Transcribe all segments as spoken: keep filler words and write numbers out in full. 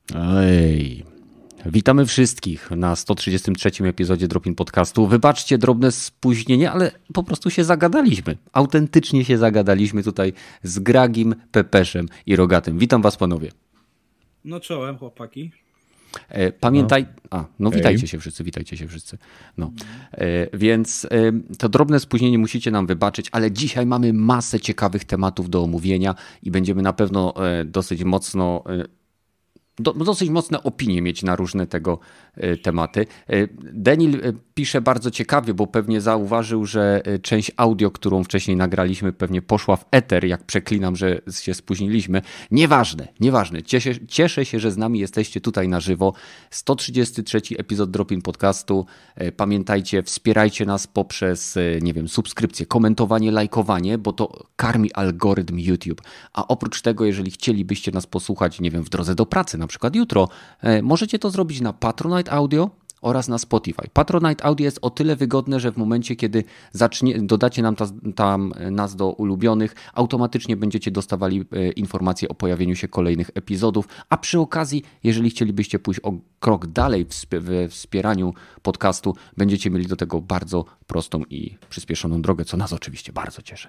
Ej, witamy wszystkich na sto trzydziestym trzecim epizodzie Drop-in Podcastu. Wybaczcie drobne spóźnienie, ale po prostu się zagadaliśmy. Autentycznie się zagadaliśmy tutaj z Gragim, Pepeszem i Rogatym. Witam was, panowie. No czołem, chłopaki. E, pamiętaj... A, no witajcie się wszyscy, witajcie się wszyscy. No. E, więc e, to drobne spóźnienie musicie nam wybaczyć, ale dzisiaj mamy masę ciekawych tematów do omówienia i będziemy na pewno e, dosyć mocno... E, Do, dosyć mocne opinie mieć na różne tego y, tematy. Y, Denil y, pisze bardzo ciekawie, bo pewnie zauważył, że y, część audio, którą wcześniej nagraliśmy, pewnie poszła w eter, jak przeklinam, że się spóźniliśmy. Nieważne, nieważne. Cieszę, cieszę się, że z nami jesteście tutaj na żywo. sto trzydziesty trzeci epizod Drop-in Podcastu. Y, pamiętajcie, wspierajcie nas poprzez, y, nie wiem, subskrypcję, komentowanie, lajkowanie, bo to karmi algorytm YouTube. A oprócz tego, jeżeli chcielibyście nas posłuchać, nie wiem, w drodze do pracy, na przykład jutro, możecie to zrobić na Patronite Audio oraz na Spotify. Patronite Audio jest o tyle wygodne, że w momencie, kiedy zacznie, dodacie nam ta, tam nas do ulubionych, automatycznie będziecie dostawali informacje o pojawieniu się kolejnych epizodów, a przy okazji, jeżeli chcielibyście pójść o krok dalej w, sp- w wspieraniu podcastu, będziecie mieli do tego bardzo prostą i przyspieszoną drogę, co nas oczywiście bardzo cieszy.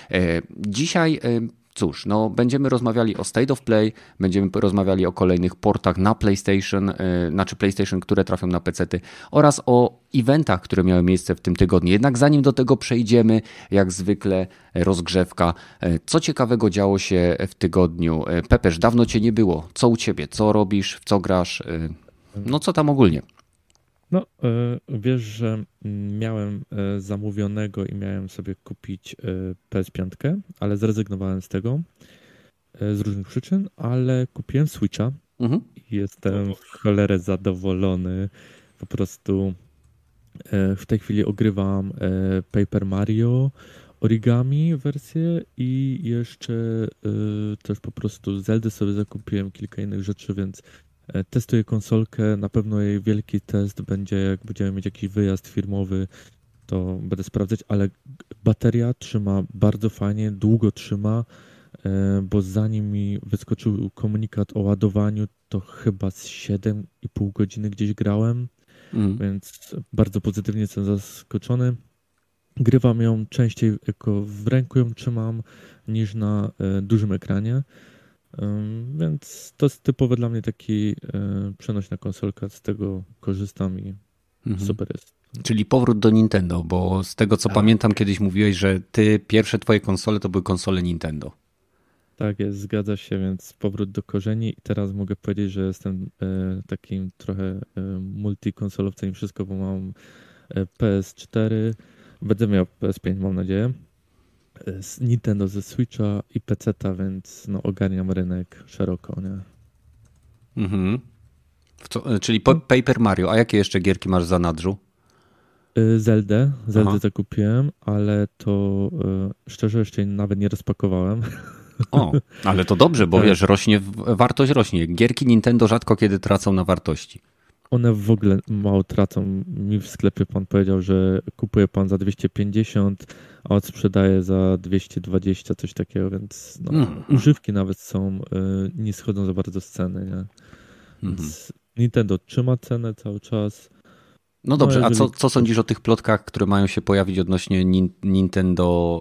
Dzisiaj Cóż, no będziemy rozmawiali o State of Play, będziemy rozmawiali o kolejnych portach na PlayStation, yy, znaczy PlayStation, które trafią na pecety oraz o eventach, które miały miejsce w tym tygodniu. Jednak zanim do tego przejdziemy, jak zwykle rozgrzewka. Co ciekawego działo się w tygodniu? Pepesz, dawno cię nie było. Co u ciebie? Co robisz? W co grasz? No co tam ogólnie? No, wiesz, że miałem zamówionego i miałem sobie kupić P S pięć, ale zrezygnowałem z tego z różnych przyczyn, ale kupiłem Switcha mhm. i jestem w cholerę zadowolony. Po prostu w tej chwili ogrywam Paper Mario, Origami wersję i jeszcze też po prostu Zeldę sobie zakupiłem, kilka innych rzeczy, więc testuję konsolkę, na pewno jej wielki test będzie, jak będziemy mieć jakiś wyjazd firmowy, to będę sprawdzać, ale bateria trzyma bardzo fajnie, długo trzyma, bo zanim mi wyskoczył komunikat o ładowaniu, to chyba z siedem i pół godziny gdzieś grałem, mm. więc bardzo pozytywnie jestem zaskoczony. Grywam ją częściej, jako w ręku ją trzymam, niż na dużym ekranie. Um, więc to jest typowe dla mnie taki e, przenośna konsolka, z tego korzystam i mhm. super jest. Czyli powrót do Nintendo, bo z tego co tak. pamiętam kiedyś mówiłeś, że ty pierwsze twoje konsole to były konsole Nintendo. Tak jest, zgadza się, więc powrót do korzeni i teraz mogę powiedzieć, że jestem e, takim trochę e, multikonsolowcem i wszystko, bo mam e, P S cztery, będę miał P S pięć, mam nadzieję. Z Nintendo, ze Switcha i peceta, więc no, ogarniam rynek szeroko, nie? Mhm. Co, czyli po, Paper Mario, a jakie jeszcze gierki masz za nadrzu? Zeldę, Zeldę zakupiłem, ale to szczerze jeszcze nawet nie rozpakowałem. O, ale to dobrze, bo wiesz, rośnie, wartość rośnie. Gierki Nintendo rzadko kiedy tracą na wartości. One w ogóle mało tracą. Mi w sklepie pan powiedział, że kupuje pan za dwieście pięćdziesiąt, a odsprzedaje za dwieście dwadzieścia, coś takiego, więc no, mm. używki nawet są, y, nie schodzą za bardzo z ceny. Nie? Więc mm-hmm. Nintendo trzyma cenę cały czas. No dobrze, no, jeżeli... a co, co sądzisz o tych plotkach, które mają się pojawić odnośnie nin- Nintendo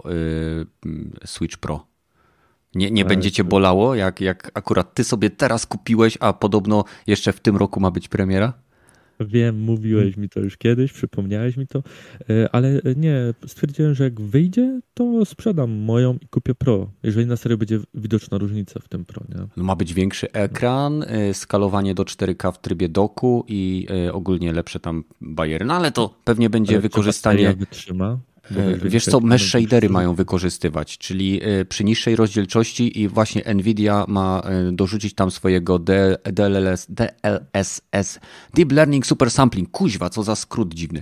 y, Switch Pro? Nie, nie będzie cię bolało, jak, jak akurat ty sobie teraz kupiłeś, a podobno jeszcze w tym roku ma być premiera? Wiem, mówiłeś mi to już kiedyś, przypomniałeś mi to, ale nie, stwierdziłem, że jak wyjdzie, to sprzedam moją i kupię Pro, jeżeli na serio będzie widoczna różnica w tym Pro. Nie? No ma być większy ekran, skalowanie do cztery K w trybie doku i ogólnie lepsze tam bariery, no ale to pewnie będzie ale wykorzystanie... wytrzyma? Wiesz co, mesh shadery mają wykorzystywać, czyli przy niższej rozdzielczości i właśnie Nvidia ma dorzucić tam swojego D L S, D L S S, Deep Learning Super Sampling, kuźwa, co za skrót dziwny.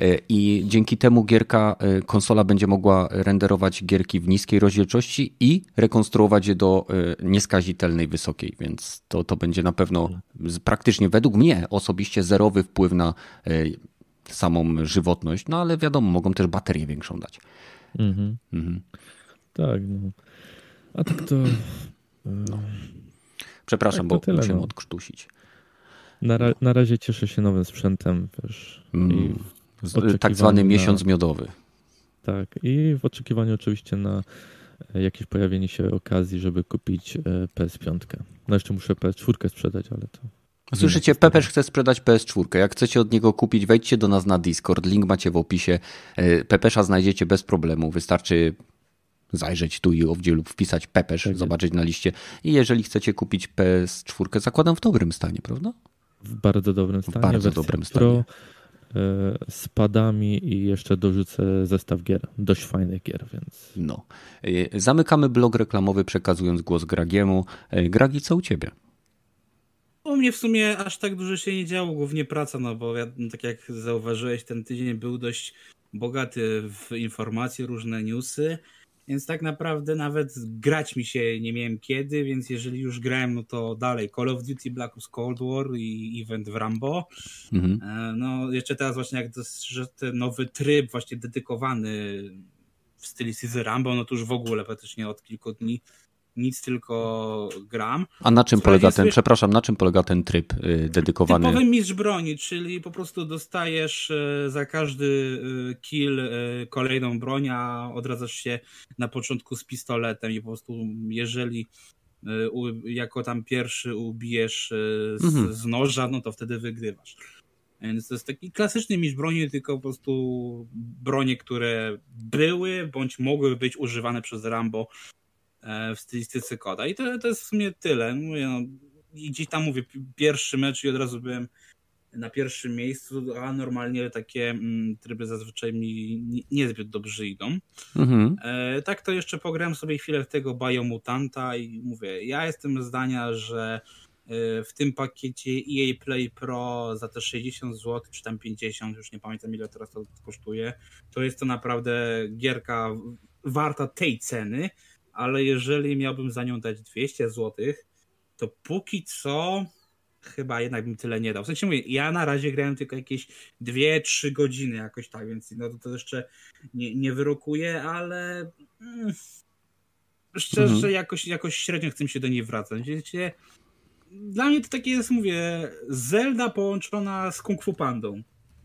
I dzięki temu gierka, konsola będzie mogła renderować gierki w niskiej rozdzielczości i rekonstruować je do nieskazitelnej wysokiej, więc to, to będzie na pewno praktycznie według mnie osobiście zerowy wpływ na samą żywotność, no ale wiadomo, mogą też baterię większą dać. Mhm. Mhm. Tak, no. A tak to... No. Przepraszam, tak to bo tyle, musiałem no. odkrztusić. Na, ra- na razie cieszę się nowym sprzętem. Wiesz, mm, tak zwany na, miesiąc miodowy. Tak, i w oczekiwaniu oczywiście na jakieś pojawienie się okazji, żeby kupić P S pięć. No jeszcze muszę P S cztery sprzedać, ale to... Słyszycie, Pepeż chce sprzedać P S cztery. Jak chcecie od niego kupić, wejdźcie do nas na Discord. Link macie w opisie. Pepesza znajdziecie bez problemu. Wystarczy zajrzeć tu i owdzie lub wpisać Pepesz, tak zobaczyć na liście. I jeżeli chcecie kupić P S cztery, zakładam w dobrym stanie, prawda? W bardzo dobrym stanie. W bardzo dobrym stanie. Pro, z padami i jeszcze dorzucę zestaw gier. Dość fajnych gier, więc... No. Zamykamy blog reklamowy, przekazując głos Gragiemu. Gragi, co u ciebie? U mnie w sumie aż tak dużo się nie działo, głównie praca, no bo ja, tak jak zauważyłeś, ten tydzień był dość bogaty w informacje, różne newsy, więc tak naprawdę nawet grać mi się nie miałem kiedy, więc jeżeli już grałem, no to dalej Call of Duty, Black Ops Cold War i event w Rambo. Mhm. No jeszcze teraz właśnie jak to, że ten nowy tryb właśnie dedykowany w stylistyce Rambo, no to już w ogóle praktycznie od kilku dni nic, tylko gram. A na czym polega ten, sobie... przepraszam, na czym polega ten tryb yy, dedykowany? Typowy mistrz broni, czyli po prostu dostajesz yy, za każdy yy, kill yy, kolejną broń, a odradzasz się na początku z pistoletem i po prostu jeżeli yy, u, jako tam pierwszy ubijesz yy, z, mhm. z noża, no to wtedy wygrywasz. Więc to jest taki klasyczny mistrz broni, tylko po prostu bronie, które były bądź mogły być używane przez Rambo w stylistyce koda. I to, to jest w sumie tyle. Mówię, no, i gdzieś tam mówię, pierwszy mecz i od razu byłem na pierwszym miejscu, a normalnie takie mm, tryby zazwyczaj mi niezbyt dobrze idą. Mhm. E, tak to jeszcze pograłem sobie chwilę w tego Biomutanta i mówię, ja jestem zdania, że w tym pakiecie E A Play Pro za te sześćdziesiąt złotych, czy tam pięćdziesiąt, już nie pamiętam ile teraz to kosztuje, to jest to naprawdę gierka warta tej ceny, ale jeżeli miałbym za nią dać dwieście złotych, to póki co chyba jednak bym tyle nie dał. W sensie mówię, ja na razie grałem tylko jakieś dwie trzy godziny jakoś tak, więc no to jeszcze nie, nie wyrokuję, ale mm, szczerze mhm. jakoś, jakoś średnio chcę się do niej wracać. Wiecie, dla mnie to takie jest, mówię, Zelda połączona z Kung Fu Pandą.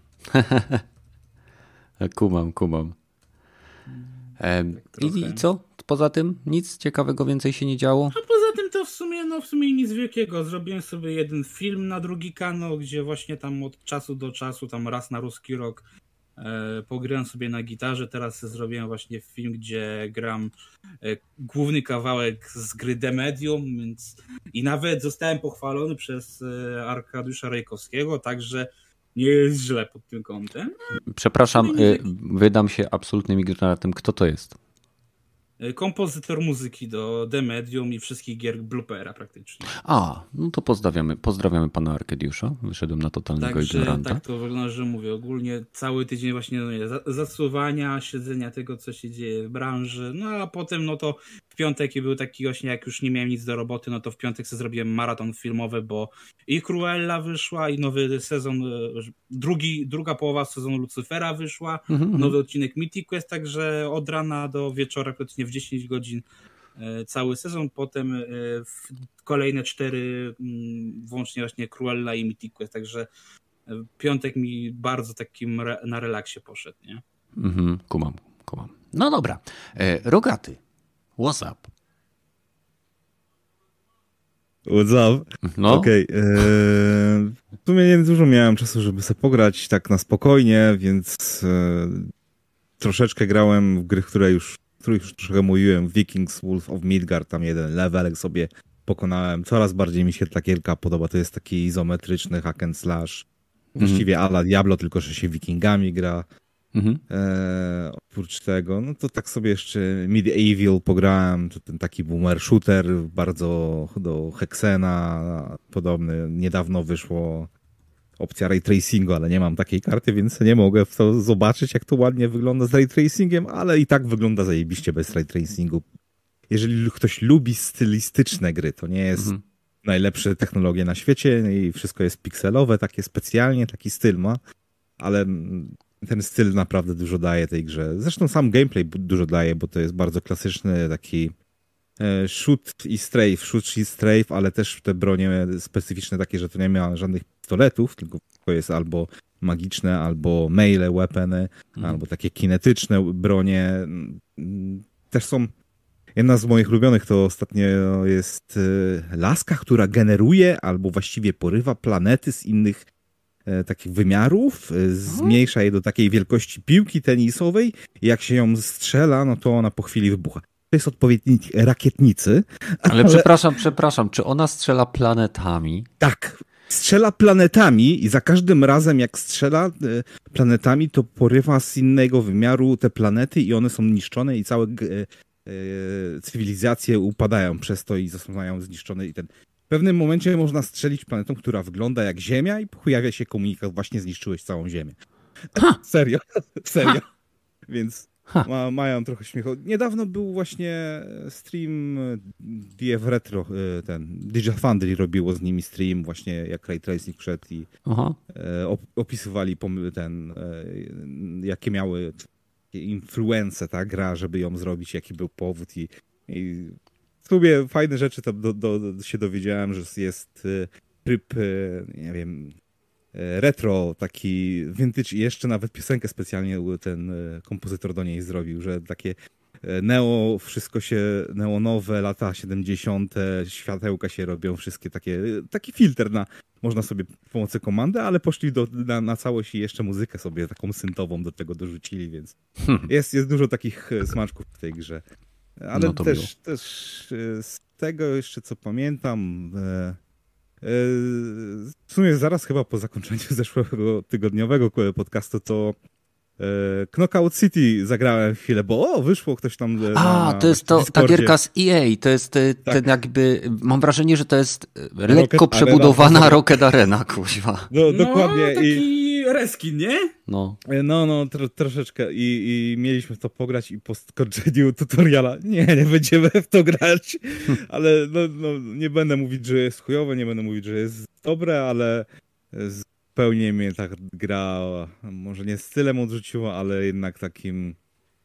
kumam, kumam. E, tak i, I co? Poza tym nic ciekawego więcej się nie działo? A poza tym to w sumie, no w sumie nic wielkiego. Zrobiłem sobie jeden film na drugi kanał, gdzie właśnie tam od czasu do czasu, tam raz na ruski rok e, pograłem sobie na gitarze. Teraz zrobiłem właśnie film, gdzie gram e, główny kawałek z gry The Medium, więc i nawet zostałem pochwalony przez e, Arkadiusza Rejkowskiego, także nie jest źle pod tym kątem. Przepraszam, y, wydam się absolutnym ignorantem. Kto to jest? Kompozytor muzyki do The Medium i wszystkich gier Bloopera praktycznie. A, no to pozdrawiamy, pozdrawiamy pana Arkadiusza. Wyszedłem na totalnego Także, ignoranta. Tak to wygląda, że mówię, ogólnie cały tydzień właśnie no, zasuwania, śledzenia tego, co się dzieje w branży. No a potem no to w piątek był taki właśnie, jak już nie miałem nic do roboty, no to w piątek sobie zrobiłem maraton filmowy, bo i Cruella wyszła, i nowy sezon, drugi, druga połowa sezonu Lucifera wyszła, mm-hmm. nowy odcinek Mythic Quest, także od rana do wieczora praktycznie w dziesięć godzin cały sezon, potem kolejne cztery włącznie właśnie Cruella i Mythic Quest, także piątek mi bardzo takim na relaksie poszedł, nie? Mhm, kumam, kumam. No dobra, e, Rogaty, what's up? What's up? No. Okej, okay. W sumie nie dużo miałem czasu, żeby sobie pograć tak na spokojnie, więc e, troszeczkę grałem w gry, które już których już trochę mówiłem, Vikings, Wolf of Midgard, tam jeden levelek sobie pokonałem. Coraz bardziej mi się ta gierka podoba, to jest taki izometryczny hack and slash, właściwie mm-hmm. a la Diablo, tylko że się Wikingami gra. Mm-hmm. E, oprócz tego, no to tak sobie jeszcze Medieval pograłem, to ten taki boomer shooter, bardzo do Hexena podobny. Niedawno wyszło opcja ray tracingu, ale nie mam takiej karty, więc nie mogę w to zobaczyć, jak to ładnie wygląda z ray tracingiem, ale i tak wygląda zajebiście bez ray tracingu. Jeżeli ktoś lubi stylistyczne gry, to nie jest mhm. najlepsze technologie na świecie i wszystko jest pikselowe, takie specjalnie, taki styl ma, ale ten styl naprawdę dużo daje tej grze. Zresztą sam gameplay dużo daje, bo to jest bardzo klasyczny taki shoot i strafe, shoot i strafe, ale też te bronie specyficzne takie, że to nie ma żadnych pistoletów, tylko to jest albo magiczne, albo melee weapony, mhm. albo takie kinetyczne bronie. Też są... Jedna z moich ulubionych to ostatnio jest laska, która generuje albo właściwie porywa planety z innych e, takich wymiarów, zmniejsza je do takiej wielkości piłki tenisowej i jak się ją strzela, no to ona po chwili wybucha. To jest odpowiednik rakietnicy. Ale, ale przepraszam, przepraszam, czy ona strzela planetami? Tak, strzela planetami i za każdym razem jak strzela planetami, to porywa z innego wymiaru te planety i one są niszczone i całe cywilizacje upadają przez to i zostają zniszczone i ten. W pewnym momencie można strzelić planetą, która wygląda jak Ziemia i pojawia się komunikat, właśnie zniszczyłeś całą Ziemię. Ha! Serio, serio. Ha! Więc ma, mają trochę śmiechu. Niedawno był właśnie stream D F Retro, ten Digital Foundry robiło z nimi stream właśnie jak Ray Tracing wszedł i Aha. opisywali ten, jakie miały influence ta gra, żeby ją zrobić, jaki był powód i, i w sumie fajne rzeczy tam do, do, do się dowiedziałem, że jest tryb, nie wiem, retro, taki vintage i jeszcze nawet piosenkę specjalnie ten kompozytor do niej zrobił, że takie neo, wszystko się, neonowe, lata siedemdziesiąte, światełka się robią, wszystkie takie, taki filtr na, można sobie pomocą komandy, ale poszli do, na, na całość i jeszcze muzykę sobie taką syntową do tego dorzucili, więc hmm. jest, jest dużo takich smaczków w tej grze. Ale no też, też z tego jeszcze co pamiętam, e, e, w sumie zaraz chyba po zakończeniu zeszłego tygodniowego podcastu to Knockout City zagrałem chwilę, bo o, wyszło ktoś tam na, A, to jest to, ta gierka z E A, to jest tak. ten jakby, mam wrażenie, że to jest lekko Rocket przebudowana Arena. Rocket Arena, kuźwa. No, dokładnie. No, taki I... reskin, nie? No, no, no tro, troszeczkę I, i mieliśmy w to pograć i po skończeniu tutoriala, nie, nie będziemy w to grać, ale no, no, nie będę mówić, że jest chujowe, nie będę mówić, że jest dobre, ale z Zupełnie mnie ta gra, może nie stylem odrzuciła, ale jednak takim...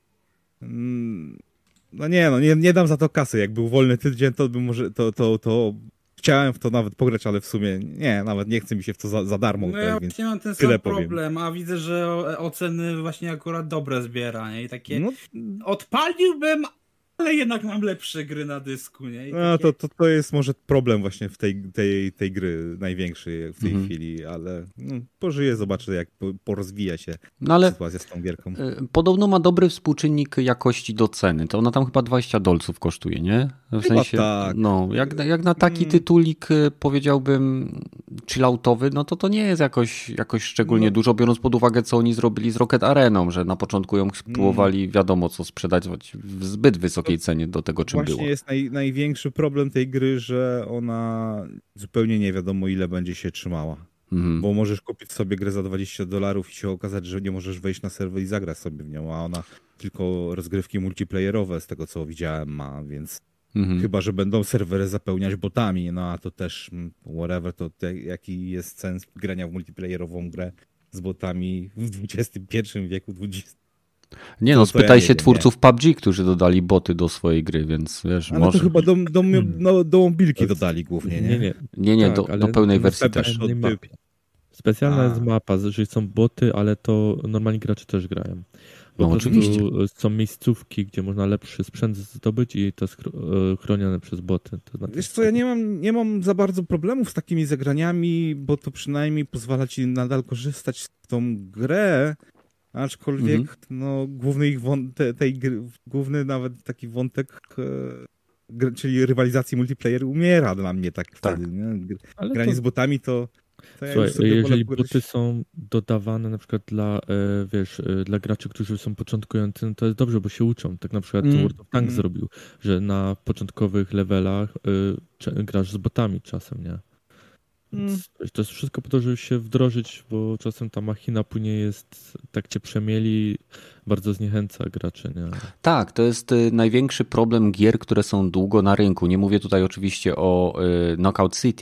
No nie, no nie, nie dam za to kasy. Jak był wolny tydzień, to by może to, to, to chciałem w to nawet pograć, ale w sumie nie, nawet nie chce mi się w to za, za darmo. No tutaj, ja więc właśnie mam ten sam problem, a widzę, że oceny właśnie akurat dobre zbiera, nie? I takie no, odpaliłbym, ale jednak mam lepsze gry na dysku, nie? I no takie... to, to, to jest może problem właśnie w tej, tej, tej gry największy w tej mhm. chwili, ale no, pożyję, zobaczę jak porozwija się no, ale sytuacja z tą gierką. Podobno ma dobry współczynnik jakości do ceny, to ona tam chyba dwadzieścia dolców kosztuje, nie? W chyba sensie, tak. No, jak, jak na taki hmm. tytulik powiedziałbym chilloutowy, no to to nie jest jakoś, jakoś szczególnie no. dużo, biorąc pod uwagę co oni zrobili z Rocket Areną, że na początku ją próbowali wiadomo co sprzedać w zbyt wysokiej cenie do tego, czym Właśnie było. Właśnie jest naj, największy problem tej gry, że ona zupełnie nie wiadomo ile będzie się trzymała. Mhm. Bo możesz kupić sobie grę za dwadzieścia dolarów i się okazać, że nie możesz wejść na serwer i zagrać sobie w nią, a ona tylko rozgrywki multiplayerowe z tego co widziałem ma, więc mhm. chyba, że będą serwery zapełniać botami, no a to też whatever, to te, jaki jest sens grania w multiplayerową grę z botami w dwudziestym pierwszym wieku, dwudziestym Nie no, spytaj ja się wiem, twórców nie. P U B G, którzy dodali boty do swojej gry, więc wiesz, ale może... to chyba do, do, no, do mobilki dodali głównie, nie? Nie, nie, nie, nie tak, do, do pełnej wersji też. Specjalna jest mapa, że są boty, ale to normalni gracze też grają. Bo no oczywiście. Są miejscówki, gdzie można lepszy sprzęt zdobyć i to jest chronione przez boty. To znaczy wiesz co, ja nie mam, nie mam za bardzo problemów z takimi zagraniami, bo to przynajmniej pozwala ci nadal korzystać z tą grę, aczkolwiek mhm. no, główny ich wąt- te, tej gry, główny nawet taki wątek, e, czyli rywalizacji multiplayer umiera dla mnie tak, tak. wtedy. Nie? Granie to... z botami to... to ja Słuchaj, jeżeli boty są dodawane na przykład dla, e, wiesz, e, dla graczy, którzy są początkujący, no to jest dobrze, bo się uczą. Tak na przykład mm. World of Tanks mm. zrobił, że na początkowych levelach e, grasz z botami czasem, nie? Mm. To jest wszystko po to, żeby się wdrożyć, bo czasem ta machina później jest, tak cię przemieli, bardzo zniechęca graczy. Nie? Tak, to jest największy problem gier, które są długo na rynku. Nie mówię tutaj oczywiście o Knockout City,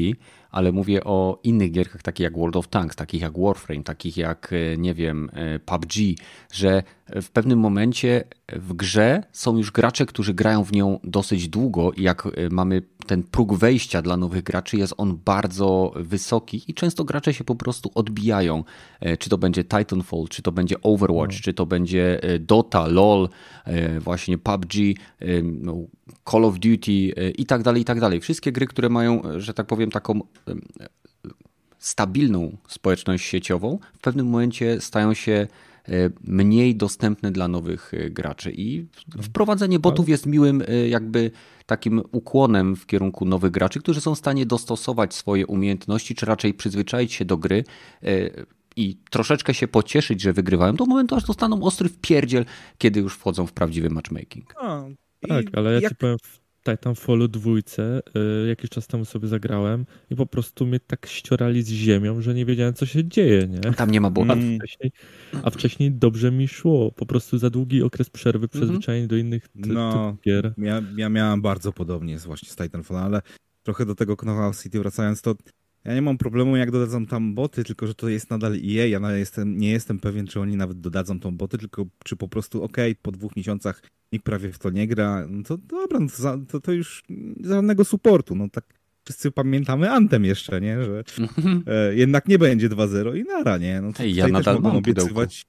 ale mówię o innych gierkach, takich jak World of Tanks, takich jak Warframe, takich jak, nie wiem, P U B G, że w pewnym momencie w grze są już gracze, którzy grają w nią dosyć długo i jak mamy ten próg wejścia dla nowych graczy, jest on bardzo wysoki i często gracze się po prostu odbijają. Czy to będzie Titanfall, czy to będzie Overwatch, no. czy to będzie Dota, LoL, właśnie P U B G, Call of Duty i tak dalej, i tak dalej. Wszystkie gry, które mają, że tak powiem, taką stabilną społeczność sieciową, w pewnym momencie stają się mniej dostępne dla nowych graczy i wprowadzenie botów jest miłym jakby takim ukłonem w kierunku nowych graczy, którzy są w stanie dostosować swoje umiejętności, czy raczej przyzwyczaić się do gry i troszeczkę się pocieszyć, że wygrywają, do momentu aż dostaną ostry wpierdziel, kiedy już wchodzą w prawdziwy matchmaking. A, tak, ale ja jak... ci powiem, w Titanfallu dwójce y, jakiś czas temu sobie zagrałem i po prostu mnie tak ściorali z ziemią, że nie wiedziałem, co się dzieje, nie? Tam nie ma botów. A wcześniej, a wcześniej dobrze mi szło. Po prostu za długi okres przerwy, przyzwyczajenie mm-hmm. do innych ty- no, typów gier. Ja, ja miałem bardzo podobnie właśnie z Titanfall, ale trochę do tego Knockout City wracając, to ja nie mam problemu, jak dodadzą tam boty, tylko że to jest nadal E A. Ja nawet jestem, nie jestem pewien, czy oni nawet dodadzą tą boty, tylko czy po prostu okej, okay, po dwóch miesiącach nikt prawie w to nie gra, no to dobra, no to, to, to już żadnego supportu. No tak wszyscy pamiętamy Anthem jeszcze, nie? Że e, jednak nie będzie dwa zero i nara, nie? No to Ej, ja nadal mam obiecywać.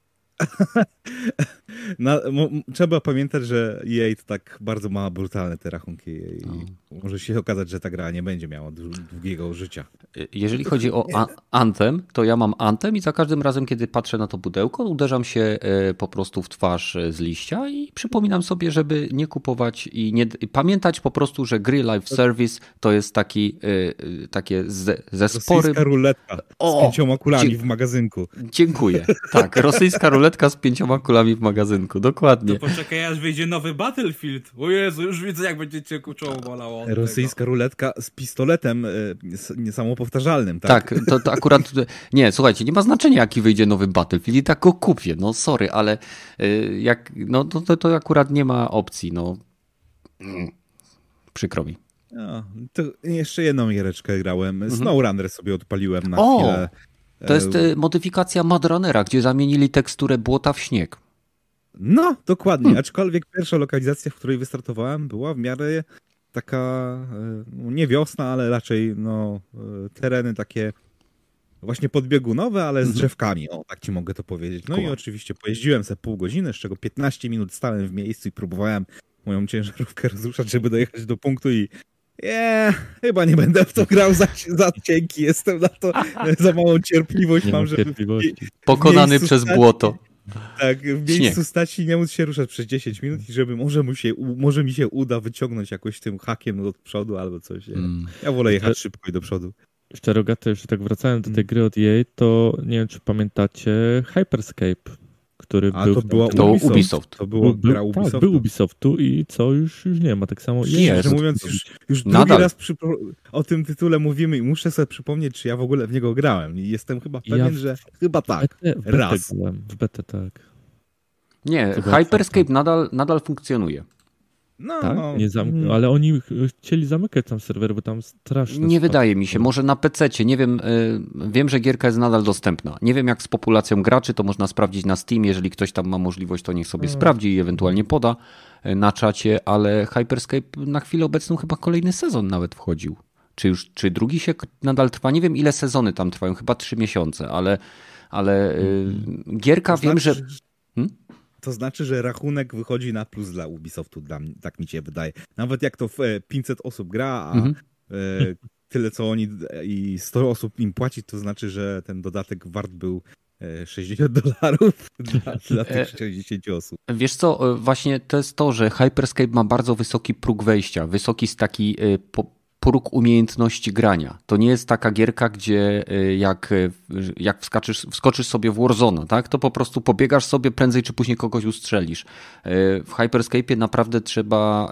Na, mo, trzeba pamiętać, że E A to tak bardzo ma brutalne te rachunki i no. może się okazać, że ta gra nie będzie miała długiego życia. Jeżeli chodzi o a- Anthem, to ja mam Anthem i za każdym razem, kiedy patrzę na to pudełko, uderzam się po prostu w twarz z liścia i przypominam sobie, żeby nie kupować i nie i pamiętać po prostu, że gry live service to jest taki takie ze, zespory. Rosyjska ruletka o, z pięcioma kulami dzie- w magazynku. Dziękuję. Tak, rosyjska ruletka z pięcioma kulami w magazynku, dokładnie. To poczekaj, aż wyjdzie nowy Battlefield. O Jezu, już widzę, jak będziecie czoło bolało. Rosyjska tego. ruletka z pistoletem nie samopowtarzalnym, tak? Tak, to, to akurat, nie, słuchajcie, nie ma znaczenia, jaki wyjdzie nowy Battlefield i tak go kupię, no sorry, ale jak, no to, to akurat nie ma opcji, no przykro mi. No, to jeszcze jedną giereczkę grałem, mhm. SnowRunner sobie odpaliłem na o, chwilę. To jest modyfikacja Mud Runnera, gdzie zamienili teksturę błota w śnieg. No, dokładnie. Hmm. Aczkolwiek pierwsza lokalizacja, w której wystartowałem, była w miarę taka, no nie wiosna, ale raczej no, tereny takie właśnie podbiegunowe, ale z drzewkami. O, tak ci mogę to powiedzieć. No cool. I oczywiście pojeździłem sobie pół godziny, z czego piętnaście minut stałem w miejscu i próbowałem moją ciężarówkę rozruszać, żeby dojechać do punktu i nie, chyba nie będę w to grał, za, za cienki jestem na to, za małą cierpliwość nie mam, żeby... Pokonany przez stać, błoto. Tak, w miejscu Śnieg. stać i nie móc się ruszać przez dziesięć minut i żeby może, mu się, może mi się uda wyciągnąć jakoś tym hakiem do przodu albo coś. Mm. Ja wolę jechać szybko i do przodu. Szczerogaty, jeszcze tak wracając do tej gry od E A, to nie wiem, czy pamiętacie Hyperscape, który A, był... to była to Ubisoft. Ubisoft. To było był, gra Ubisoftu. Tak, był Ubisoftu i co, już, już nie ma, tak samo... Szczerze mówiąc, już, już drugi Nadal. raz przy, o tym tytule mówimy i muszę sobie przypomnieć, czy ja w ogóle w niego grałem i jestem chyba pewien, ja w, że chyba tak. W betę, w raz. Grałem, w betę, tak. Nie, Hyperscape nadal, nadal funkcjonuje. No, tak? Nie zamk- ale oni chcieli zamykać tam serwer, bo tam straszne... Nie wydaje mi się, może na pececie, nie wiem, yy, wiem, że gierka jest nadal dostępna. Nie wiem jak z populacją graczy, to można sprawdzić na Steam, jeżeli ktoś tam ma możliwość, to niech sobie hmm. sprawdzi i ewentualnie poda na czacie, ale Hyperscape na chwilę obecną chyba kolejny sezon nawet wchodził. Czy już, czy drugi się nadal trwa? Nie wiem ile sezony tam trwają, chyba trzy miesiące, ale, ale yy, gierka to wiem, znaczy, że... Hmm? To znaczy, że rachunek wychodzi na plus dla Ubisoftu, dla mnie, tak mi się wydaje. Nawet jak to pięćset osób gra, a mhm. tyle co oni i sto osób im płaci, to znaczy, że ten dodatek wart był sześćdziesiąt dolarów dla, dla tych sześćdziesięciu osób. Wiesz co, właśnie to jest to, że Hyperscape ma bardzo wysoki próg wejścia, wysoki z taki po, próg umiejętności grania. To nie jest taka gierka, gdzie jak, jak wskaczysz, wskoczysz sobie w Warzone, tak? To po prostu pobiegasz sobie, prędzej czy później kogoś ustrzelisz. W Hyperscape'ie naprawdę trzeba...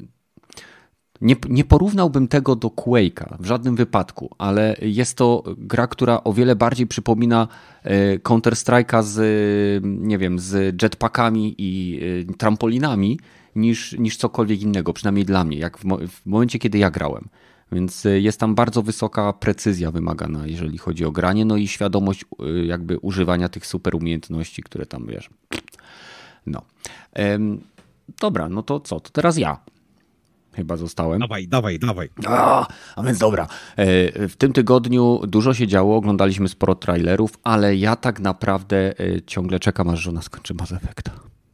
Nie, nie porównałbym tego do Quake'a w żadnym wypadku, ale jest to gra, która o wiele bardziej przypomina Counter-Strike'a z, nie wiem, z jetpackami i trampolinami niż, niż cokolwiek innego, przynajmniej dla mnie, jak w, mo- w momencie, kiedy ja grałem. Więc jest tam bardzo wysoka precyzja wymagana, jeżeli chodzi o granie, no i świadomość jakby używania tych super umiejętności, które tam, wiesz. No. Dobra, no to co? To teraz ja. Chyba zostałem. Dawaj, dawaj, dawaj. A, a więc dobra. W tym tygodniu dużo się działo, oglądaliśmy sporo trailerów, ale ja tak naprawdę ciągle czekam, aż żona skończy Mass Effecta.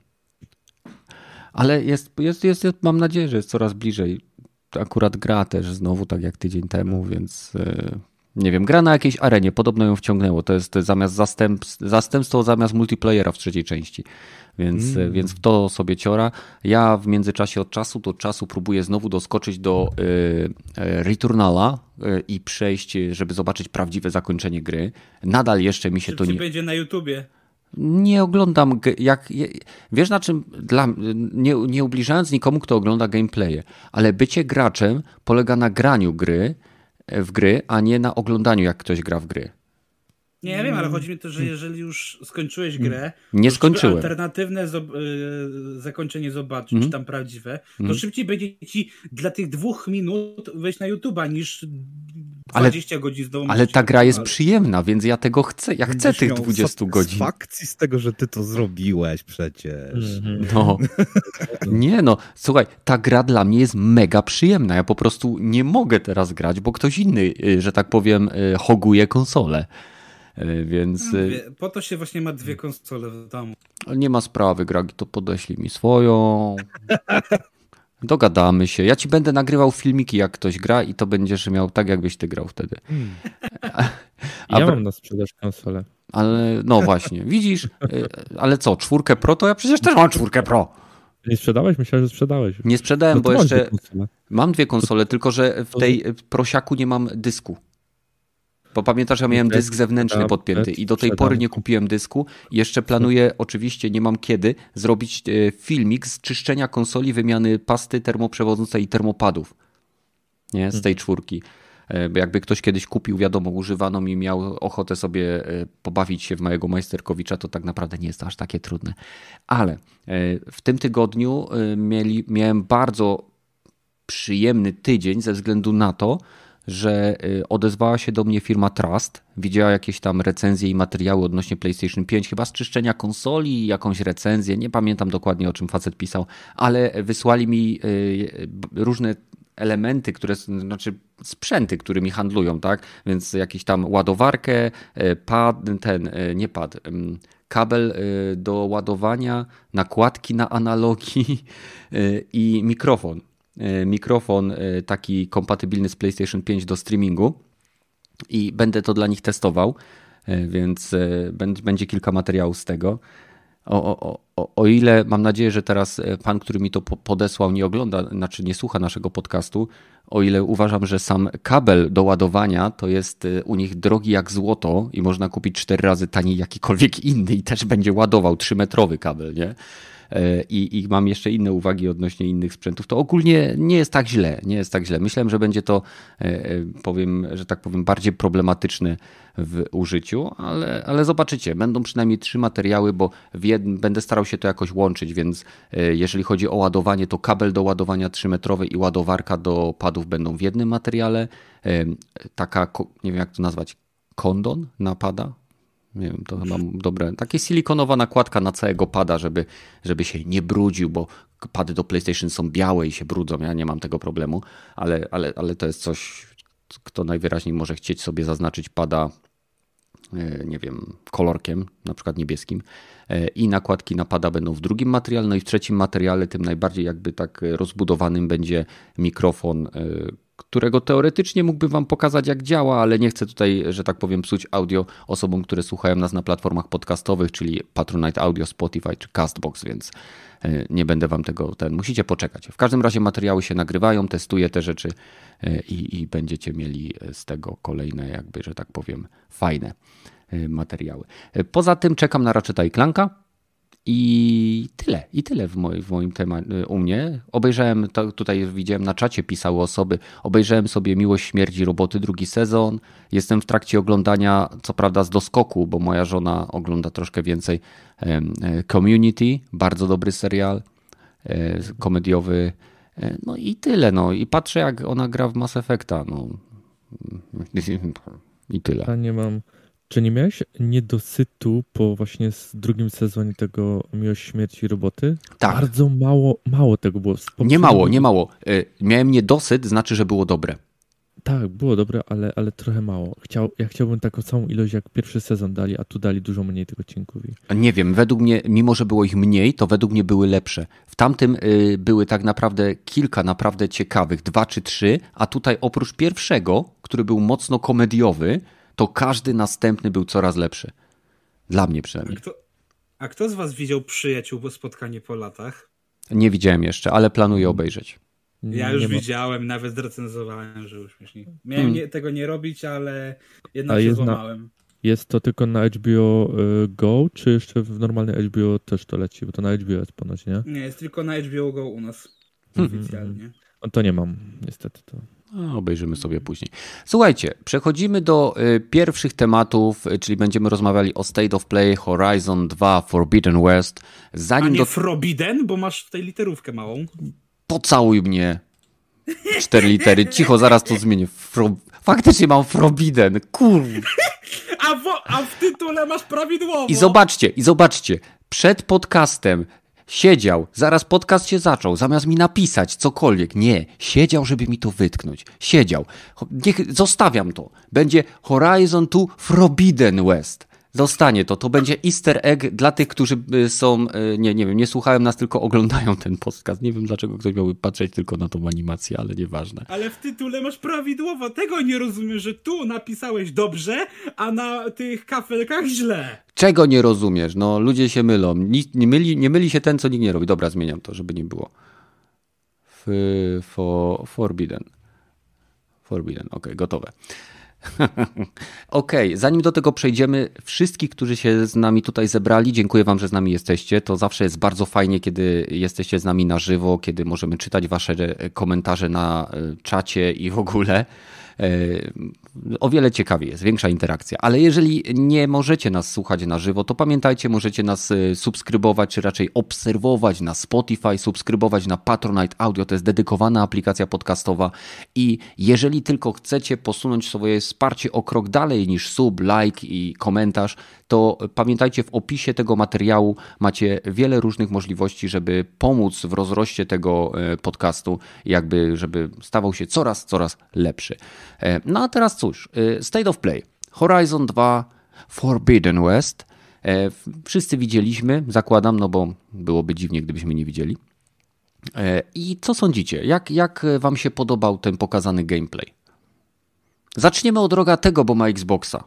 Ale jest, jest, jest, jest, mam nadzieję, że jest coraz bliżej. Akurat gra też znowu, tak jak tydzień temu, więc nie wiem, gra na jakiejś arenie, podobno ją wciągnęło. To jest zamiast zastępstw, zastępstwo zamiast multiplayera w trzeciej części. Więc, mm. więc w to sobie ciora. Ja w międzyczasie od czasu do czasu próbuję znowu doskoczyć do y, Returnala y, i przejść, żeby zobaczyć prawdziwe zakończenie gry. Nadal jeszcze mi się czy, to czy nie... będzie na YouTubie? Nie oglądam, jak, wiesz na czym, dla, nie, nie ubliżając nikomu, kto ogląda gameplaye, ale bycie graczem polega na graniu gry w gry, a nie na oglądaniu, jak ktoś gra w gry. Nie, ja wiem, ale chodzi mi o to, że jeżeli już skończyłeś grę, nie to skończyłem. alternatywne zob- y- zakończenie zobaczyć, mm. czy tam prawdziwe, to mm. szybciej będzie ci dla tych dwóch minut wejść na YouTube'a niż dwadzieścia ale, godzin z domu. Ale ta gra jest przyjemna, więc ja tego chcę. Ja chcę tych dwudziestu godzin. Satysfakcji z tego, że ty to zrobiłeś przecież. No. Nie no, słuchaj, ta gra dla mnie jest mega przyjemna. Ja po prostu nie mogę teraz grać, bo ktoś inny, że tak powiem, hoguje konsolę. Więc... No, po to się właśnie ma dwie konsole w domu. Nie ma sprawy, Gragi, to podeślij mi swoją. Dogadamy się. Ja ci będę nagrywał filmiki, jak ktoś gra i to będziesz miał tak, jakbyś ty grał wtedy. A, a ja mam na sprzedaż konsolę. Ale no właśnie, widzisz, ale co, czwórkę Pro, to ja przecież też mam czwórkę Pro. Nie sprzedałeś? Myślałem, że sprzedałeś. Nie sprzedałem, no bo jeszcze dwie mam dwie konsole, tylko że w tej prosiaku nie mam dysku. Bo pamiętasz, ja miałem dysk zewnętrzny podpięty i do tej pory nie kupiłem dysku. Jeszcze planuję, oczywiście nie mam kiedy, zrobić filmik z czyszczenia konsoli, wymiany pasty termoprzewodzącej i termopadów. Nie, z tej czwórki. Jakby ktoś kiedyś kupił, wiadomo, używaną i miał ochotę sobie pobawić się w mojego Majsterkowicza, to tak naprawdę nie jest to aż takie trudne. Ale w tym tygodniu mieli, miałem bardzo przyjemny tydzień ze względu na to, że odezwała się do mnie firma Trust, widziała jakieś tam recenzje i materiały odnośnie PlayStation pięć, chyba z czyszczenia konsoli, jakąś recenzję, nie pamiętam dokładnie, o czym facet pisał, ale wysłali mi różne elementy, które, znaczy sprzęty, którymi handlują, tak? Więc jakiś tam ładowarkę, pad, ten, nie pad, kabel do ładowania, nakładki na analogi i mikrofon. Mikrofon taki kompatybilny z PlayStation pięć do streamingu i będę to dla nich testował, więc będzie kilka materiałów z tego. O, o, o, o ile mam nadzieję, że teraz pan, który mi to podesłał, nie ogląda, znaczy nie słucha naszego podcastu, o ile uważam, że sam kabel do ładowania to jest u nich drogi jak złoto i można kupić cztery razy taniej jakikolwiek inny i też będzie ładował trzymetrowy kabel, nie? I, I mam jeszcze inne uwagi odnośnie innych sprzętów, to ogólnie nie jest tak źle, nie jest tak źle. Myślałem, że będzie to, powiem, że tak powiem, bardziej problematyczne w użyciu, ale, ale zobaczycie, będą przynajmniej trzy materiały, bo w jednym, będę starał się to jakoś łączyć, więc jeżeli chodzi o ładowanie, to kabel do ładowania trzymetrowy i ładowarka do padów będą w jednym materiale. Taka, nie wiem jak to nazwać, kondon na pada? Nie wiem, to chyba dobre. Takie silikonowa nakładka na całego pada, żeby, żeby się nie brudził, bo pady do PlayStation są białe i się brudzą. Ja nie mam tego problemu, ale, ale, ale to jest coś, kto najwyraźniej może chcieć sobie zaznaczyć pada, nie wiem, kolorkiem, na przykład niebieskim. I nakładki na pada będą w drugim materiale, no i w trzecim materiale, tym najbardziej jakby tak rozbudowanym, będzie mikrofon, którego teoretycznie mógłbym wam pokazać, jak działa, ale nie chcę tutaj, że tak powiem, psuć audio osobom, które słuchają nas na platformach podcastowych, czyli Patronite Audio, Spotify czy Castbox, więc nie będę wam tego, ten, musicie poczekać. W każdym razie materiały się nagrywają, testuję te rzeczy i, i będziecie mieli z tego kolejne, jakby, że tak powiem, fajne materiały. Poza tym czekam na Ratcheta i Clanka. I tyle, i tyle w, moj, w moim temacie u mnie. Obejrzałem, to tutaj widziałem na czacie, pisały osoby, obejrzałem sobie Miłość, Śmierć i Roboty drugi sezon. Jestem w trakcie oglądania, co prawda z doskoku, bo moja żona ogląda troszkę więcej, Community, bardzo dobry serial komediowy. No i tyle, no. I patrzę, jak ona gra w Mass Effecta, no. I tyle. Ja nie mam... Czy nie miałeś niedosytu po właśnie drugim sezonie tego Miłość Śmierci Roboty? Tak. Bardzo mało, mało tego było. Nie mało, nie mało. Miałem niedosyt, znaczy, że było dobre. Tak, było dobre, ale, ale trochę mało. Chciał, ja chciałbym taką samą ilość, jak pierwszy sezon dali, a tu dali dużo mniej tych odcinków. Nie wiem, według mnie, mimo że było ich mniej, to według mnie były lepsze. W tamtym y, były tak naprawdę kilka naprawdę ciekawych, dwa czy trzy, a tutaj oprócz pierwszego, który był mocno komediowy, to każdy następny był coraz lepszy. Dla mnie przynajmniej. A kto, a kto z was widział Przyjaciół, bo spotkanie po latach? Nie widziałem jeszcze, ale planuję obejrzeć. Ja już widziałem, nawet zrecenzowałem, że już śmiesznie. Miałem hmm. nie, tego nie robić, ale jednak A się złamałem. Na, jest to tylko na H B O Go, czy jeszcze w normalnej H B O też to leci? Bo to na H B O jest ponoć, nie? Nie, jest tylko na H B O Go u nas. Hmm. Oficjalnie. No to nie mam, niestety. To... A, obejrzymy sobie później. Słuchajcie, przechodzimy do y, pierwszych tematów, y, czyli będziemy rozmawiali o State of Play, Horizon dwa, Forbidden West. Zanim A nie do... Forbidden, bo masz tutaj literówkę małą. Pocałuj mnie. Cztery litery. Cicho, zaraz to zmienię. Fro... Faktycznie mam Forbidden. Kur... A, wo... A w tytule masz prawidłowo. I zobaczcie, i zobaczcie. Przed podcastem siedział, zaraz podcast się zaczął, zamiast mi napisać cokolwiek. Nie, siedział, żeby mi to wytknąć. Siedział. Niech, zostawiam to. Będzie Horizon two Forbidden West. Zostanie to. To będzie easter egg dla tych, którzy są, nie, nie wiem, nie słuchają nas, tylko oglądają ten podcast. Nie wiem, dlaczego ktoś miałby patrzeć tylko na tą animację, ale nieważne. Ale w tytule masz prawidłowo. Tego nie rozumiem, że tu napisałeś dobrze, a na tych kafelkach źle. Czego nie rozumiesz? No, ludzie się mylą. Nie, nie, myli, nie myli się ten, co nikt nie robi. Dobra, zmieniam to, żeby nie było. F, for, forbidden. Forbidden, okej, okay, gotowe. Okej, okay, zanim do tego przejdziemy, wszystkich, którzy się z nami tutaj zebrali, dziękuję wam, że z nami jesteście. To zawsze jest bardzo fajnie, kiedy jesteście z nami na żywo, kiedy możemy czytać wasze komentarze na czacie i w ogóle. O wiele ciekawiej jest, większa interakcja. Ale jeżeli nie możecie nas słuchać na żywo, to pamiętajcie, możecie nas subskrybować, czy raczej obserwować na Spotify, subskrybować na Patronite Audio, to jest dedykowana aplikacja podcastowa i jeżeli tylko chcecie posunąć swoje wsparcie o krok dalej niż sub, like i komentarz, to pamiętajcie, w opisie tego materiału macie wiele różnych możliwości, żeby pomóc w rozroście tego podcastu, jakby żeby stawał się coraz, coraz lepszy. No a teraz cóż, State of Play, Horizon two, Forbidden West. Wszyscy widzieliśmy, zakładam, no bo byłoby dziwnie, gdybyśmy nie widzieli. I co sądzicie? Jak, jak wam się podobał ten pokazany gameplay? Zaczniemy od Rogatego, bo ma Xboxa.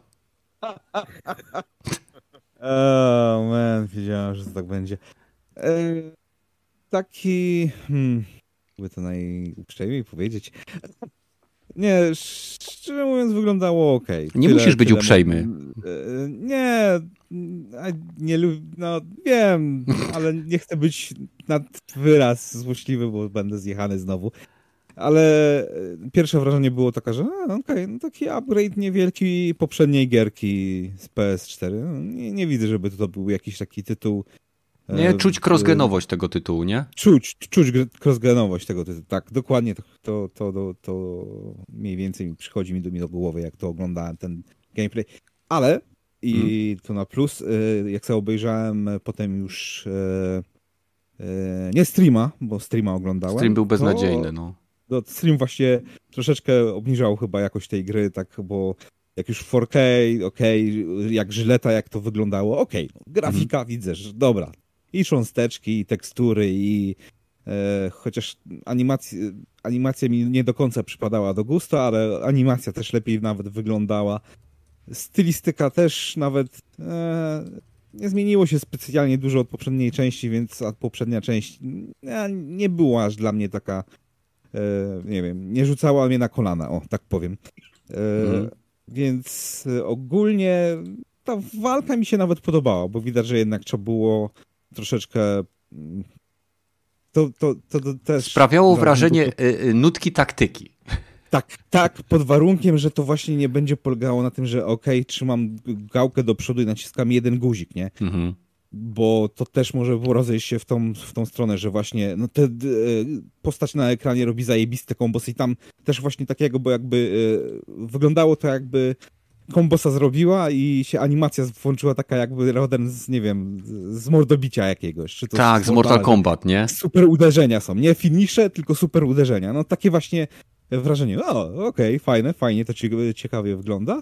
Oh man, wiedziałem, że to tak będzie. E, taki... Hmm, jakby to najuprzejmiej powiedzieć... Nie, szczerze mówiąc wyglądało okej. Okay. Nie tyle, musisz być tyle, uprzejmy. Nie, nie lubię, no wiem, ale nie chcę być nad wyraz złośliwy, bo będę zjechany znowu. Ale pierwsze wrażenie było takie, że okej, okay, no taki upgrade niewielki poprzedniej gierki z P S cztery. Nie, nie widzę, żeby to był jakiś taki tytuł. Nie, czuć crossgenowość tego tytułu, nie? Czuć, czuć crossgenowość tego tytułu. Tak, dokładnie to, to, to, to mniej więcej przychodzi mi do, mi do głowy, jak to oglądałem, ten gameplay. Ale, i hmm. to na plus, jak sobie obejrzałem potem już nie streama, bo streama oglądałem. Stream był beznadziejny, to, no. To stream właśnie troszeczkę obniżał chyba jakość tej gry, tak, bo jak już four K, okej, okay, jak żyleta, jak to wyglądało, okej, okay, no, grafika hmm. widzę, że dobra. I cząsteczki, i tekstury, i e, chociaż animacja, animacja mi nie do końca przypadała do gustu, ale animacja też lepiej nawet wyglądała. Stylistyka też nawet e, nie zmieniło się specjalnie dużo od poprzedniej części, więc a poprzednia część e, nie była aż dla mnie taka, e, nie wiem, nie rzucała mnie na kolana, o, tak powiem. E, mhm. Więc ogólnie ta walka mi się nawet podobała, bo widać, że jednak trzeba było troszeczkę to, to, to, to też sprawiało wrażenie to... nutki taktyki. Tak, tak, pod warunkiem, że to właśnie nie będzie polegało na tym, że okej, okay, trzymam gałkę do przodu i naciskam jeden guzik, nie? Mhm. bo to też może rozejść się w tą, w tą stronę, że właśnie no te, postać na ekranie robi zajebiste kombosy i tam też właśnie takiego, bo jakby wyglądało to jakby kombosa zrobiła i się animacja włączyła taka jakby rodem z, nie wiem, z mordobicia jakiegoś. Czy to tak, z Mortal Kombat, nie? Super uderzenia są, nie finisze, tylko super uderzenia. No takie właśnie wrażenie, o, okej, okay, fajne, fajnie, to ciekawie wygląda.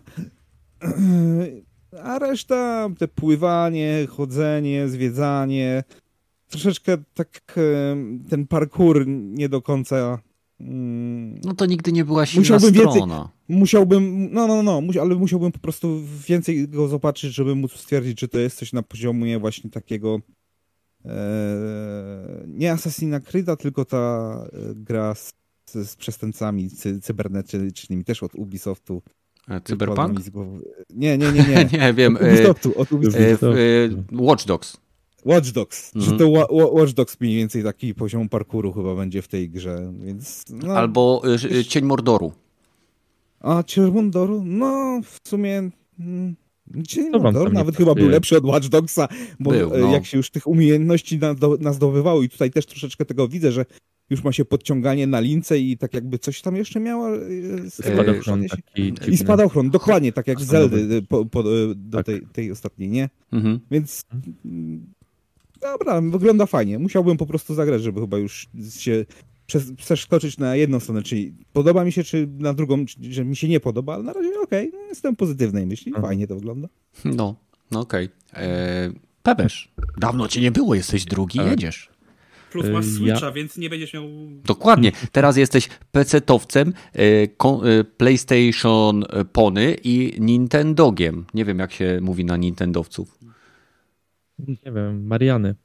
A reszta, te pływanie, chodzenie, zwiedzanie, troszeczkę tak ten parkour nie do końca... Mm, no to nigdy nie była silna musiałbym strona. Więcej, musiałbym, no, no, no, no, ale musiałbym po prostu więcej go zobaczyć, żeby móc stwierdzić, czy to jest coś na poziomie właśnie takiego e, nie Assassina Creed'a, tylko ta gra z, z przestępcami cy, cybernetycznymi, też od Ubisoftu. Cyberpunk? Nie, nie, nie, nie. nie wiem. Od Ubisoftu, od Ubisoftu. E, e, Watch Dogs. Watch Dogs. Mhm. Że to wa- Watch Dogs mniej więcej taki poziom parkouru chyba będzie w tej grze, więc... No, albo y, Cień Mordoru. A, Cień Mordoru? No, w sumie... Mm, Cień Mordoru nawet chyba był lepszy od Watch Dogsa, bo był, no. jak się już tych umiejętności nazdobywało i tutaj też troszeczkę tego widzę, że już ma się podciąganie na lince i tak jakby coś tam jeszcze miała... Spadochron e, taki I spadochron, dokładnie, tak jak z Zeldy po, po, do tak. tej, tej ostatniej, nie? Mhm. Więc... Dobra, wygląda fajnie. Musiałbym po prostu zagrać, żeby chyba już się przeskoczyć na jedną stronę, czyli podoba mi się, czy na drugą, że mi się nie podoba, ale na razie okej, okay, jestem pozytywnej myśli, mhm. fajnie to wygląda. No, no okej. Okay. Pebesz, dawno cię nie było, jesteś drugi, e. jedziesz. Plus masz Switcha, ja... więc nie będziesz miał... Dokładnie, teraz jesteś pecetowcem, PlayStation Pony i Nintendogiem. Nie wiem, jak się mówi na Nintendowców. Nie wiem, Mariany.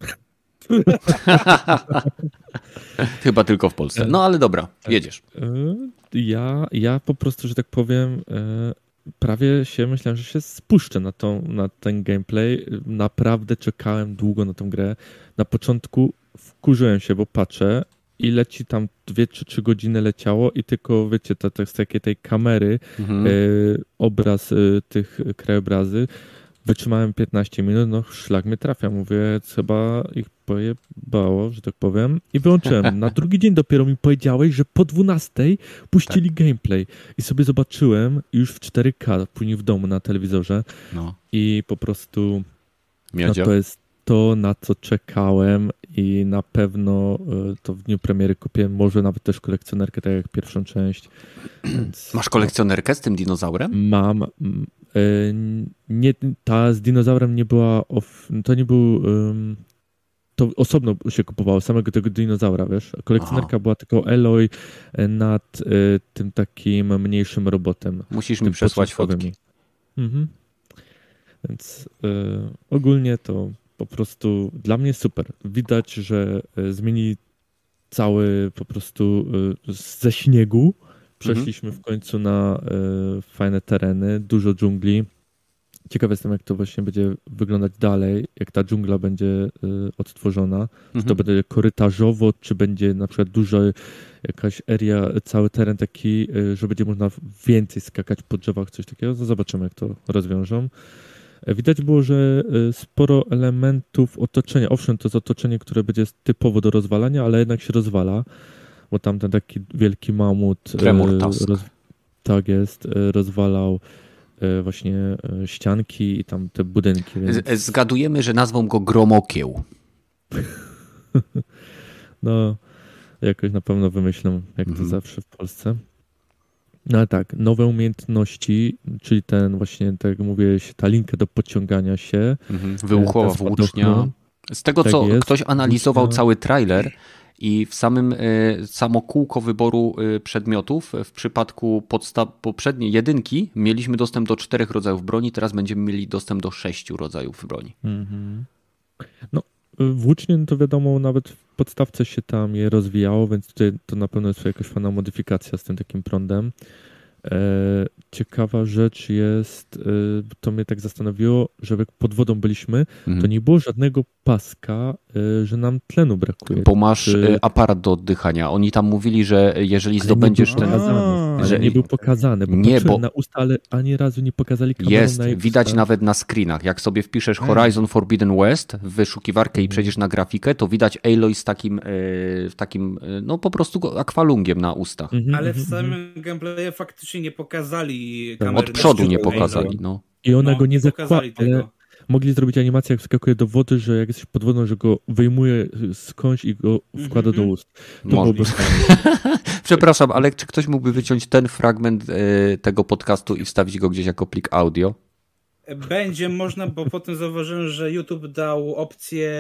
Chyba tylko w Polsce. No ale dobra, jedziesz. Ja, ja po prostu, że tak powiem, prawie się myślałem, że się spuszczę na, tą, na ten gameplay. Naprawdę czekałem długo na tę grę. Na początku wkurzyłem się, bo patrzę i leci tam dwie czy trzy godziny leciało i tylko, wiecie, to, to jest takie tej kamery, mhm. y, obraz y, tych krajobrazy. Wytrzymałem piętnaście minut, no szlak mnie trafia. Mówię, chyba ich pojebało, że tak powiem. I wyłączyłem. Na drugi dzień dopiero mi powiedziałeś, że po dwunastej puścili tak. gameplay. I sobie zobaczyłem już w cztery K, później w domu na telewizorze. No. I po prostu no, to jest to, na co czekałem i na pewno to w dniu premiery kupię może nawet też kolekcjonerkę, tak jak pierwszą część. Więc... Masz kolekcjonerkę z tym dinozaurem? Mam. Nie, ta z dinozaurem nie była, off, to nie był, to osobno się kupowało samego tego dinozaura, wiesz. Kolekcjonerka Aha. była tylko Eloy nad tym takim mniejszym robotem. Musisz mi przesłać fotki. Mhm. Więc y, ogólnie to po prostu dla mnie super. Widać, że zmieni cały po prostu y, ze śniegu. Przeszliśmy mhm. w końcu na y, fajne tereny, dużo dżungli. Ciekaw jestem, jak to właśnie będzie wyglądać dalej, jak ta dżungla będzie y, odtworzona. Mhm. Czy to będzie korytarzowo, czy będzie na przykład duża jakaś area, cały teren taki, y, że będzie można więcej skakać po drzewach, coś takiego. No zobaczymy, jak to rozwiążą. Widać było, że sporo elementów otoczenia, owszem, to jest otoczenie, które będzie typowo do rozwalania, ale jednak się rozwala, bo tam ten taki wielki mamut roz, tak jest, rozwalał właśnie ścianki i tam te budynki. Więc... Zgadujemy, że nazwą go Gromokieł. No, jakoś na pewno wymyślę, jak to mhm. zawsze w Polsce. No ale tak, nowe umiejętności, czyli ten właśnie, tak jak mówiłeś, ta linka do podciągania się. Mhm. Wybuchowa włócznia. Z tego, tak co jest, ktoś analizował włócznia. Cały trailer i w samym samo kółko wyboru przedmiotów w przypadku podstaw poprzedniej jedynki mieliśmy dostęp do czterech rodzajów broni, teraz będziemy mieli dostęp do sześciu rodzajów broni. Mhm. No, włócznie to wiadomo, nawet w podstawce się tam je rozwijało, więc tutaj to na pewno jest jakaś fajna modyfikacja z tym takim prądem. Ciekawa rzecz jest, to mnie tak zastanowiło, że jak pod wodą byliśmy, mhm. to nie było żadnego paska że nam tlenu brakuje. Bo masz Czy... aparat do oddychania. Oni tam mówili, że jeżeli ale zdobędziesz ten... Pokazany, że nie był pokazany, bo nie, bo na usta, ale ani razu nie pokazali kamerą jest, na widać usta. nawet na screenach. Jak sobie wpiszesz Horizon Forbidden West w wyszukiwarkę hmm. i przejdziesz na grafikę, to widać Aloy z takim, w takim no po prostu akwalungiem na ustach. Mm-hmm, ale w samym gameplayu faktycznie nie pokazali kamery. Od przodu nie pokazali, no. I ona no, go nie zakłada, ale mogli zrobić animację, jak wskakuje do wody, że jak jesteś pod wodą, że go wyjmuje skądś i go wkłada mm-hmm. do ust. To byłoby Przepraszam, ale czy ktoś mógłby wyciąć ten fragment y, tego podcastu i wstawić go gdzieś jako plik audio? Będzie można, bo potem zauważyłem, że YouTube dał opcję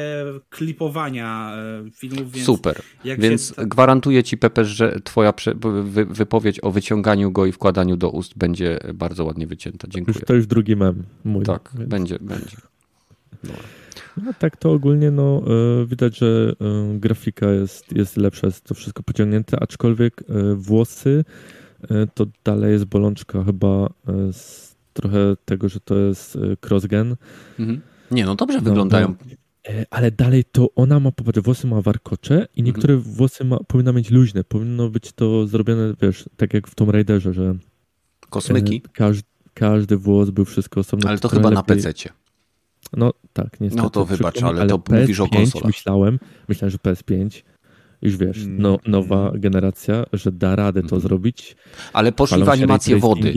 klipowania filmów. Więc super, więc się... gwarantuję ci, Pepe, że twoja wy wypowiedź o wyciąganiu go i wkładaniu do ust będzie bardzo ładnie wycięta. Dziękuję. To już drugi mem mój. Tak, więc... będzie, będzie. Dobra. No tak to ogólnie no, y, widać, że y, grafika jest, jest lepsza, jest to wszystko pociągnięte, aczkolwiek y, włosy y, to dalej jest bolączka chyba y, z trochę tego, że to jest crossgen. Mhm. Nie, no dobrze no, wyglądają. No, ale dalej to ona ma, popatrz, włosy ma warkocze i niektóre mhm. włosy ma, powinna mieć luźne. Powinno być to zrobione, wiesz, tak jak w Tomb Raiderze, że kosmyki? Każdy, każdy włos był wszystko osobno. Ale to chyba lepiej... na pececie. No tak, niestety. No to wybacz, ale, ale to P S pięć mówisz o konsolach. Myślałem, myślałem, że P S pięć już wiesz, no, nowa generacja, że da radę to mm. zrobić. Ale poszli w animację wody.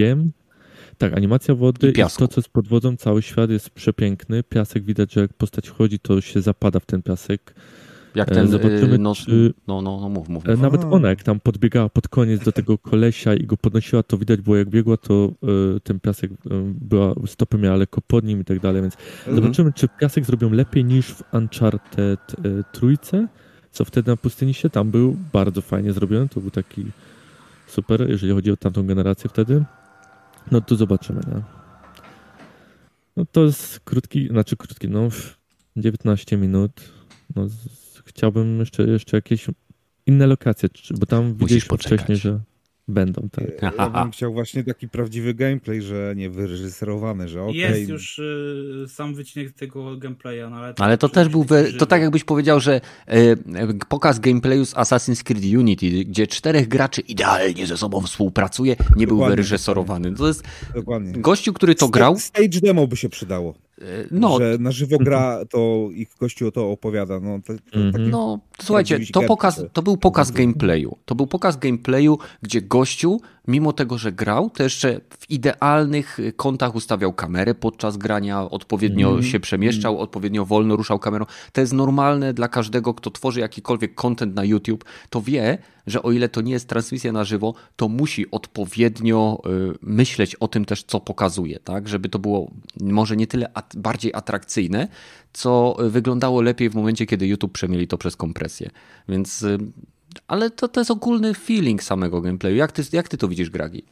Tak, animacja wody i, i to, co jest pod wodą, cały świat jest przepiękny. Piasek widać, że jak postać wchodzi, to się zapada w ten piasek. Jak ten, Zobaczymy, no, czy... no, no, no mów, mów. mów. Nawet ona, jak tam podbiegała pod koniec do tego kolesia i go podnosiła, to widać, bo jak biegła, to y, ten piasek y, była, stopy miała lekko pod nim i tak dalej, więc mhm. zobaczymy, czy piasek zrobią lepiej niż w Uncharted y, trójce, co wtedy na pustyni się tam był bardzo fajnie zrobiony, to był taki super, jeżeli chodzi o tamtą generację wtedy. No to zobaczymy, nie? No to jest krótki, znaczy krótki, no dziewiętnaście minut. No, z, chciałbym jeszcze, jeszcze jakieś inne lokacje, bo tam widzieliśmy wcześniej, że będą, tak. Ja bym chciał właśnie taki prawdziwy gameplay, że nie wyreżyserowany, że okej. Okay. Jest już y, sam wycinek tego gameplaya, no ale... To, ale to też był, we, to tak jakbyś powiedział, że y, pokaz gameplayu z Assassin's Creed Unity, gdzie czterech graczy idealnie ze sobą współpracuje, nie był wyreżyserowany. To jest dokładnie. Gościu, który to grał... Stage demo by się przydało. No, że na żywo gra, to ich gościu to opowiada. No, to, to mm-hmm. no słuchajcie, to, pokaz, to był pokaz gameplayu. To był pokaz gameplayu, gdzie gościu, mimo tego, że grał, to jeszcze w idealnych kątach ustawiał kamerę podczas grania, odpowiednio mm-hmm. się przemieszczał, odpowiednio wolno ruszał kamerą. To jest normalne dla każdego, kto tworzy jakikolwiek content na YouTube, to wie, że o ile to nie jest transmisja na żywo, to musi odpowiednio y, myśleć o tym też, co pokazuje, tak? Żeby to było może nie tyle at- bardziej atrakcyjne, co wyglądało lepiej w momencie, kiedy YouTube przemieli to przez kompresję. Więc, y, ale to, to jest ogólny feeling samego gameplayu. Jak ty, jak ty to widzisz, Gragi?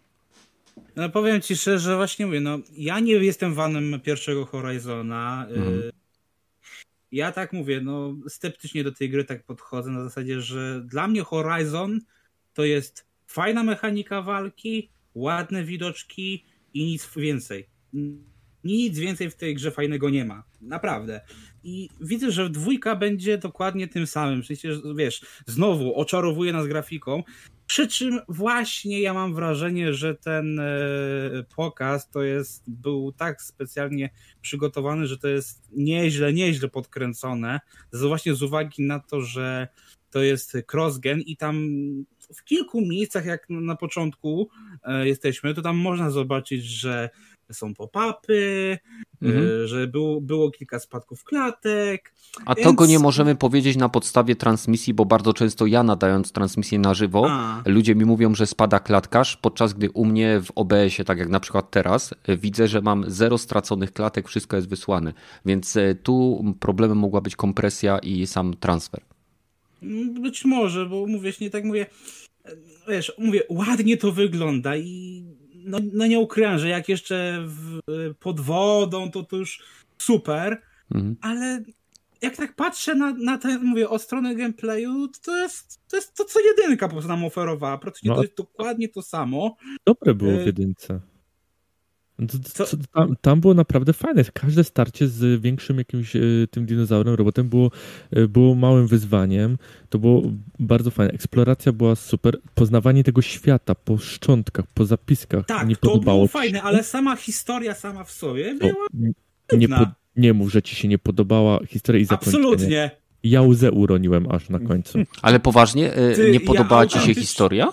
No powiem ci szczerze, właśnie mówię, no ja nie jestem fanem pierwszego Horizona. Mhm. Y- Ja tak mówię, no sceptycznie do tej gry tak podchodzę na zasadzie, że dla mnie Horizon to jest fajna mechanika walki, ładne widoczki i nic więcej. Nic więcej w tej grze fajnego nie ma. Naprawdę. I widzę, że dwójka będzie dokładnie tym samym. Przecież, wiesz, znowu oczarowuje nas grafiką. Przy czym właśnie ja mam wrażenie, że ten e, pokaz to jest, był tak specjalnie przygotowany, że to jest nieźle, nieźle podkręcone. Właśnie z uwagi na to, że to jest cross-gen i tam w kilku miejscach, jak na, na początku e, jesteśmy, to tam można zobaczyć, że są pop-upy, mhm. y, że było, było kilka spadków klatek. A więc... tego nie możemy powiedzieć na podstawie transmisji, bo bardzo często ja nadając transmisję na żywo, A. ludzie mi mówią, że spada klatkarz, podczas gdy u mnie w O B S-ie, tak jak na przykład teraz, widzę, że mam zero straconych klatek, wszystko jest wysłane. Więc tu problemem mogła być kompresja i sam transfer. Być może, bo mówię, nie tak mówię, wiesz, mówię, ładnie to wygląda i No, no nie ukrywam, że jak jeszcze w, pod wodą, to to już super, mhm. ale jak tak patrzę na, na tę, mówię, o stronę gameplayu, to, to jest to, jest to co jedynka po prostu nam oferowała. Praktycznie no, to jest dokładnie to samo. Dobre było w jedynce. To, to, tam, tam było naprawdę fajne. Każde starcie z większym jakimś y, tym dinozaurem, robotem było, y, było małym wyzwaniem. To było bardzo fajne. Eksploracja była super. Poznawanie tego świata po szczątkach, po zapiskach. Tak, nie to podobało było ci fajne, ale sama historia sama w sobie to, była nie, po, nie mów, że ci się nie podobała historia i zakończenie. Absolutnie. Ja łzę uroniłem aż na końcu. Ale poważnie, y, Ty, nie podobała ja ci się autentycz... historia?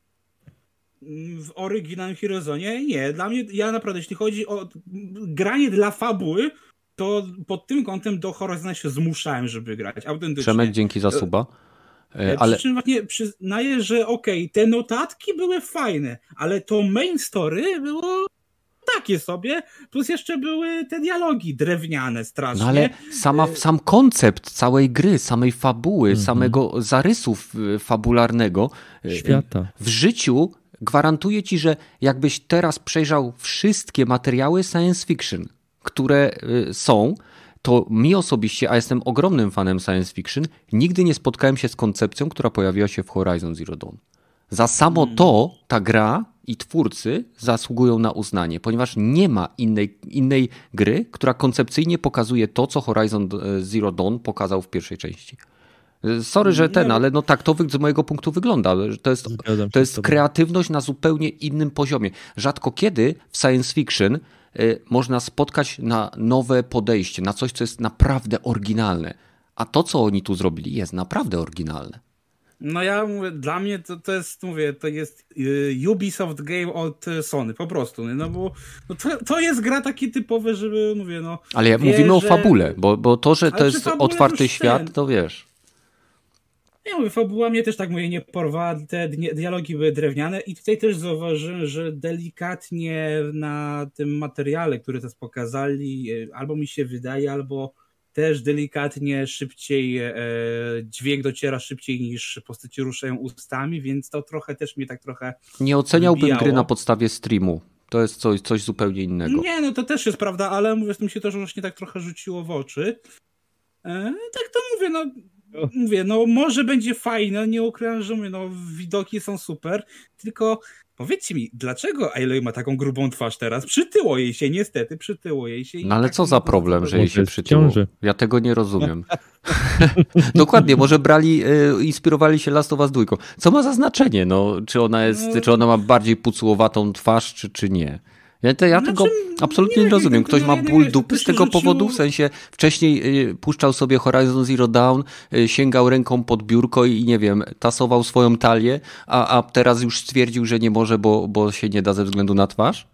W oryginalnym Heroesonie nie. Dla mnie, ja naprawdę, jeśli chodzi o granie dla fabuły, to pod tym kątem do Horizona się zmuszałem, żeby grać. Autentycznie. Przemek, dzięki za suba. Ale... Ale... Przy czym właśnie przyznaję, że okej, okay, te notatki były fajne, ale to main story było takie sobie, plus jeszcze były te dialogi drewniane strasznie. No ale sama, sam koncept całej gry, samej fabuły, mhm. samego zarysu fabularnego świata w życiu gwarantuję ci, że jakbyś teraz przejrzał wszystkie materiały science fiction, które są, to mi osobiście, a jestem ogromnym fanem science fiction, nigdy nie spotkałem się z koncepcją, która pojawiła się w Horizon Zero Dawn. Za samo to ta gra i twórcy zasługują na uznanie, ponieważ nie ma innej, innej gry, która koncepcyjnie pokazuje to, co Horizon Zero Dawn pokazał w pierwszej części. Sorry, że ten, ale no tak to z mojego punktu wygląda. To jest, to jest kreatywność na zupełnie innym poziomie. Rzadko kiedy w science fiction y, można spotkać na nowe podejście, na coś, co jest naprawdę oryginalne. A to, co oni tu zrobili, jest naprawdę oryginalne. No ja mówię, dla mnie to, to jest, mówię, to jest Ubisoft game od Sony, po prostu, no bo no to, to jest gra taki typowy, żeby, mówię, no... Ale ja, wie, mówimy o że... fabule, bo, bo to, że Ale to jest otwarty świat, ten... to wiesz... Ja mówię, fabuła mnie też tak mówię, nie porwała, te dialogi były drewniane i tutaj też zauważyłem, że delikatnie na tym materiale, który teraz pokazali, albo mi się wydaje, albo też delikatnie szybciej e, dźwięk dociera szybciej niż postaci ruszają ustami, więc to trochę też mnie tak trochę Nie oceniałbym wybijało. gry na podstawie streamu. To jest coś, coś zupełnie innego. Nie, no to też jest prawda, ale mówię, to mi się też właśnie tak trochę rzuciło w oczy. E, tak to mówię, no Mówię, no może będzie fajne, nie ukrywam, że mówię, no widoki są super, tylko powiedzcie mi, dlaczego Aloy ma taką grubą twarz teraz? Przytyło jej się, niestety, przytyło jej się. No ale tak co za problem, że jej się przytyło? Ciąży. Ja tego nie rozumiem. Dokładnie, może brali, y, inspirowali się Last of Us dwa. Co ma za znaczenie? No, czy ona jest, no... czy ona ma bardziej pucułowatą twarz, czy, czy nie? Ja, te, ja znaczy, tego absolutnie nie, nie rozumiem. Ktoś ma ból dupy z tego powodu, w sensie wcześniej y, puszczał sobie Horizon Zero Dawn, y, sięgał ręką pod biurko i nie wiem, tasował swoją talię, a, a teraz już stwierdził, że nie może, bo, bo się nie da ze względu na twarz?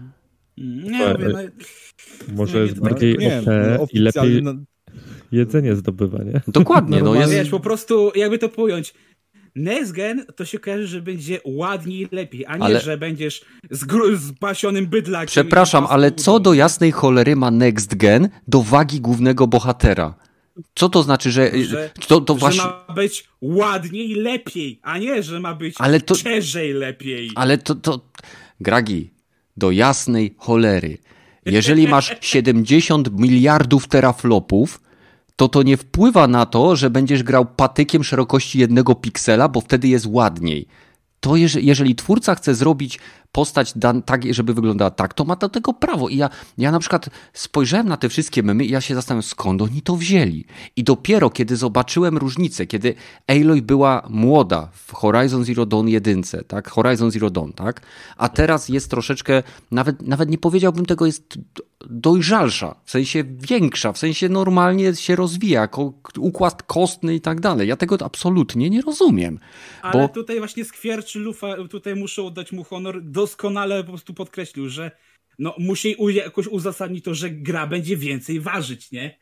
Nie, to, wiem, no... Może jest bardziej O P i lepiej jedzenie zdobywa, nie? Dokładnie. No, no jest... Wiesz, po prostu jakby to pojąć, next gen to się okaże, że będzie ładniej i lepiej, a nie, ale... że będziesz z, gru- z pasionym bydlakiem. Przepraszam, ale co do jasnej cholery ma next gen do wagi głównego bohatera? Co to znaczy, że... Że, to, to że właśnie... ma być ładniej i lepiej, a nie, że ma być ale to... szerzej lepiej. Ale to, to... Gragi, do jasnej cholery. Jeżeli masz siedemdziesiąt miliardów teraflopów, to to nie wpływa na to, że będziesz grał patykiem szerokości jednego piksela, bo wtedy jest ładniej. To jeżeli, jeżeli twórca chce zrobić postać dan, tak, żeby wyglądała tak, to ma do tego prawo. I ja, ja na przykład spojrzałem na te wszystkie memy i ja się zastanawiam, skąd oni to wzięli. I dopiero kiedy zobaczyłem różnicę, kiedy Aloy była młoda w Horizon Zero Dawn jedynce, tak? Horizon Zero Dawn, tak? A teraz jest troszeczkę, nawet, nawet nie powiedziałbym tego, jest dojrzalsza, w sensie większa, w sensie normalnie się rozwija, ko- układ kostny i tak dalej. Ja tego absolutnie nie rozumiem. Ale bo... tutaj właśnie skwierczy lufa, tutaj muszę oddać mu honor, doskonale po prostu podkreślił, że no musi jakoś uzasadnić to, że gra będzie więcej ważyć, nie?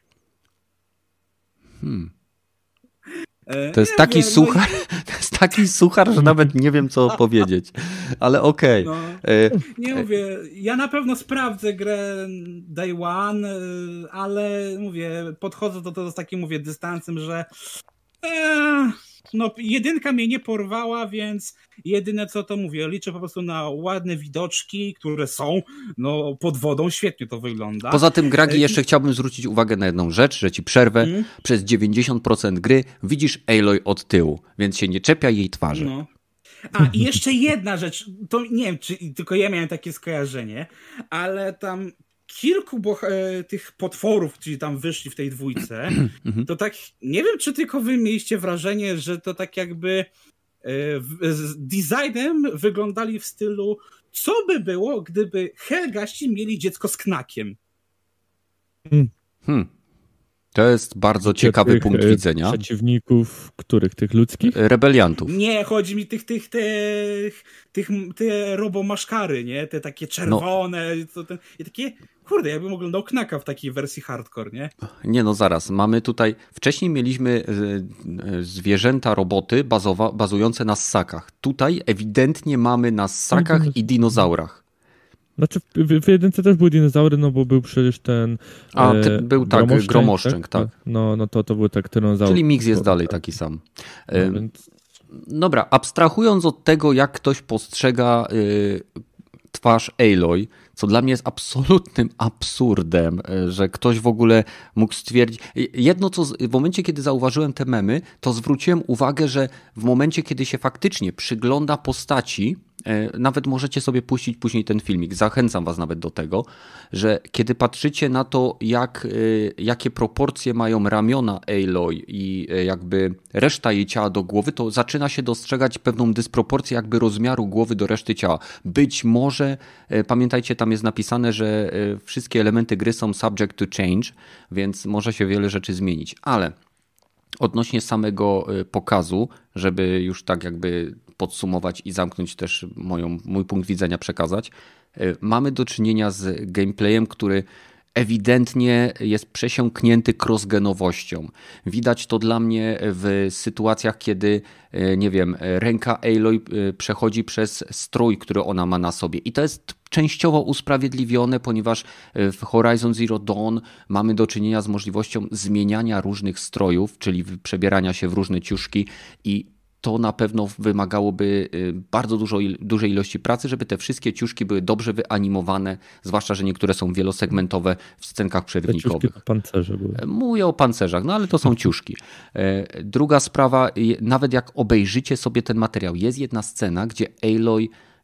Hmm. To jest taki wiem, suchar, no i... to jest taki suchar, że nawet nie wiem, co powiedzieć. Ale okej. Okay. No, nie mówię, ja na pewno sprawdzę grę Day One, ale mówię, podchodzę do tego z takim, mówię, dystansem, że e, no jedynka mnie nie porwała, więc jedyne co to mówię, liczę po prostu na ładne widoczki, które są, no pod wodą świetnie to wygląda. Poza tym, Gragi, jeszcze chciałbym zwrócić uwagę na jedną rzecz, że ci przerwę. Mm. Przez dziewięćdziesiąt procent gry widzisz Aloy od tyłu, więc się nie czepia jej twarzy. No. A, i jeszcze jedna rzecz, to nie wiem, czy tylko ja miałem takie skojarzenie, ale tam kilku boh- tych potworów, którzy tam wyszli w tej dwójce, to tak, nie wiem, czy tylko wy mieliście wrażenie, że to tak jakby z designem wyglądali w stylu, co by było, gdyby Helgaści mieli dziecko z Knakiem. Hmm. To jest bardzo ciekawy tych, punkt widzenia. Przeciwników, których? Tych ludzkich? Rebeliantów. Nie, chodzi mi tych, tych, tych, tych, te robomaszkary, nie? Te takie czerwone, no. to, ten, i takie, kurde, jakbym oglądał Knaka w takiej wersji hardcore, nie? Nie, no zaraz, mamy tutaj, wcześniej mieliśmy zwierzęta, roboty bazowa, bazujące na ssakach. Tutaj ewidentnie mamy na ssakach i dinozaurach. Znaczy w, w jedynce też były dinozaury, no bo był przecież ten A, ty, był tak, gromoszczęk, gromoszczęk tak? tak. No, no to, to był tak dinozaur. Czyli miks jest dalej taki sam. No, więc... Dobra, abstrahując od tego, jak ktoś postrzega y, twarz Aloy, co dla mnie jest absolutnym absurdem, że ktoś w ogóle mógł stwierdzić... Jedno, co w momencie, kiedy zauważyłem te memy, to zwróciłem uwagę, że w momencie, kiedy się faktycznie przygląda postaci, nawet możecie sobie puścić później ten filmik, zachęcam was nawet do tego, że kiedy patrzycie na to, jak, jakie proporcje mają ramiona Aloy i jakby reszta jej ciała do głowy, to zaczyna się dostrzegać pewną dysproporcję jakby rozmiaru głowy do reszty ciała. Być może, pamiętajcie, tam jest napisane, że wszystkie elementy gry są subject to change, więc może się wiele rzeczy zmienić, ale odnośnie samego pokazu, żeby już tak jakby podsumować i zamknąć też moją, mój punkt widzenia przekazać, mamy do czynienia z gameplayem, który ewidentnie jest przesiąknięty crossgenowością. Widać to dla mnie w sytuacjach, kiedy, nie wiem, ręka Aloy przechodzi przez strój, który ona ma na sobie. I to jest częściowo usprawiedliwione, ponieważ w Horizon Zero Dawn mamy do czynienia z możliwością zmieniania różnych strojów, czyli przebierania się w różne ciuszki i to na pewno wymagałoby bardzo dużo, dużej ilości pracy, żeby te wszystkie ciuszki były dobrze wyanimowane, zwłaszcza, że niektóre są wielosegmentowe w scenkach przerywnikowych. Te ciuszki to pancerze były. Mówię o pancerzach, no ale to są ciuszki. Druga sprawa, nawet jak obejrzycie sobie ten materiał, jest jedna scena, gdzie Aloy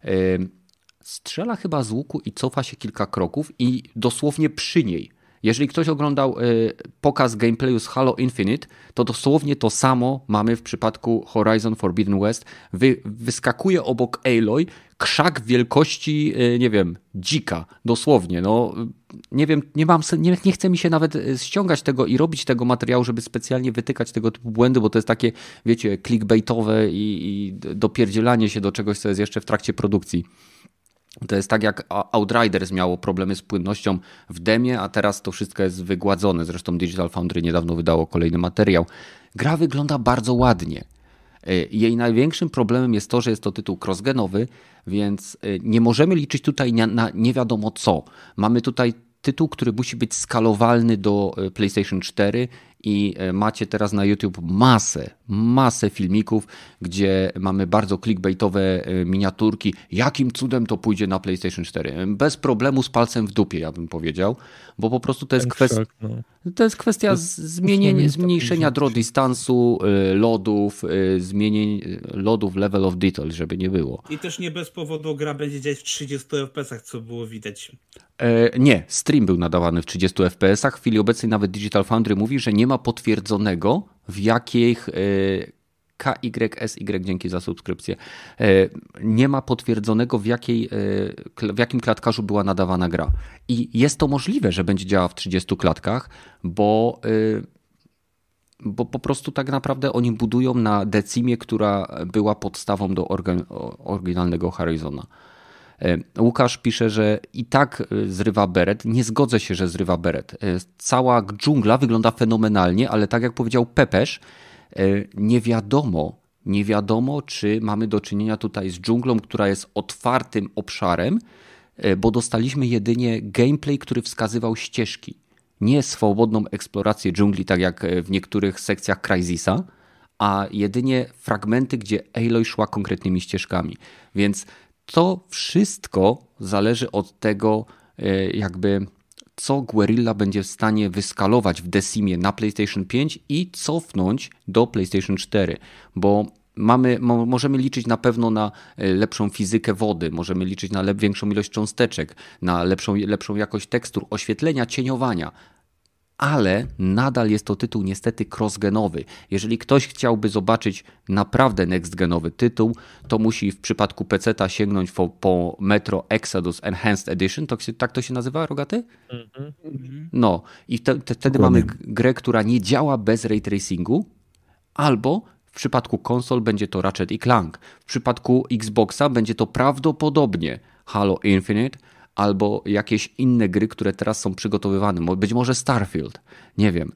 strzela chyba z łuku i cofa się kilka kroków i dosłownie przy niej. Jeżeli ktoś oglądał y, pokaz gameplayu z Halo Infinite, to dosłownie to samo mamy w przypadku Horizon Forbidden West. Wy, wyskakuje obok Aloy krzak wielkości, y, nie wiem, dzika. Dosłownie. No, nie wiem, nie, mam, nie, nie chce mi się nawet ściągać tego i robić tego materiału, żeby specjalnie wytykać tego typu błędy, bo to jest takie, wiecie, clickbaitowe i, i dopierdzielanie się do czegoś, co jest jeszcze w trakcie produkcji. To jest tak jak Outriders miało problemy z płynnością w demie, a teraz to wszystko jest wygładzone. Zresztą Digital Foundry niedawno wydało kolejny materiał. Gra wygląda bardzo ładnie. Jej największym problemem jest to, że jest to tytuł crossgenowy, więc nie możemy liczyć tutaj na, na nie wiadomo co. Mamy tutaj tytuł, który musi być skalowalny do PlayStation cztery i macie teraz na YouTube masę, masę filmików, gdzie mamy bardzo clickbaitowe miniaturki. Jakim cudem to pójdzie na PlayStation cztery? Bez problemu, z palcem w dupie, ja bym powiedział, bo po prostu to jest kwestia, to jest kwestia zmienienia, zmniejszenia draw distansu, lodów, zmienień lodów level of detail, żeby nie było. I też nie bez powodu gra będzie działać w trzydziestu F P S ach, co było widać. E, nie, stream był nadawany w trzydziestu F P S ach. W chwili obecnej nawet Digital Foundry mówi, że nie ma potwierdzonego, w jakich K Y S Y, dzięki za subskrypcję, nie ma potwierdzonego, w, jakiej, w jakim klatkarzu była nadawana gra. I jest to możliwe, że będzie działała w trzydziestu klatkach, bo, bo po prostu tak naprawdę oni budują na decimie, która była podstawą do oryginalnego Horizona. Łukasz pisze, że i tak zrywa beret. Nie zgodzę się, że zrywa beret. Cała dżungla wygląda fenomenalnie, ale tak jak powiedział Pepesz, nie wiadomo, nie wiadomo, czy mamy do czynienia tutaj z dżunglą, która jest otwartym obszarem, bo dostaliśmy jedynie gameplay, który wskazywał ścieżki. Nie swobodną eksplorację dżungli, tak jak w niektórych sekcjach Crysisa, a jedynie fragmenty, gdzie Aloy szła konkretnymi ścieżkami. Więc to wszystko zależy od tego, jakby co Guerrilla będzie w stanie wyskalować w decimie na PlayStation pięć i cofnąć do PlayStation cztery, bo mamy, mo, możemy liczyć na pewno na lepszą fizykę wody, możemy liczyć na lep, większą ilość cząsteczek, na lepszą, lepszą jakość tekstur, oświetlenia, cieniowania. Ale nadal jest to tytuł niestety cross-genowy. Jeżeli ktoś chciałby zobaczyć naprawdę next-genowy tytuł, to musi w przypadku peceta sięgnąć po, po Metro Exodus Enhanced Edition. To, tak to się nazywa, Rogaty? Mm-hmm. No i te, te, wtedy mamy grę, która nie działa bez ray tracingu, albo w przypadku konsol będzie to Ratchet i Clank. W przypadku Xboxa będzie to prawdopodobnie Halo Infinite, albo jakieś inne gry, które teraz są przygotowywane. Być może Starfield, nie wiem.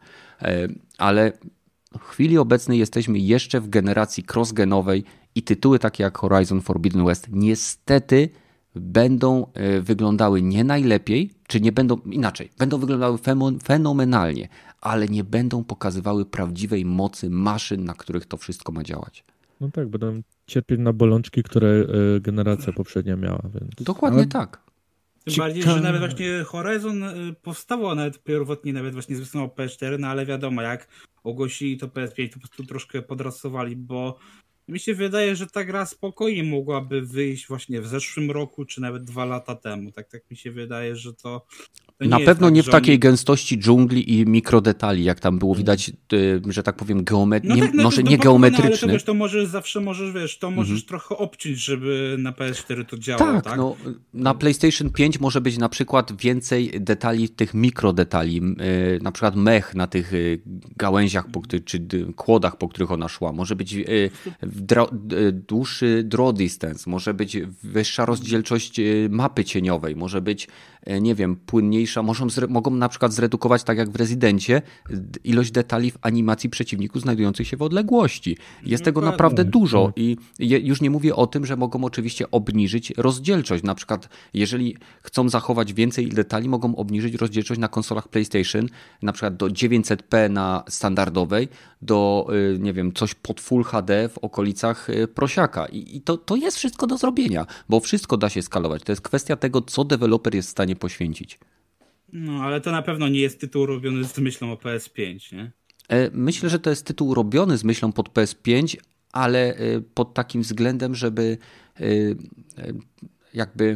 Ale w chwili obecnej jesteśmy jeszcze w generacji cross-genowej i tytuły takie jak Horizon Forbidden West niestety będą wyglądały nie najlepiej, czy nie będą, inaczej, będą wyglądały fenomenalnie, ale nie będą pokazywały prawdziwej mocy maszyn, na których to wszystko ma działać. No tak, będą cierpieć na bolączki, które generacja poprzednia miała. Więc... Dokładnie ale... tak. Tym bardziej, że nawet właśnie Horizon powstawał nawet pierwotnie, nawet właśnie z wersją P S cztery, no ale wiadomo, jak ogłosili to P S pięć, to po prostu troszkę podrasowali, bo mi się wydaje, że ta gra spokojnie mogłaby wyjść właśnie w zeszłym roku, czy nawet dwa lata temu. Tak, tak mi się wydaje, że to... to Na pewno tak, nie w takiej oni... gęstości dżungli i mikrodetali, jak tam było widać, że tak powiem, geometry... No nie, tak, no, może no, nie no, geometryczny. Ale to, wiesz, to możesz zawsze możesz, wiesz, to możesz mhm. trochę obciąć, żeby na P S cztery to działało, tak? Tak, no, na PlayStation pięć może być na przykład więcej detali, tych mikrodetali, na przykład mech na tych gałęziach, po których, czy kłodach, po których ona szła. Może być dra, dłuższy draw distance, może być wyższa rozdzielczość mapy cieniowej, może być, nie wiem, płynniejsza, mogą, mogą na przykład zredukować, tak jak w Rezydencie, ilość detali w animacji przeciwników znajdujących się w odległości. Jest tego naprawdę dużo i już nie mówię o tym, że mogą oczywiście obniżyć rozdzielczość. Na przykład, jeżeli chcą zachować więcej detali, mogą obniżyć rozdzielczość na konsolach PlayStation, na przykład do dziewięćset p na standardowej, do, nie wiem, coś pod Full H D w okolicach prosiaka. I to, to jest wszystko do zrobienia, bo wszystko da się skalować. To jest kwestia tego, co deweloper jest w stanie poświęcić. No, ale to na pewno nie jest tytuł robiony z myślą o P S pięć, nie? Myślę, że to jest tytuł robiony z myślą pod P S pięć, ale pod takim względem, żeby jakby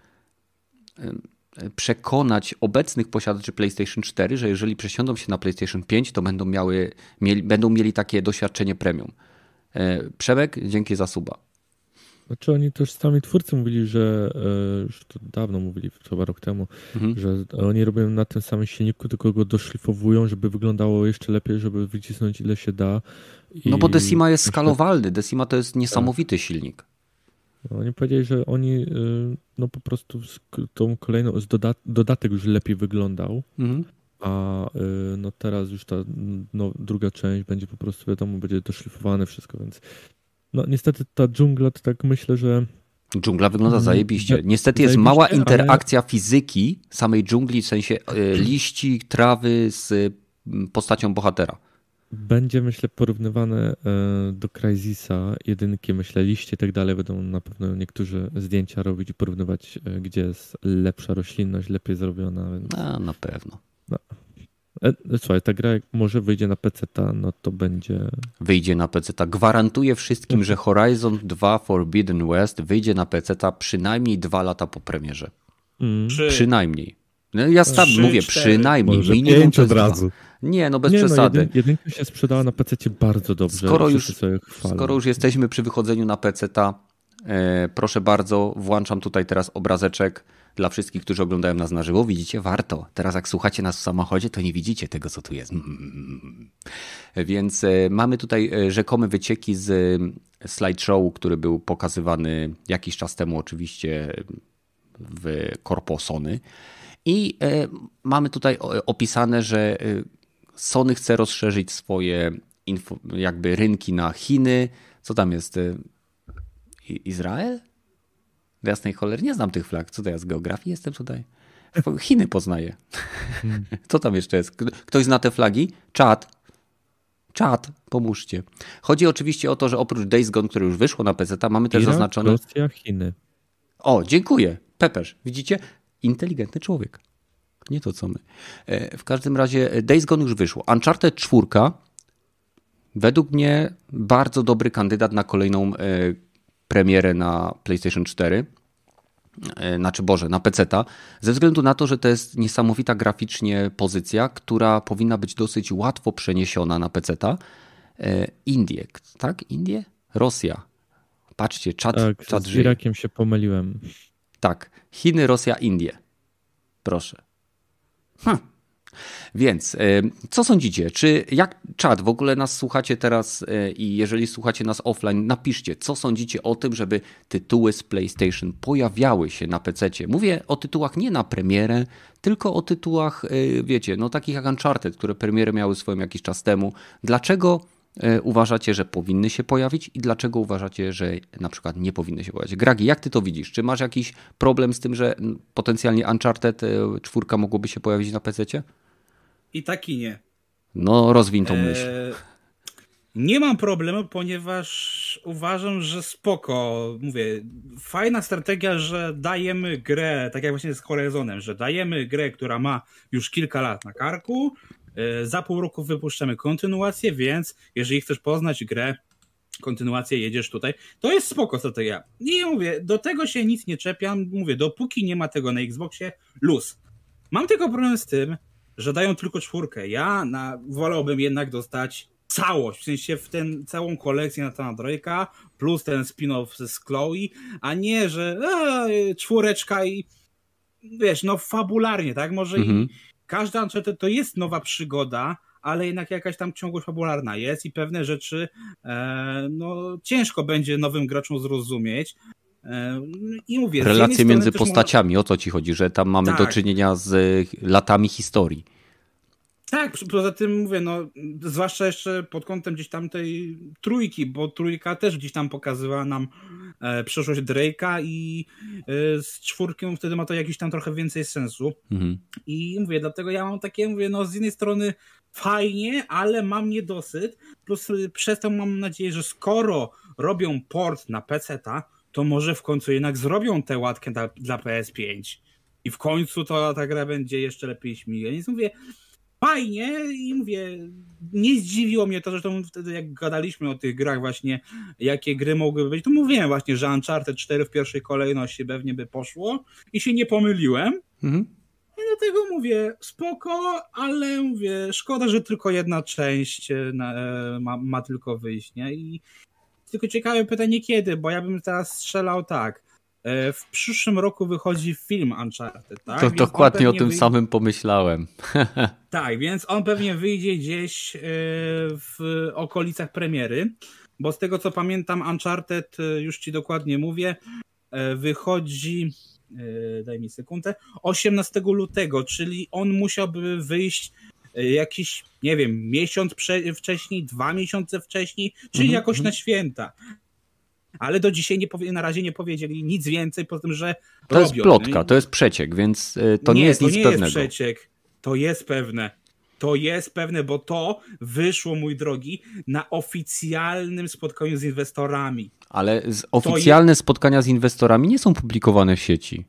przekonać obecnych posiadaczy PlayStation cztery, że jeżeli przesiądą się na PlayStation pięć, to będą, miały, mieli, będą mieli takie doświadczenie premium. Przemek, dzięki za suba. Znaczy oni też sami twórcy mówili, że już to dawno mówili, chyba rok temu, mhm. że oni robią na tym samym silniku, tylko go doszlifowują, żeby wyglądało jeszcze lepiej, żeby wycisnąć ile się da. I... No bo Decima jest skalowalny. Decima to jest niesamowity silnik. No, oni powiedzieli, że oni no po prostu z tą kolejną, z dodat- dodatek już lepiej wyglądał, mhm. a no teraz już ta no, druga część będzie po prostu, wiadomo, będzie doszlifowane wszystko, więc no niestety ta dżungla to tak myślę, że... Dżungla wygląda zajebiście. Niestety jest zajebiście, mała interakcja ale... fizyki samej dżungli, w sensie liści, trawy z postacią bohatera. Będzie, myślę, porównywane do Crysisa, jedynki, myślę, liście i tak dalej. Będą na pewno niektórzy zdjęcia robić i porównywać, gdzie jest lepsza roślinność, lepiej zrobiona. Więc... A, na pewno. No. Słuchaj, ta gra jak może wyjdzie na peceta, no to będzie... Wyjdzie na peceta. Gwarantuję wszystkim, że Horizon dwa Forbidden West wyjdzie na peceta przynajmniej dwa lata po premierze. Mm. Przy... Przynajmniej. No ja tam mówię, cztery. Przynajmniej. Może minimum od razu. Nie, no bez Nie, przesady. No, jedyn, jedynka się sprzedała na pececie bardzo dobrze. Skoro już, skoro już jesteśmy przy wychodzeniu na peceta, e, proszę bardzo, włączam tutaj teraz obrazeczek dla wszystkich, którzy oglądają nas na żywo. Widzicie? Warto. Teraz jak słuchacie nas w samochodzie, to nie widzicie tego, co tu jest. Mm. Więc e, mamy tutaj e, rzekome wycieki z e, slideshow, który był pokazywany jakiś czas temu oczywiście w Corpo Sony. I e, mamy tutaj opisane, że e, Sony chce rozszerzyć swoje info, jakby rynki na Chiny. Co tam jest? E, Izrael? Do jasnej cholery, nie znam tych flag. Co to ja z geografii jestem tutaj? Chiny poznaję. Hmm. Co tam jeszcze jest? Ktoś zna te flagi? Czad. Czad, pomóżcie. Chodzi oczywiście o to, że oprócz Days Gone, które już wyszło na P C, mamy też Irak, zaznaczone... Rosja, Chiny. O, dziękuję. Pepeż, widzicie? Inteligentny człowiek. Nie to, co my. W każdym razie Days Gone już wyszło. Uncharted cztery Według mnie bardzo dobry kandydat na kolejną premierę na PlayStation cztery. Znaczy Boże, na peceta, ze względu na to, że to jest niesamowita graficznie pozycja, która powinna być dosyć łatwo przeniesiona na peceta. Indie, tak? Indie? Rosja. Patrzcie, czat, tak, czat z żyje. Irakiem się pomyliłem. Tak, Chiny, Rosja, Indie. Proszę. Hm. Więc co sądzicie? Czy jak czat w ogóle nas słuchacie teraz i jeżeli słuchacie nas offline, napiszcie, co sądzicie o tym, żeby tytuły z PlayStation pojawiały się na pececie. Mówię o tytułach nie na premierę, tylko o tytułach, wiecie, no takich jak Uncharted, które premierę miały swoją jakiś czas temu. Dlaczego uważacie, że powinny się pojawić i dlaczego uważacie, że na przykład nie powinny się pojawić? Gragi, jak ty to widzisz? Czy masz jakiś problem z tym, że potencjalnie Uncharted czwórka mogłoby się pojawić na pececie? I tak i nie. No, rozwiń tą myśl. Eee, nie mam problemu, ponieważ uważam, że spoko. Mówię, fajna strategia, że dajemy grę, tak jak właśnie z Horizonem, że dajemy grę, która ma już kilka lat na karku, eee, za pół roku wypuszczamy kontynuację, więc jeżeli chcesz poznać grę, kontynuację, jedziesz tutaj, to jest spoko strategia. I mówię, do tego się nic nie czepiam, mówię, dopóki nie ma tego na Xboxie, luz. Mam tylko problem z tym, że dają tylko czwórkę. Ja na, wolałbym jednak dostać całość, w sensie w ten całą kolekcję Nathana Drake'a plus ten spin-off z Chloe, a nie, że e, czwóreczka i wiesz, no fabularnie, tak? Może mhm. i każda Uncharted to jest nowa przygoda, ale jednak jakaś tam ciągłość fabularna jest i pewne rzeczy e, no ciężko będzie nowym graczom zrozumieć. I mówię, relacje między postaciami, można... o co ci chodzi, że tam mamy tak. do czynienia z latami historii. Tak, poza tym mówię, no zwłaszcza jeszcze pod kątem gdzieś tam tej trójki, bo trójka też gdzieś tam pokazywała nam e, przeszłość Drake'a i e, z czwórką wtedy ma to jakiś tam trochę więcej sensu. Mhm. I mówię, dlatego ja mam takie, mówię, no z jednej strony fajnie, ale mam niedosyt, plus przez to mam nadzieję, że skoro robią port na peceta, to może w końcu jednak zrobią tę łatkę dla, dla P S pięć. I w końcu to ta gra będzie jeszcze lepiej śmigać. Więc mówię, fajnie i mówię, nie zdziwiło mnie to, zresztą wtedy jak gadaliśmy o tych grach właśnie, jakie gry mogłyby być, to mówiłem właśnie, że Uncharted cztery w pierwszej kolejności pewnie by poszło i się nie pomyliłem. Mhm. I dlatego mówię, spoko, ale mówię, szkoda, że tylko jedna część na, ma, ma tylko wyjść, nie? I tylko ciekawe pytanie kiedy, bo ja bym teraz strzelał tak. W przyszłym roku wychodzi film Uncharted, tak? To dokładnie o tym wyjdzie... samym pomyślałem. Tak, więc on pewnie wyjdzie gdzieś w okolicach premiery, bo z tego co pamiętam Uncharted, już ci dokładnie mówię, wychodzi, daj mi sekundę, osiemnastego lutego, czyli on musiałby wyjść jakiś, nie wiem, miesiąc wcześniej, dwa miesiące wcześniej, czyli mm-hmm. jakoś na święta. Ale do dzisiaj nie powie, na razie nie powiedzieli nic więcej, poza tym, że to robią. jest plotka, to jest przeciek, więc to nie, nie jest nic pewnego. To nie jest przeciek, to jest pewne. To jest pewne, bo to wyszło, mój drogi, na oficjalnym spotkaniu z inwestorami. Ale z oficjalne jest... spotkania z inwestorami nie są publikowane w sieci.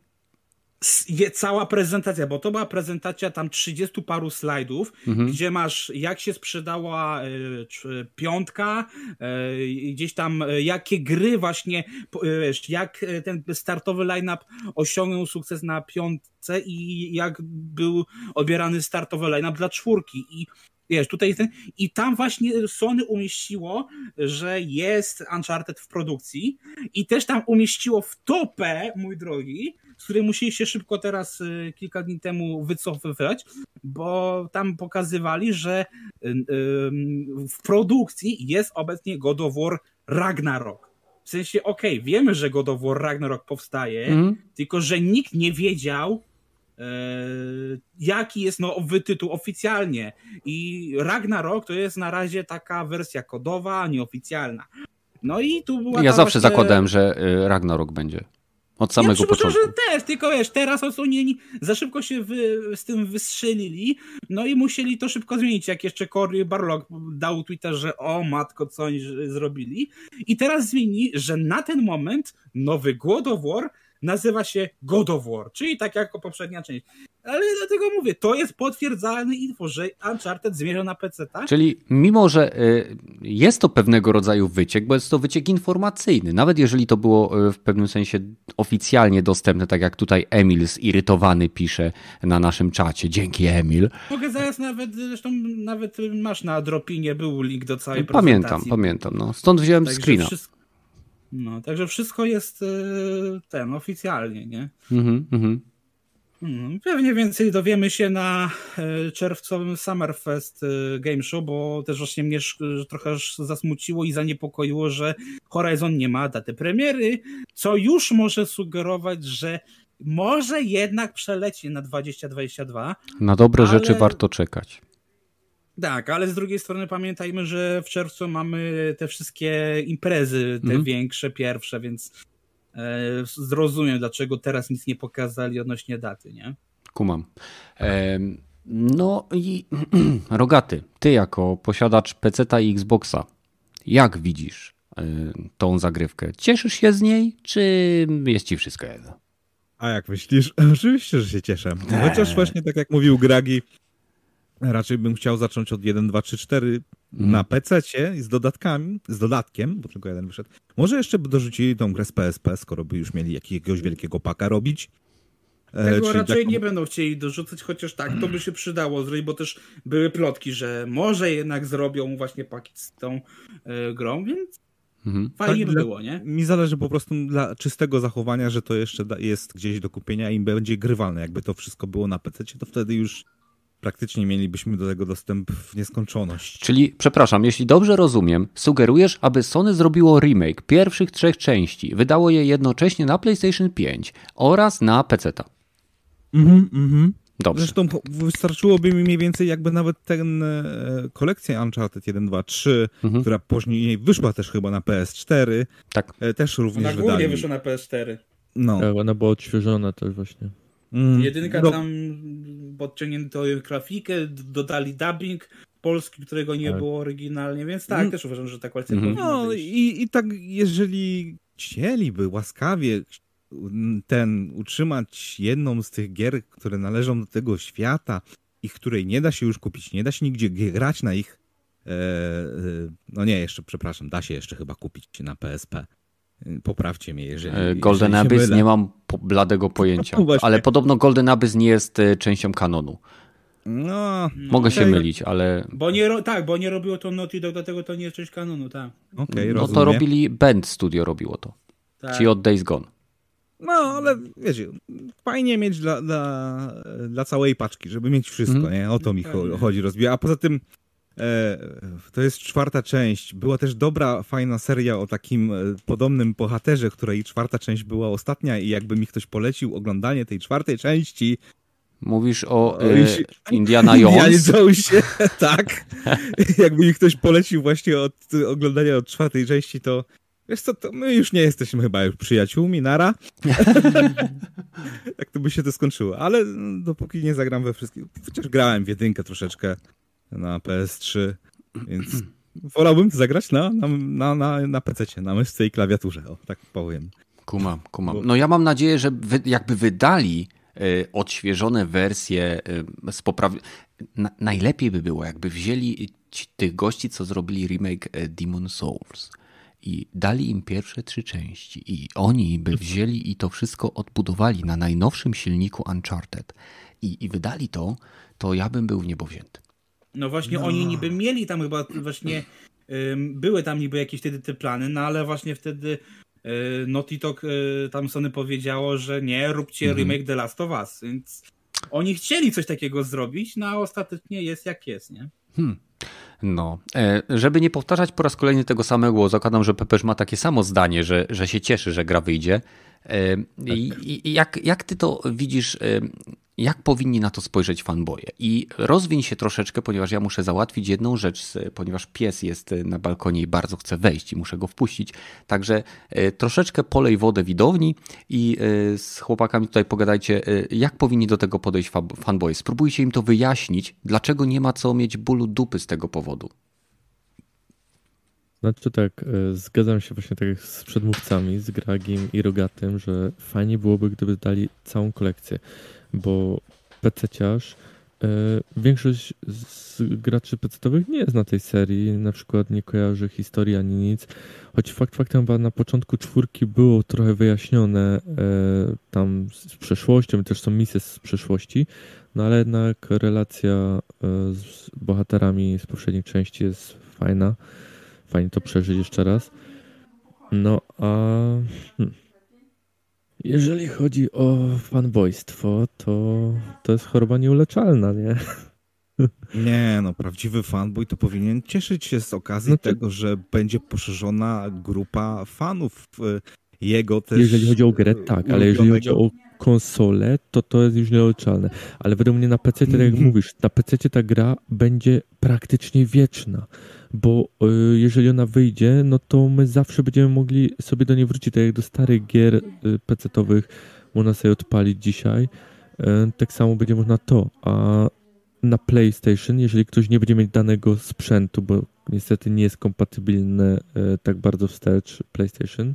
Cała prezentacja, bo to była prezentacja tam trzydziestu paru slajdów, mhm. gdzie masz jak się sprzedała y, piątka, y, gdzieś tam y, jakie gry właśnie, y, wiesz, jak ten startowy line-up osiągnął sukces na piątce i jak był odbierany startowy line-up dla czwórki i wiesz, tutaj ten, i tam właśnie Sony umieściło, że jest Uncharted w produkcji i też tam umieściło w topę, mój drogi, z której musieli się szybko teraz y, kilka dni temu wycofywać, bo tam pokazywali, że y, y, w produkcji jest obecnie God of War Ragnarok. W sensie, okej, okay, wiemy, że God of War Ragnarok powstaje, mm. tylko że nikt nie wiedział, y, jaki jest nowy tytuł oficjalnie. I Ragnarok to jest na razie taka wersja kodowa, nieoficjalna. No i tu była Ja zawsze właśnie... zakładałem, że Ragnarok będzie. Od samego ja początku. Że też, tylko wiesz, teraz oni za szybko się wy, z tym wystrzelili, no i musieli to szybko zmienić, jak jeszcze Cory Barlog dał Twitter, że o matko, co oni zrobili. I teraz zmieni, że na ten moment nowy God of War nazywa się God of War, czyli tak jak poprzednia część. Ale dlatego mówię, to jest potwierdzalny info, że Uncharted zmierza na P C, tak? Czyli mimo, że jest to pewnego rodzaju wyciek, bo jest to wyciek informacyjny, nawet jeżeli to było w pewnym sensie oficjalnie dostępne, tak jak tutaj Emil zirytowany pisze na naszym czacie. Dzięki, Emil. Mogę zaraz nawet, zresztą nawet masz na Dropinie, był link do całej pamiętam, prezentacji. Pamiętam, pamiętam. No. Stąd wziąłem Także screena. Wszystko, no, także wszystko jest ten, oficjalnie, nie? Mhm, mhm. Pewnie więcej dowiemy się na czerwcowym Summerfest Game Show, bo też właśnie mnie trochę zasmuciło i zaniepokoiło, że Horizon nie ma daty premiery, co już może sugerować, że może jednak przeleci na dwadzieścia dwadzieścia dwa. Na dobre ale... rzeczy warto czekać. Tak, ale z drugiej strony pamiętajmy, że w czerwcu mamy te wszystkie imprezy, te mhm. większe, pierwsze, więc zrozumiem, dlaczego teraz nic nie pokazali odnośnie daty, nie? Kumam. No i Rogaty, ty jako posiadacz peceta i Xboxa, jak widzisz tą zagrywkę? Cieszysz się z niej, czy jest ci wszystko jedno? A jak myślisz? Oczywiście, że się cieszę. Chociaż właśnie tak jak mówił Gragi, raczej bym chciał zacząć od jeden, dwa, trzy, cztery mm. na pececie z dodatkami, z dodatkiem, bo tylko jeden wyszedł. Może jeszcze by dorzucili tą grę z P S P, skoro by już mieli jakiegoś wielkiego paka robić. Tego e, raczej taką... nie będą chcieli dorzucać, chociaż tak, to by się przydało zrobić, bo też były plotki, że może jednak zrobią właśnie pakiet z tą e, grą, więc mhm. fajnie tak, by było, nie? Mi zależy po prostu dla czystego zachowania, że to jeszcze jest gdzieś do kupienia i będzie grywalne. Jakby to wszystko było na pececie, to wtedy już praktycznie mielibyśmy do tego dostęp w nieskończoność. Czyli, przepraszam, jeśli dobrze rozumiem, sugerujesz, aby Sony zrobiło remake pierwszych trzech części, wydało je jednocześnie na PlayStation pięć oraz na peceta. Mhm, mhm. Dobrze. Zresztą wystarczyłoby mi mniej więcej jakby nawet ten e, kolekcja Uncharted jeden, dwa, trzy, mhm. która później wyszła też chyba na P S cztery. Tak. E, też również Ona wydali. głównie wyszła na P S cztery. No. Tak, ona była odświeżona też właśnie. Mm, Jedynka no. tam podciągnięto grafikę, dodali dubbing polski, którego nie tak. było oryginalnie, więc tak, mm. też uważam, że ta kolekcja mm. powinna No i, i tak, jeżeli chcieliby łaskawie ten utrzymać jedną z tych gier, które należą do tego świata i której nie da się już kupić, nie da się nigdzie grać na ich e, no nie, jeszcze przepraszam, da się jeszcze chyba kupić na P S P. Poprawcie mnie, jeżeli Golden jeżeli Abyss nie mam bladego pojęcia, no ale podobno Golden Abyss nie jest częścią kanonu. No, Mogę się mylić, ale... Bo nie, tak, bo nie robiło to Naughty Dog, dlatego to nie jest część kanonu, tak. Okay, no rozumiem. to robili Bend Studio robiło to. Tak. Ci od Days Gone. No, ale wiecie, fajnie mieć dla, dla, dla całej paczki, żeby mieć wszystko, mm. nie? O to mi chodzi, rozbija. A poza tym e, to jest czwarta część. Była też dobra, fajna seria o takim podobnym bohaterze, której czwarta część była ostatnia i jakby mi ktoś polecił oglądanie tej czwartej części. Mówisz o e, Indiana Jones? Jonesie, tak. Jakby mi ktoś polecił właśnie od oglądania od czwartej części, to wiesz co, to my już nie jesteśmy chyba już przyjaciółmi, nara. Tak to by się to skończyło. Ale dopóki nie zagram we wszystkich, chociaż grałem w jedynkę troszeczkę na P S trzy, więc wolałbym zagrać na, na, na, na, na pececie, na myszce i klawiaturze, o, tak powiem. Kumam, kumam. No ja mam nadzieję, że wy, jakby wydali y, odświeżone wersje y, z popraw... Na, najlepiej by było, jakby wzięli ci, tych gości, co zrobili remake y, Demon's Souls i dali im pierwsze trzy części i oni by wzięli i to wszystko odbudowali na najnowszym silniku Uncharted i, i wydali to, to ja bym był w niebo wzięty. No właśnie no. Oni niby mieli tam chyba właśnie, ym, były tam niby jakieś wtedy te plany, no ale właśnie wtedy yy, Naughty Dog yy, tam Sony powiedziało, że nie, róbcie mhm. remake The Last of Us, więc oni chcieli coś takiego zrobić, no a ostatecznie jest jak jest, nie? Hmm. No, żeby nie powtarzać po raz kolejny tego samego, zakładam, że Pepeż ma takie samo zdanie, że, że się cieszy, że gra wyjdzie. I, i jak, jak ty to widzisz, jak powinni na to spojrzeć fanboye? I rozwiń się troszeczkę, ponieważ ja muszę załatwić jedną rzecz, ponieważ pies jest na balkonie i bardzo chce wejść i muszę go wpuścić. Także troszeczkę polej wodę widowni i z chłopakami tutaj pogadajcie, jak powinni do tego podejść fanboye. Spróbujcie im to wyjaśnić, dlaczego nie ma co mieć bólu dupy z tego powodu. Znaczy tak, zgadzam się właśnie tak jak z przedmówcami, z Gragim i Rogatym, że fajnie byłoby, gdyby dali całą kolekcję, bo pececiarz, większość z graczy pecetowych nie zna tej serii, na przykład nie kojarzy historii ani nic, choć fakt faktem chyba na początku czwórki było trochę wyjaśnione tam z przeszłością, też są misje z przeszłości, no ale jednak relacja z bohaterami z poprzedniej części jest fajna, fajnie to przeżyć jeszcze raz. No a hmm. jeżeli chodzi o fanboystwo, to to jest choroba nieuleczalna, nie? Nie, no prawdziwy fanboy to powinien cieszyć się z okazji no to... tego, że będzie poszerzona grupa fanów jego też. Jeżeli chodzi o grę, tak, ulubionego. Ale jeżeli chodzi o konsolę, to to jest już nieuleczalne. Ale według mnie na P C, tak jak mówisz, na P C ta gra będzie praktycznie wieczna, bo y, jeżeli ona wyjdzie, no to my zawsze będziemy mogli sobie do niej wrócić, tak jak do starych gier y, pecetowych można sobie odpalić dzisiaj, y, tak samo będzie można to, a na PlayStation, jeżeli ktoś nie będzie mieć danego sprzętu, bo niestety nie jest kompatybilny y, tak bardzo wstecz PlayStation,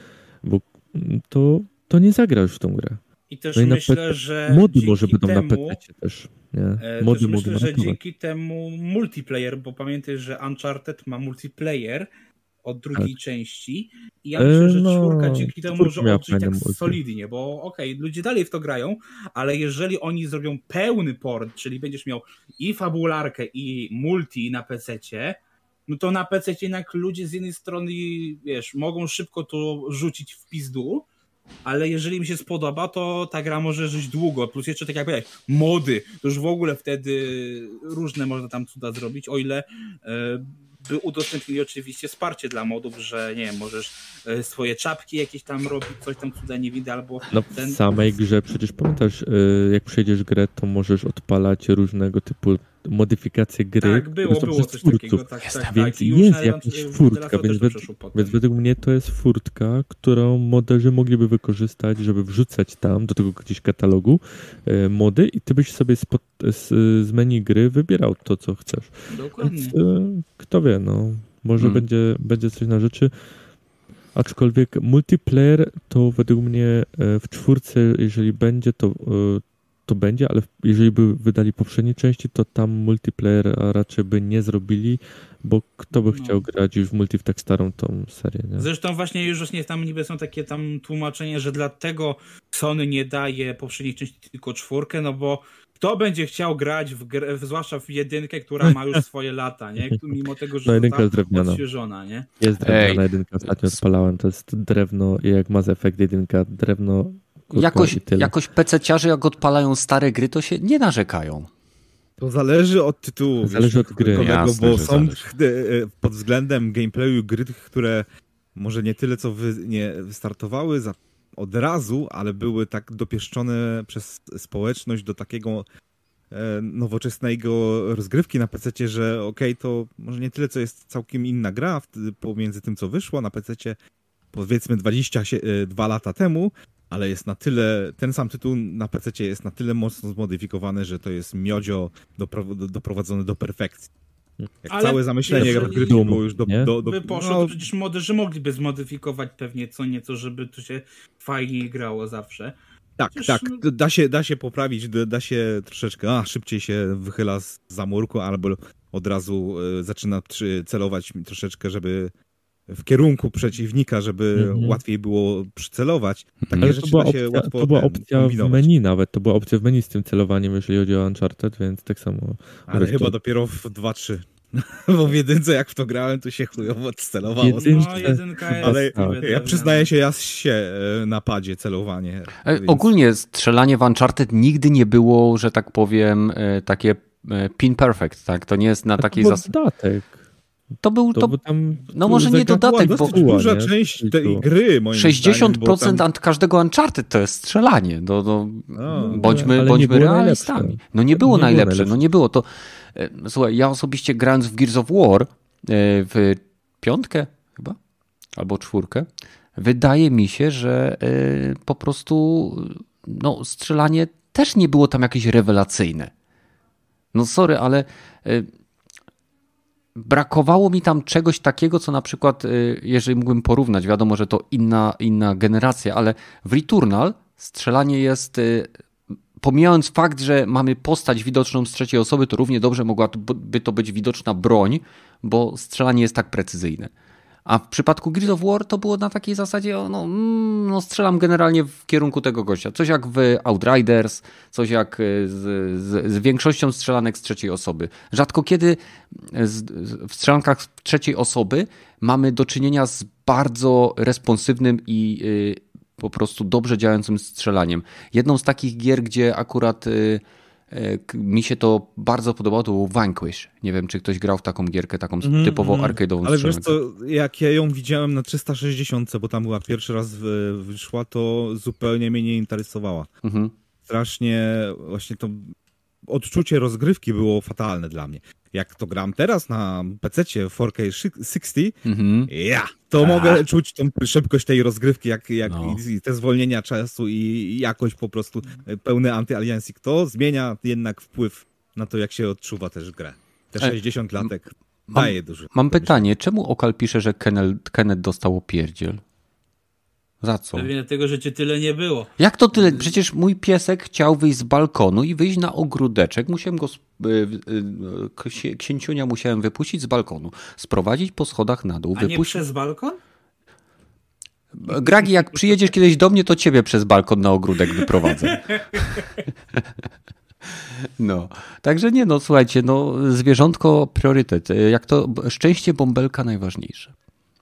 bo to, to nie zagra już w tą grę. I też no myślę, P C, że mody może będą temu, na P C też. Nie? Mody też myślę, że dzięki temu multiplayer, bo pamiętaj, że Uncharted ma multiplayer od drugiej tak. części i ja myślę, że no, czwórka dzięki temu może odżyć tak multi. solidnie, bo okej, okay, ludzie dalej w to grają, ale jeżeli oni zrobią pełny port, czyli będziesz miał i fabularkę, i multi na pececie, no to na pececie jednak ludzie z jednej strony, wiesz, mogą szybko to rzucić w pizdu, ale jeżeli mi się spodoba, to ta gra może żyć długo, plus jeszcze tak jak powiedziałeś, mody, to już w ogóle wtedy różne można tam cuda zrobić, o ile e, by udostępnili oczywiście wsparcie dla modów, że nie wiem, możesz swoje czapki jakieś tam robić, coś tam cuda nie widzę, albo... No w ten... samej grze przecież pamiętasz, jak przejdziesz grę, to możesz odpalać różnego typu modyfikacje gry. Tak, było, było coś twórców. takiego. Tak, tak, więc tak. jest jakaś furtka, więc, wed... więc według mnie to jest furtka, którą moderzy mogliby wykorzystać, żeby wrzucać tam do tego gdzieś katalogu e, mody i ty byś sobie spod... z, z menu gry wybierał to, co chcesz. Dokładnie. Więc, e, kto wie, no. Może hmm. będzie, będzie coś na rzeczy. Aczkolwiek multiplayer to według mnie w czwórce, jeżeli będzie, to, to będzie, ale jeżeli by wydali poprzednie części, to tam multiplayer raczej by nie zrobili, bo kto by no. chciał grać już w multi w tak starą tą serię, nie? Zresztą właśnie już nie tam niby są takie tam tłumaczenia, że dlatego Sony nie daje poprzedniej części tylko czwórkę, no bo kto będzie chciał grać w grę, zwłaszcza w jedynkę, która ma już swoje lata, nie? Mimo tego, że no, jedynka jest drewniana. odświeżona, nie? Jest drewniana jedynka, ostatnio odpalałem, to jest drewno, jak Mass Effect jedynka, drewno, kurka, jakoś, i tyle. Jakoś pececiarze jak odpalają stare gry, to się nie narzekają. To zależy od tytułu. Zależy wiesz, od gry. Kolego, Jasne, bo są zależy. pod względem gameplayu gry, które może nie tyle co wy, nie wystartowały za, od razu, ale były tak dopieszczone przez społeczność do takiego e, nowoczesnego rozgrywki na pececie, że okej, okay, to może nie tyle co jest całkiem inna gra w, pomiędzy tym co wyszło na pececie powiedzmy dwadzieścia dwa lata temu, ale jest na tyle, ten sam tytuł na pececie jest na tyle mocno zmodyfikowany, że to jest miodzio dopro, do, doprowadzony do perfekcji. Jak ale całe zamyślenie gry było już do... do, do by poszło, no, to przecież moderzy mogliby zmodyfikować pewnie co nieco, żeby to się fajniej grało zawsze. Tak, przecież... tak, da się, da się poprawić, da się troszeczkę, a szybciej się wychyla z zamurku, albo od razu y, zaczyna przy, celować troszeczkę, żeby w kierunku przeciwnika, żeby mm-hmm. łatwiej było przycelować. Takie ale rzeczy to była da się opcja, łatwo to była opcja kombinować. w menu nawet, to była opcja w menu z tym celowaniem, jeżeli chodzi o Uncharted, więc tak samo. Ale chyba to... dopiero w dwa trzy. Bo w jedynce jak w to grałem, to się chujowo celowało. Jedynce... No, jedynka jest, ale tak. Ja przyznaję się, ja się na padzie celowanie. Więc... Ogólnie strzelanie w Uncharted nigdy nie było, że tak powiem, takie pin perfect, tak? To nie jest na takiej zasadzie. To był to. to tam, no może nie dodatek, bo duża nie? część tej gry, moim sześćdziesiąt procent zdaniem, tam... każdego Uncharted to jest strzelanie. Do, do, no, bądźmy ale bądźmy nie realistami. No nie było nie najlepsze, było najlepsze. No nie było to. Słuchaj, ja osobiście grając w Gears of War w piątkę chyba, albo czwórkę, wydaje mi się, że po prostu no, strzelanie też nie było tam jakieś rewelacyjne. No sorry, ale brakowało mi tam czegoś takiego, co na przykład, jeżeli mógłbym porównać, wiadomo, że to inna, inna generacja, ale w Returnal strzelanie jest pomijając fakt, że mamy postać widoczną z trzeciej osoby, to równie dobrze mogłaby to być widoczna broń, bo strzelanie jest tak precyzyjne. A w przypadku Gears of War to było na takiej zasadzie, no, no strzelam generalnie w kierunku tego gościa. Coś jak w Outriders, coś jak z, z, z większością strzelanek z trzeciej osoby. Rzadko kiedy z, w strzelankach z trzeciej osoby mamy do czynienia z bardzo responsywnym i y, po prostu dobrze działającym strzelaniem. Jedną z takich gier, gdzie akurat y, mi się to bardzo podobało, to był Vanquish. Nie wiem, czy ktoś grał w taką gierkę, taką mm, typowo mm. arcade'ową. Ale wiesz co, jak ja ją widziałem na trzysta sześćdziesiąt, bo tam była pierwszy raz wyszła, to zupełnie mnie nie interesowała. Mm-hmm. Strasznie właśnie to odczucie rozgrywki było fatalne dla mnie. Jak to gram teraz na pececie four K sixty, mm-hmm. ja, to A. mogę czuć tą szybkość tej rozgrywki, jak, jak no. i te zwolnienia czasu i jakość po prostu pełny anty-aliasing. To zmienia jednak wpływ na to, jak się odczuwa też grę. Te sześćdziesiąt latek mam, daje dużo. Mam pytanie, czemu Okal pisze, że Kenneth, Kenneth dostał opierdziel? Za co? Pewnie dlatego, że cię tyle nie było. Jak to tyle? Przecież mój piesek chciał wyjść z balkonu i wyjść na ogródeczek. Musiałem go, księciunia musiałem wypuścić z balkonu, sprowadzić po schodach na dół. A wypuścić... nie przez balkon? Gragi, jak przyjedziesz kiedyś do mnie, to ciebie przez balkon na ogródek wyprowadzę. No, także nie, no słuchajcie, no zwierzątko priorytet. Jak to szczęście bąbelka najważniejsze.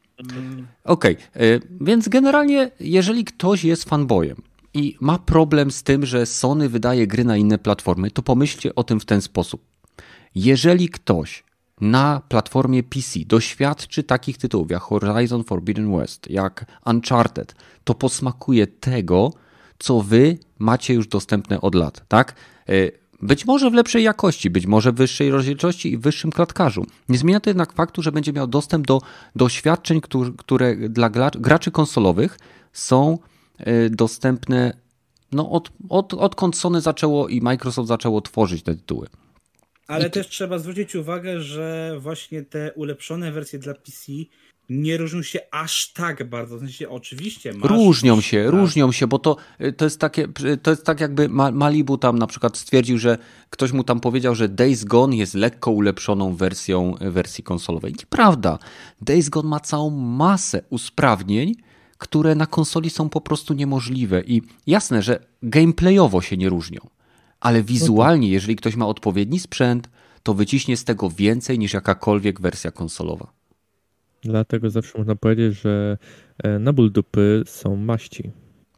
Okej, okay. Więc generalnie jeżeli ktoś jest fanboyem i ma problem z tym, że Sony wydaje gry na inne platformy, to pomyślcie o tym w ten sposób. Jeżeli ktoś na platformie P C doświadczy takich tytułów jak Horizon Forbidden West, jak Uncharted, to posmakuje tego, co wy macie już dostępne od lat, tak? Być może w lepszej jakości, być może w wyższej rozdzielczości i w wyższym klatkarzu. Nie zmienia to jednak faktu, że będzie miał dostęp do doświadczeń, które, które dla graczy konsolowych są dostępne no, od, od, odkąd Sony zaczęło i Microsoft zaczęło tworzyć te tytuły. Ale I też to... trzeba zwrócić uwagę, że właśnie te ulepszone wersje dla P C nie różnią się aż tak bardzo. W sensie oczywiście masz... Różnią się, tak. różnią się, bo to, to jest takie, to jest tak jakby Malibu tam na przykład stwierdził, że ktoś mu tam powiedział, że Days Gone jest lekko ulepszoną wersją wersji konsolowej. Nieprawda. Days Gone ma całą masę usprawnień, które na konsoli są po prostu niemożliwe i jasne, że gameplayowo się nie różnią, ale wizualnie, jeżeli ktoś ma odpowiedni sprzęt, to wyciśnie z tego więcej niż jakakolwiek wersja konsolowa. Dlatego zawsze można powiedzieć, że na ból dupy są maści.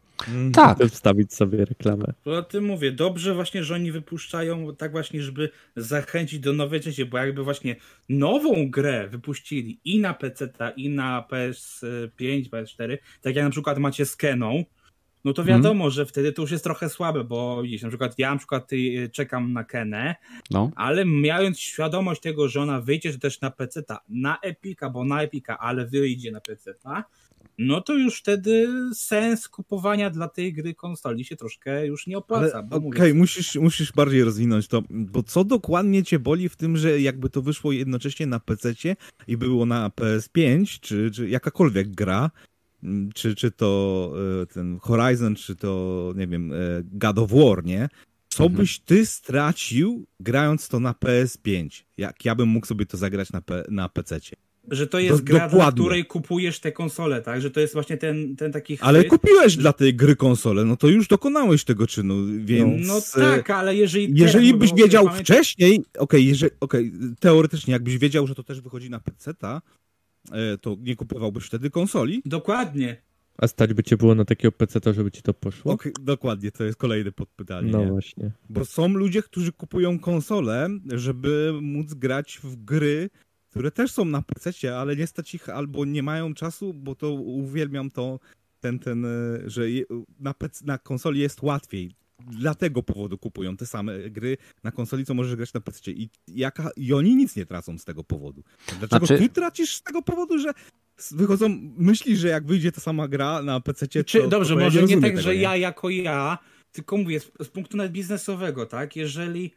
Tak. Chcę wstawić sobie reklamę. O tym mówię. Dobrze właśnie, że oni wypuszczają tak właśnie, żeby zachęcić do nowej części, bo jakby właśnie nową grę wypuścili i na peceta, i na P S pięć, P S cztery, tak jak na przykład macie z Keną, no to wiadomo, hmm. że wtedy to już jest trochę słabe, bo widzisz, na przykład ja na przykład czekam na Kenę, no. ale mając świadomość tego, że ona wyjdzie też na peceta, na Epika, bo na Epika, ale wyjdzie na peceta, no to już wtedy sens kupowania dla tej gry konsoli się troszkę już nie opłaca. Okej, okay, musisz, musisz bardziej rozwinąć to, bo co dokładnie cię boli w tym, że jakby to wyszło jednocześnie na pececie i było na P S pięć, czy, czy jakakolwiek gra, czy, czy to ten Horizon, czy to, nie wiem, God of War, nie? Co mhm. byś ty stracił, grając to na P S pięć? Jak ja bym mógł sobie to zagrać na, P- na pececie? Że to jest Do, gra, dokładnie. Dla której kupujesz tę konsolę, tak? Że to jest właśnie ten, ten taki chwyt. Ale kupiłeś dla tej gry konsolę, no to już dokonałeś tego czynu, więc... No tak, ale jeżeli... Jeżeli teraz, byś wiedział pamiętam... wcześniej, okej, okay, okay, teoretycznie jakbyś wiedział, że to też wychodzi na peceta, to nie kupowałbyś wtedy konsoli? Dokładnie. A stać by cię było na takiego peceta, żeby ci to poszło? Okay, dokładnie, to jest kolejne podpytanie. No nie? właśnie. Bo są ludzie, którzy kupują konsolę, żeby móc grać w gry, które też są na pececie, ale nie stać ich albo nie mają czasu, bo to uwielbiam to, ten, ten, że na, pec- na konsoli jest łatwiej. Dlatego powodu kupują te same gry na konsoli, co możesz grać na pececie. I, jaka, I oni nic nie tracą z tego powodu. Dlaczego znaczy... ty tracisz z tego powodu, że wychodzą, myślisz, że jak wyjdzie ta sama gra na pececie, Czy, to... Dobrze, to może nie nie tak, tego, że nie? ja jako ja, tylko mówię, z, z punktu nawet biznesowego, tak? Jeżeli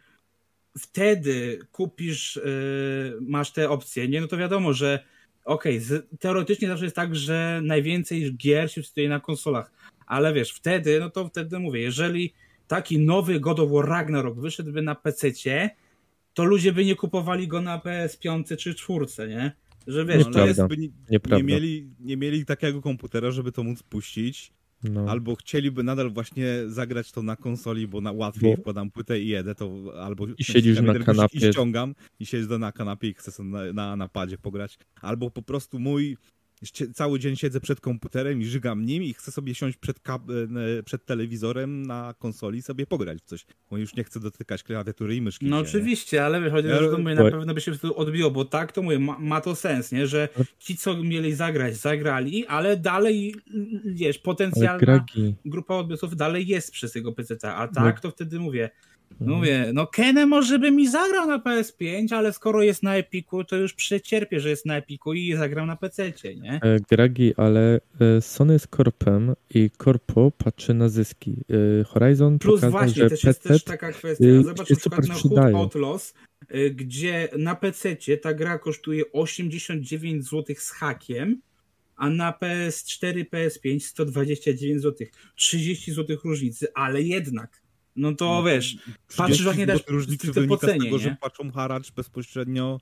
wtedy kupisz, yy, masz te opcje, nie? No to wiadomo, że okej, okay, teoretycznie zawsze jest tak, że najwięcej gier się czytuje na konsolach, ale wiesz, wtedy, no to wtedy mówię, jeżeli taki nowy God of War Ragnarok wyszedłby na pececie, to ludzie by nie kupowali go na P S pięć czy czwórce, nie? Że wiesz, No, to jest... nie, nie, mieli, nie mieli takiego komputera, żeby to móc puścić, no. Albo chcieliby nadal właśnie zagrać to na konsoli, bo na łatwiej bo... wkładam płytę i jedę, to albo i siedzisz na kanapie i ściągam i siedzę na kanapie i chcę sobie na, na napadzie pograć, albo po prostu mój cały dzień siedzę przed komputerem i żygam nim i chcę sobie siąść przed, przed telewizorem na konsoli i sobie pograć w coś, bo już nie chcę dotykać klawiatury i myszki. No się, oczywiście, nie? Ale wychodzi, ja... że na pewno by się odbiło, bo tak to mówię, ma, ma to sens, nie? Że ci, co mieli zagrać, zagrali, ale dalej, wiesz, potencjalna Gragi... grupa odbiorców dalej jest przez tego peceta, a tak to wtedy mówię, no mówię, no Kene może by mi zagrał na P S pięć, ale skoro jest na Epiku, to już przecierpię, że jest na Epiku i zagram na pececie, nie? Gragi, ale Sony jest korpem i korpo patrzy na zyski. Horizon Plus pokazał, właśnie, że też P C jest też taka kwestia. Zobacz na przykład na Hood Outlaws, gdzie na pececie ta gra kosztuje osiemdziesiąt dziewięć złotych z hakiem, a na P S cztery, P S pięć sto dwadzieścia dziewięć złotych. trzydzieści złotych różnicy, ale jednak. No to no, wiesz, patrzysz właśnie też po cenie, z tego, nie? Że płacą haracz bezpośrednio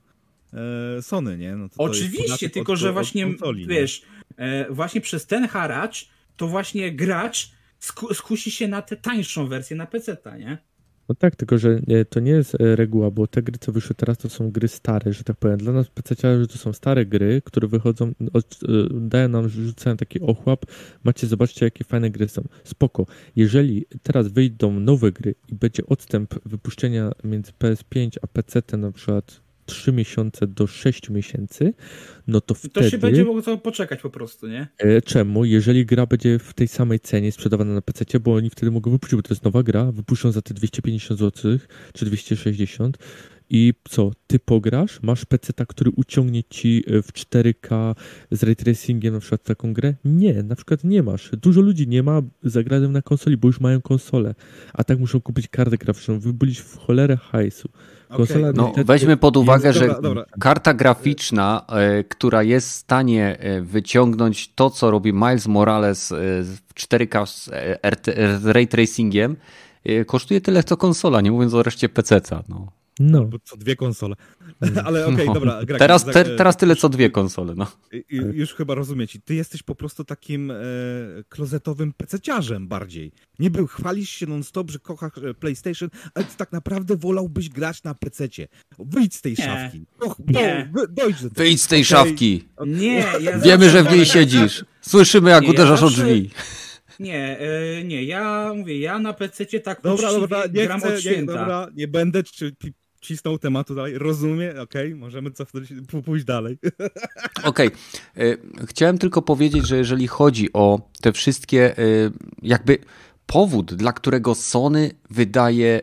e, Sony, nie? No to oczywiście, to tylko od, że właśnie, konsoli, wiesz, e, właśnie przez ten haracz, to właśnie gracz sku, skusi się na tę tańszą wersję na peceta, nie? No tak, tylko że nie, to nie jest reguła, bo te gry, co wyszły teraz, to są gry stare, że tak powiem. Dla nas pececiarzy to są stare gry, które wychodzą, od, dają nam, rzucają taki ochłap. Macie, zobaczcie, jakie fajne gry są. Spoko. Jeżeli teraz wyjdą nowe gry i będzie odstęp wypuszczenia między P S pięć a pecetem na przykład trzy miesiące do sześciu miesięcy, no to wtedy... To się będzie mogło poczekać po prostu, nie? Czemu? Jeżeli gra będzie w tej samej cenie sprzedawana na pececie, bo oni wtedy mogą wypuścić, bo to jest nowa gra, wypuszczą za te dwieście pięćdziesiąt złotych, czy dwieście sześćdziesiąt i co? Ty pograsz, masz peceta, który uciągnie ci w cztery K z ray tracingiem na przykład taką grę? Nie, na przykład nie masz. Dużo ludzi nie ma zagranym na konsoli, bo już mają konsolę, a tak muszą kupić kartę graficzną, wybulić w cholerę hajsu. Okay. No, weźmy pod uwagę, jest, że dobra, dobra. karta graficzna, y, która jest w stanie wyciągnąć to, co robi Miles Morales y, w cztery K z, y, z ray tracingiem, y, kosztuje tyle, co konsola, nie mówiąc o reszcie peceta. No. No. Albo co dwie konsole. Ale okej, okay, no. dobra. Greg, teraz, te, teraz tyle co dwie konsole. No. Już chyba rozumiecie. Ty jesteś po prostu takim e, klozetowym pececiarzem bardziej. Nie był, chwalisz się non-stop, że kochasz PlayStation, ale ty tak naprawdę wolałbyś grać na pececie. Wyjdź z tej nie. szafki. Och, nie. Do, dojdź do Wyjdź z tej okay. szafki. Nie. Ja Wiemy, że w niej siedzisz. Słyszymy, jak nie, uderzasz ja zawsze... o drzwi. Nie, e, nie. Ja mówię, ja na pececie tak dobra, dobra, nie gram chcę, od święta. Nie, dobra, nie będę czy, cisnął tematu dalej. Rozumiem, okej, okay, możemy cofnąć, pójść dalej. Okej. Okay. Chciałem tylko powiedzieć, że jeżeli chodzi o te wszystkie jakby powód, dla którego Sony wydaje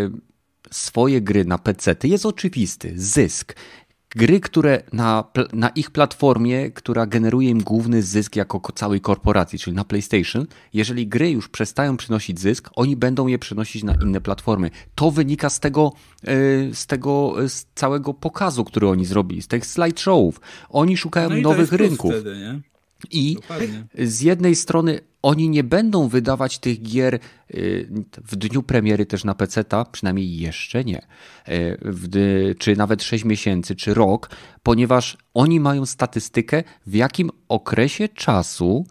swoje gry na pecety, jest oczywisty. Zysk. Gry, które na, na ich platformie, która generuje im główny zysk jako całej korporacji, czyli na PlayStation, jeżeli gry już przestają przynosić zysk, oni będą je przenosić na inne platformy. To wynika z tego, z tego z całego pokazu, który oni zrobili, z tych slideshowów. Oni szukają no nowych rynków. Wtedy, nie? I Dokładnie. Z jednej strony oni nie będą wydawać tych gier w dniu premiery też na peceta, przynajmniej jeszcze nie, w, czy nawet sześć miesięcy, czy rok, ponieważ oni mają statystykę, w jakim okresie czasu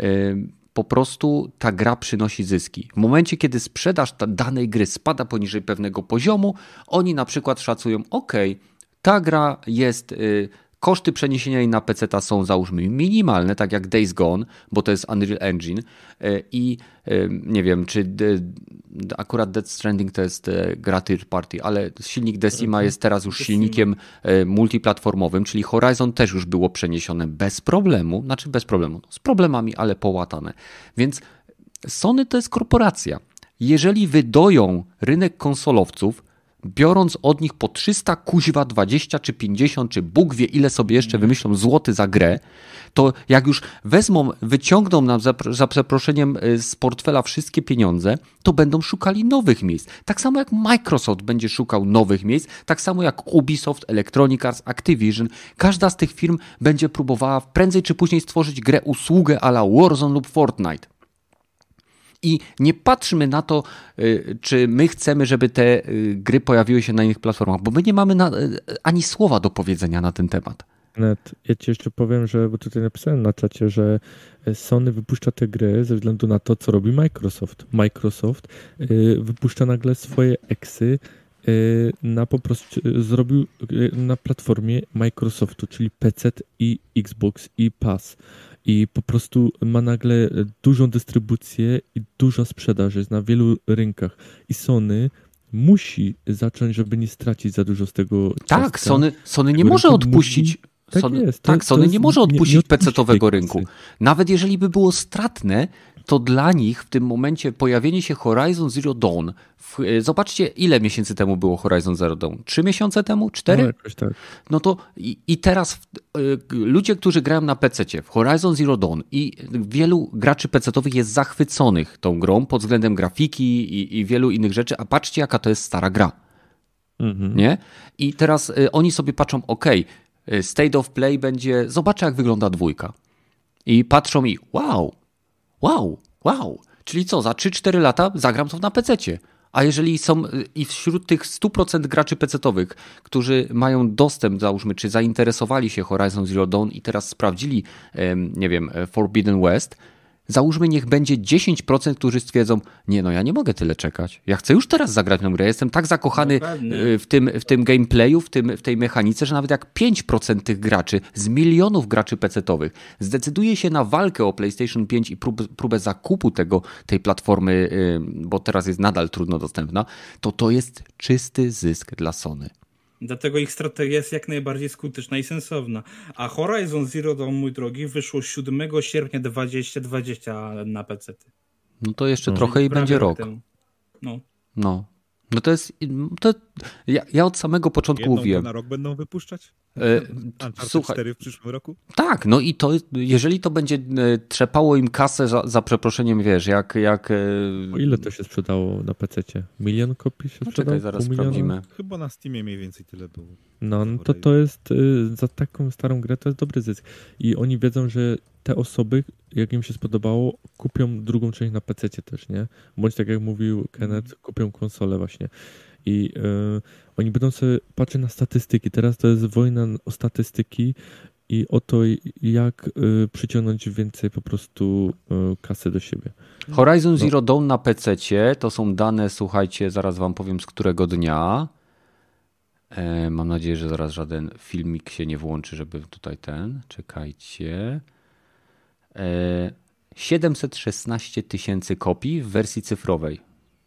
po prostu ta gra przynosi zyski. W momencie, kiedy sprzedaż danej gry spada poniżej pewnego poziomu, oni na przykład szacują, ok, ta gra jest... Koszty przeniesienia jej na peceta są załóżmy minimalne, tak jak Days Gone, bo to jest Unreal Engine i nie wiem, czy akurat Death Stranding to jest gra third party, ale silnik Decima jest teraz już silnikiem multiplatformowym, czyli Horizon też już było przeniesione bez problemu, znaczy bez problemu, z problemami, ale połatane. Więc Sony to jest korporacja. Jeżeli wydoją rynek konsolowców, biorąc od nich po trzysta, kuźwa, dwadzieścia czy pięćdziesiąt, czy Bóg wie ile sobie jeszcze wymyślą złoty za grę, to jak już wezmą, wyciągną nam za, za przeproszeniem z portfela wszystkie pieniądze, to będą szukali nowych miejsc. Tak samo jak Microsoft będzie szukał nowych miejsc, tak samo jak Ubisoft, Electronic Arts, Activision. Każda z tych firm będzie próbowała prędzej czy później stworzyć grę usługę a la Warzone lub Fortnite. I nie patrzmy na to, czy my chcemy, żeby te gry pojawiły się na innych platformach, bo my nie mamy na, ani słowa do powiedzenia na ten temat. Net, ja ci jeszcze powiem, że bo tutaj napisałem na czacie, że Sony wypuszcza te gry ze względu na to, co robi Microsoft. Microsoft y, wypuszcza nagle swoje eksy y, na po prostu y, zrobił y, na platformie Microsoftu, czyli P C i Xbox i Pass. I po prostu ma nagle dużą dystrybucję i dużo sprzedaży na wielu rynkach. I Sony musi zacząć, żeby nie stracić za dużo z tego Tak, ciastka. Sony, Sony nie może odpuścić... Musi... Tak, Sony, jest, tak, to, Sony to nie może odpuścić nie, nie pecetowego rynku. Nawet jeżeli by było stratne, to dla nich w tym momencie pojawienie się Horizon Zero Dawn, w, zobaczcie ile miesięcy temu było Horizon Zero Dawn, trzy miesiące temu, cztery? No, jakoś tak. No to i, i teraz y, ludzie, którzy grają na pececie w Horizon Zero Dawn i wielu graczy pecetowych jest zachwyconych tą grą pod względem grafiki i, i wielu innych rzeczy, a patrzcie jaka to jest stara gra. Mhm. Nie? I teraz y, oni sobie patrzą, okej, okay, State of Play będzie, zobaczę jak wygląda dwójka. I patrzą i wow, wow, wow. Czyli co, za trzy cztery lata zagram to na pececie. A jeżeli są i wśród tych stu procent graczy pecetowych, którzy mają dostęp, załóżmy, czy zainteresowali się Horizon Zero Dawn i teraz sprawdzili, nie wiem, Forbidden West, załóżmy, niech będzie dziesięć procent, którzy stwierdzą, nie no, ja nie mogę tyle czekać. Ja chcę już teraz zagrać na grę. Jestem tak zakochany w tym, w tym gameplayu, w, tym, w tej mechanice, że nawet jak pięć procent tych graczy z milionów graczy pecetowych zdecyduje się na walkę o PlayStation pięć i prób, próbę zakupu tego, tej platformy, bo teraz jest nadal trudno dostępna, to to jest czysty zysk dla Sony. Dlatego ich strategia jest jak najbardziej skuteczna i sensowna. A Horizon Zero Dawn, mój drogi, wyszło siódmego sierpnia dwa tysiące dwudziestego na pecety. No to jeszcze no. trochę i będzie rok. rok no. No. No to jest... To, ja, ja od samego początku Jedną mówiłem. na rok będą wypuszczać? E, Uncharted słuchaj, cztery w przyszłym roku? Tak, no i to, jeżeli to będzie trzepało im kasę za, za przeproszeniem, wiesz, jak... jak o ile to się sprzedało na pececie? Milion kopii się no sprzedało? Czekaj, zaraz sprawdzimy. Chyba na Steamie mniej więcej tyle było. No, no to to jest, za taką starą grę to jest dobry zysk. I oni wiedzą, że te osoby, jak im się spodobało, kupią drugą część na pececie też, nie? Bądź tak jak mówił Kenneth, kupią konsolę właśnie. I y, oni będą sobie patrzeć na statystyki. Teraz to jest wojna o statystyki i o to, jak y, przyciągnąć więcej po prostu y, kasy do siebie. Horizon no. Zero Dawn na pececie, to są dane, słuchajcie, zaraz wam powiem z którego dnia. E, mam nadzieję, że zaraz żaden filmik się nie włączy, żeby tutaj ten, czekajcie. E, siedemset szesnaście tysięcy kopii w wersji cyfrowej.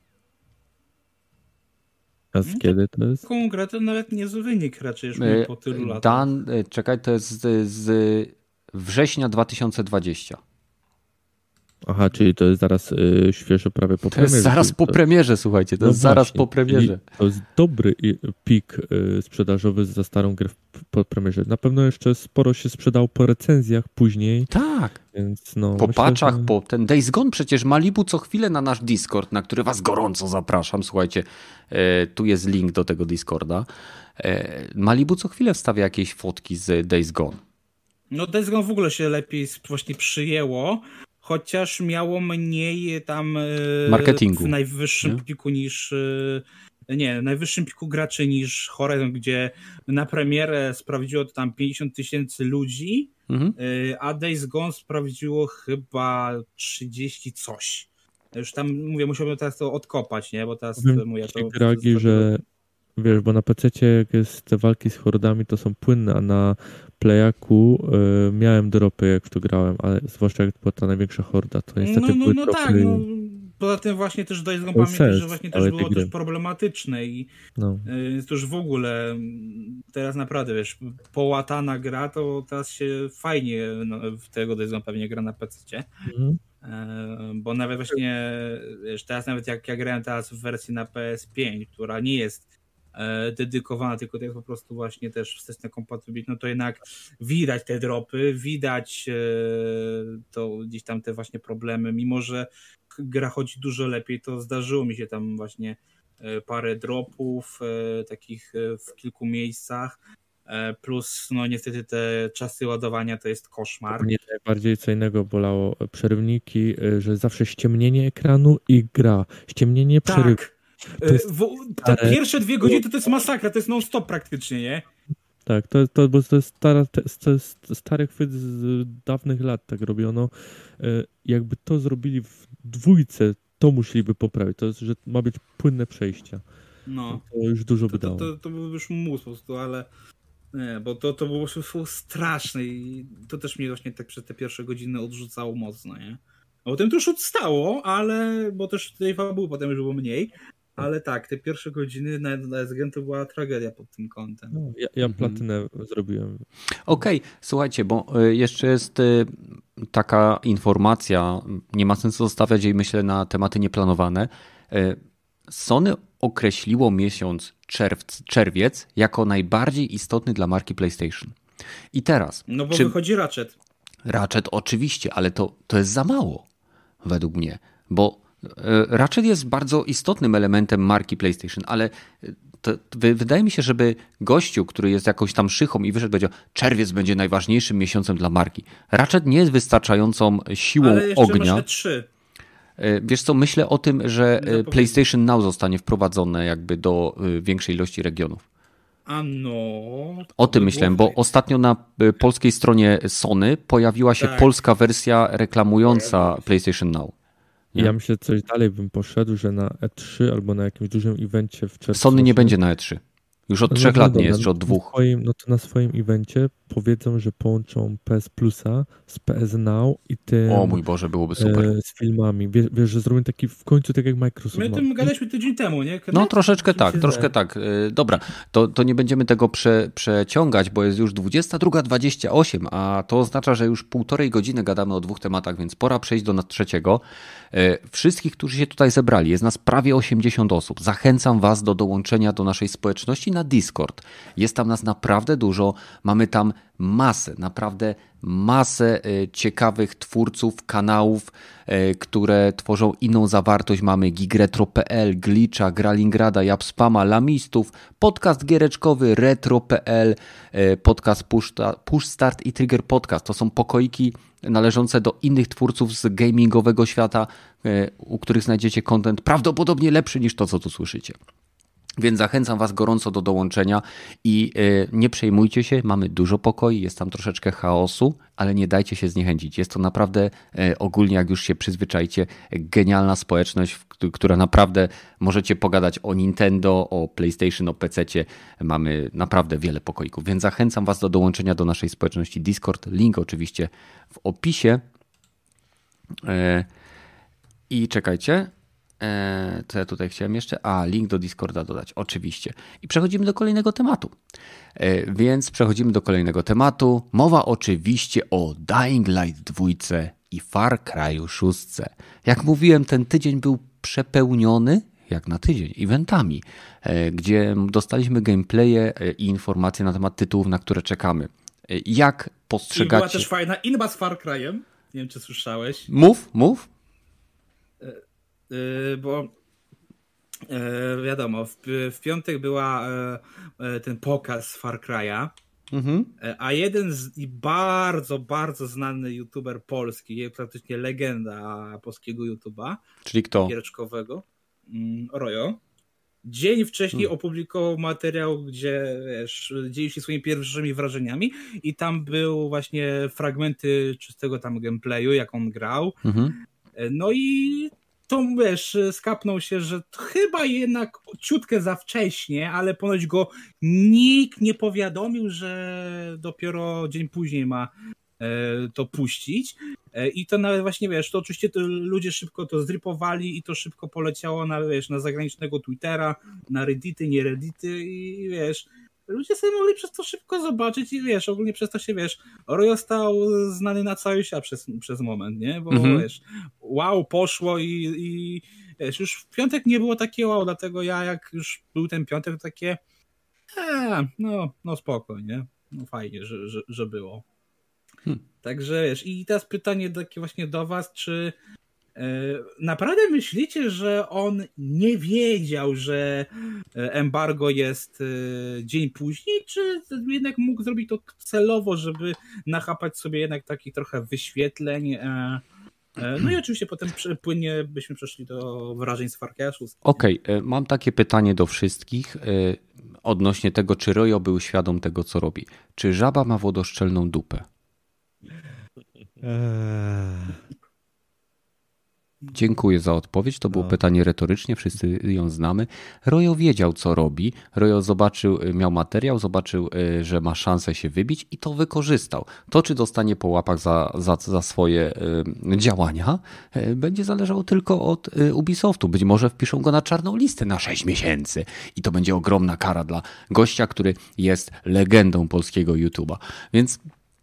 A z kiedy to jest? Taką grę to nawet niezły wynik raczej już e, po tylu latach. Dan, czekaj, to jest z, z września dwa tysiące dwudziestego. Aha, czyli to jest zaraz y, świeżo prawie po to premierze. To jest zaraz po premierze, słuchajcie, to no jest właśnie. zaraz po premierze. I to jest dobry pik y, sprzedażowy za starą grę po premierze. Na pewno jeszcze sporo się sprzedało po recenzjach później. Tak. Więc no, po myślę, patchach, że... po ten Days Gone przecież Malibu co chwilę na nasz Discord, na który was gorąco zapraszam. Słuchajcie, e, tu jest link do tego Discorda. E, Malibu co chwilę wstawia jakieś fotki z Days Gone. No Days Gone w ogóle się lepiej właśnie przyjęło. Chociaż miało mniej tam marketingu w najwyższym nie? piku niż nie, najwyższym piku graczy niż Horizon, gdzie na premierę sprawdziło to tam pięćdziesiąt tysięcy ludzi, mhm. a Days Gone sprawdziło chyba trzydzieści coś. Już tam mówię, musiałbym teraz to odkopać, nie? Bo teraz Powiem mówię to. Gragi, że wiesz, bo na pececie jak jest te walki z hordami, to są płynne, a na Playaku y, miałem dropy, jak w to grałem, ale zwłaszcza jak była ta największa horda, to niestety no, no, były no dropy. Tak, no. Poza tym właśnie też Days Gone pamiętaj, że właśnie też było dość problematyczne i no. y, to już w ogóle teraz naprawdę, wiesz, połatana gra, to teraz się fajnie no, w tego Days Gone pewnie gra na pececie. Mhm. Bo nawet właśnie, wiesz, teraz nawet jak ja grałem teraz w wersji na P S pięć, która nie jest dedykowana, tylko to jest po prostu właśnie też wsteczna kompatybilność, no to jednak widać te dropy, widać to gdzieś tam te właśnie problemy, mimo że gra chodzi dużo lepiej, to zdarzyło mi się tam właśnie parę dropów takich w kilku miejscach, plus no niestety te czasy ładowania to jest koszmar. Mnie najbardziej co innego bolało przerywniki, że zawsze ściemnienie ekranu i gra. Ściemnienie, przeryw. Tak. Te pierwsze dwie godziny to, to jest masakra, to jest non-stop praktycznie, nie? Tak, to, to, bo to jest, stara, to jest stary chwyt z dawnych lat, tak robiono. Jakby to zrobili w dwójce, to musieliby poprawić. To jest, że ma być płynne przejścia. No. To już dużo by to, dało. To, to, to był już mus po prostu, ale nie, bo to, to było, było straszne i to też mnie właśnie tak przez te pierwsze godziny odrzucało mocno, nie? A potem to już odstało, ale, bo też tej fabuły potem już było mniej, ale tak, te pierwsze godziny na, na S G to była tragedia pod tym kątem. No, ja, ja platynę mhm. zrobiłem. Okej, okay, słuchajcie, bo jeszcze jest taka informacja, nie ma sensu zostawiać jej, myślę, na tematy nieplanowane. Sony określiło miesiąc czerwc, czerwiec jako najbardziej istotny dla marki PlayStation. I teraz... No bo czy... wychodzi Ratchet. Ratchet oczywiście, ale to, to jest za mało według mnie, bo Ratchet jest bardzo istotnym elementem marki PlayStation, ale to, to wydaje mi się, żeby gościu, który jest jakąś tam szychą i wyszedł, powiedział, czerwiec będzie najważniejszym miesiącem dla marki. Ratchet nie jest wystarczającą siłą ale jeszcze ognia. Masz E trzy. Wiesz co, myślę o tym, że PlayStation Now zostanie wprowadzone jakby do większej ilości regionów. A no... O tym myślałem, bo ostatnio na polskiej stronie Sony pojawiła się tak. polska wersja reklamująca PlayStation Now. Nie? Ja myślę, coś dalej bym poszedł, że na E trzy albo na jakimś dużym evencie w czerwcu... Sony nie będzie na E trzy. Już od no trzech no, lat nie jest, czy od dwóch. Swoim, no to na swoim evencie powiedzą, że połączą P S Plusa z P S Now i tym... O mój Boże, byłoby super. E, z filmami. Wiesz, wiesz, że zrobią taki w końcu tak jak Microsoft. My o tym gadaliśmy tydzień temu, nie? Kiedy no troszeczkę tak, troszkę tak. Dobra, to, to nie będziemy tego prze, przeciągać, bo jest już dwudziesta druga dwadzieścia osiem, a to oznacza, że już półtorej godziny gadamy o dwóch tematach, więc pora przejść do trzeciego. Wszystkich, którzy się tutaj zebrali, jest nas prawie osiemdziesiąt osób. Zachęcam was do dołączenia do naszej społeczności na Discord. Jest tam nas naprawdę dużo. Mamy tam masę, naprawdę masę ciekawych twórców, kanałów, które tworzą inną zawartość. Mamy Gigretro kropka p l, Glitcha, Gralingrada, Japspama, Lamistów, podcast giereczkowy Retro kropka p l, podcast Push, Push Start i Trigger Podcast. To są pokoiki należące do innych twórców z gamingowego świata, u których znajdziecie content prawdopodobnie lepszy niż to, co tu słyszycie. Więc zachęcam was gorąco do dołączenia i nie przejmujcie się, mamy dużo pokoi, jest tam troszeczkę chaosu, ale nie dajcie się zniechęcić. Jest to naprawdę ogólnie, jak już się przyzwyczajcie, genialna społeczność, która naprawdę możecie pogadać o Nintendo, o PlayStation, o pececie. Mamy naprawdę wiele pokoików, więc zachęcam was do dołączenia do naszej społeczności Discord. Link oczywiście w opisie. I czekajcie. Co ja tutaj chciałem jeszcze? A, link do Discorda dodać, oczywiście. I przechodzimy do kolejnego tematu. Więc przechodzimy do kolejnego tematu. Mowa oczywiście o Dying Light dwa i Far Cry'u sześć. Jak mówiłem, ten tydzień był przepełniony, jak na tydzień, eventami, gdzie dostaliśmy gameplaye i informacje na temat tytułów, na które czekamy. Jak postrzegacie... I była też fajna inba z Far Cry'em. Nie wiem, czy słyszałeś. Mów, mów. Bo wiadomo, w, w piątek była ten pokaz Far Cry'a, mhm. a jeden z i bardzo, bardzo znany youtuber polski, praktycznie legenda polskiego YouTube'a, czyli kto? Giereczkowego, Rojo, dzień wcześniej hmm. opublikował materiał, gdzie wiesz, dzielił się swoimi pierwszymi wrażeniami i tam był właśnie fragmenty czystego tam gameplayu, jak on grał. Mhm. No i to wiesz, skapnął się, że to chyba jednak ciutkę za wcześnie, ale ponoć go nikt nie powiadomił, że dopiero dzień później ma to puścić. I to nawet właśnie, wiesz, to oczywiście to ludzie szybko to zripowali i to szybko poleciało na, wiesz, na zagranicznego Twittera, na Reddity, nie Reddity i wiesz, ludzie sobie mogli przez to szybko zobaczyć i wiesz, ogólnie przez to się, wiesz, Rojo stał znany na cały świat przez, przez moment, nie? Bo mhm. wiesz, wow, poszło i, i wiesz, już w piątek nie było takie wow, dlatego ja jak już był ten piątek, to takie a, no, no spoko, nie? No fajnie, że, że, że było. Hmm. Także wiesz, i teraz pytanie takie właśnie do was, czy Naprawdę myślicie, że on nie wiedział, że embargo jest dzień później, czy jednak mógł zrobić to celowo, żeby nachapać sobie jednak takich trochę wyświetleń? No i oczywiście potem płynnie byśmy przeszli do wrażeń z Far Cry'a szóstki. Okej, okay, mam takie pytanie do wszystkich odnośnie tego, czy Rojo był świadom tego, co robi. Czy żaba ma wodoszczelną dupę? Eee... Dziękuję za odpowiedź. To było no. pytanie retoryczne, wszyscy ją znamy. Rojo wiedział, co robi. Rojo zobaczył, miał materiał, zobaczył, że ma szansę się wybić i to wykorzystał. To, czy dostanie po łapach za, za, za swoje działania, będzie zależało tylko od Ubisoftu. Być może wpiszą go na czarną listę na sześć miesięcy i to będzie ogromna kara dla gościa, który jest legendą polskiego YouTube'a. Więc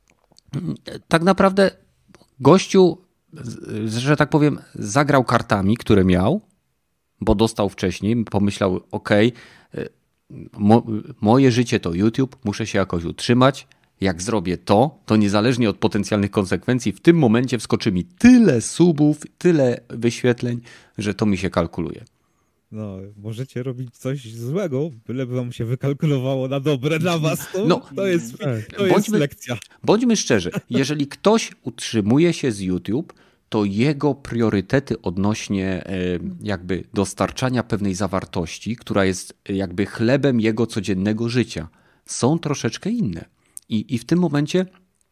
tak naprawdę gościu, że tak powiem, zagrał kartami, które miał, bo dostał wcześniej, pomyślał, okej, okay, mo, moje życie to YouTube, muszę się jakoś utrzymać, jak zrobię to, to niezależnie od potencjalnych konsekwencji, w tym momencie wskoczy mi tyle subów, tyle wyświetleń, że to mi się kalkuluje. No, możecie robić coś złego, byleby wam się wykalkulowało na dobre dla was, to, no, to jest, to jest bądźmy, lekcja. Bądźmy szczerzy, jeżeli ktoś utrzymuje się z YouTube, to jego priorytety odnośnie jakby dostarczania pewnej zawartości, która jest jakby chlebem jego codziennego życia, są troszeczkę inne. I, i w tym momencie...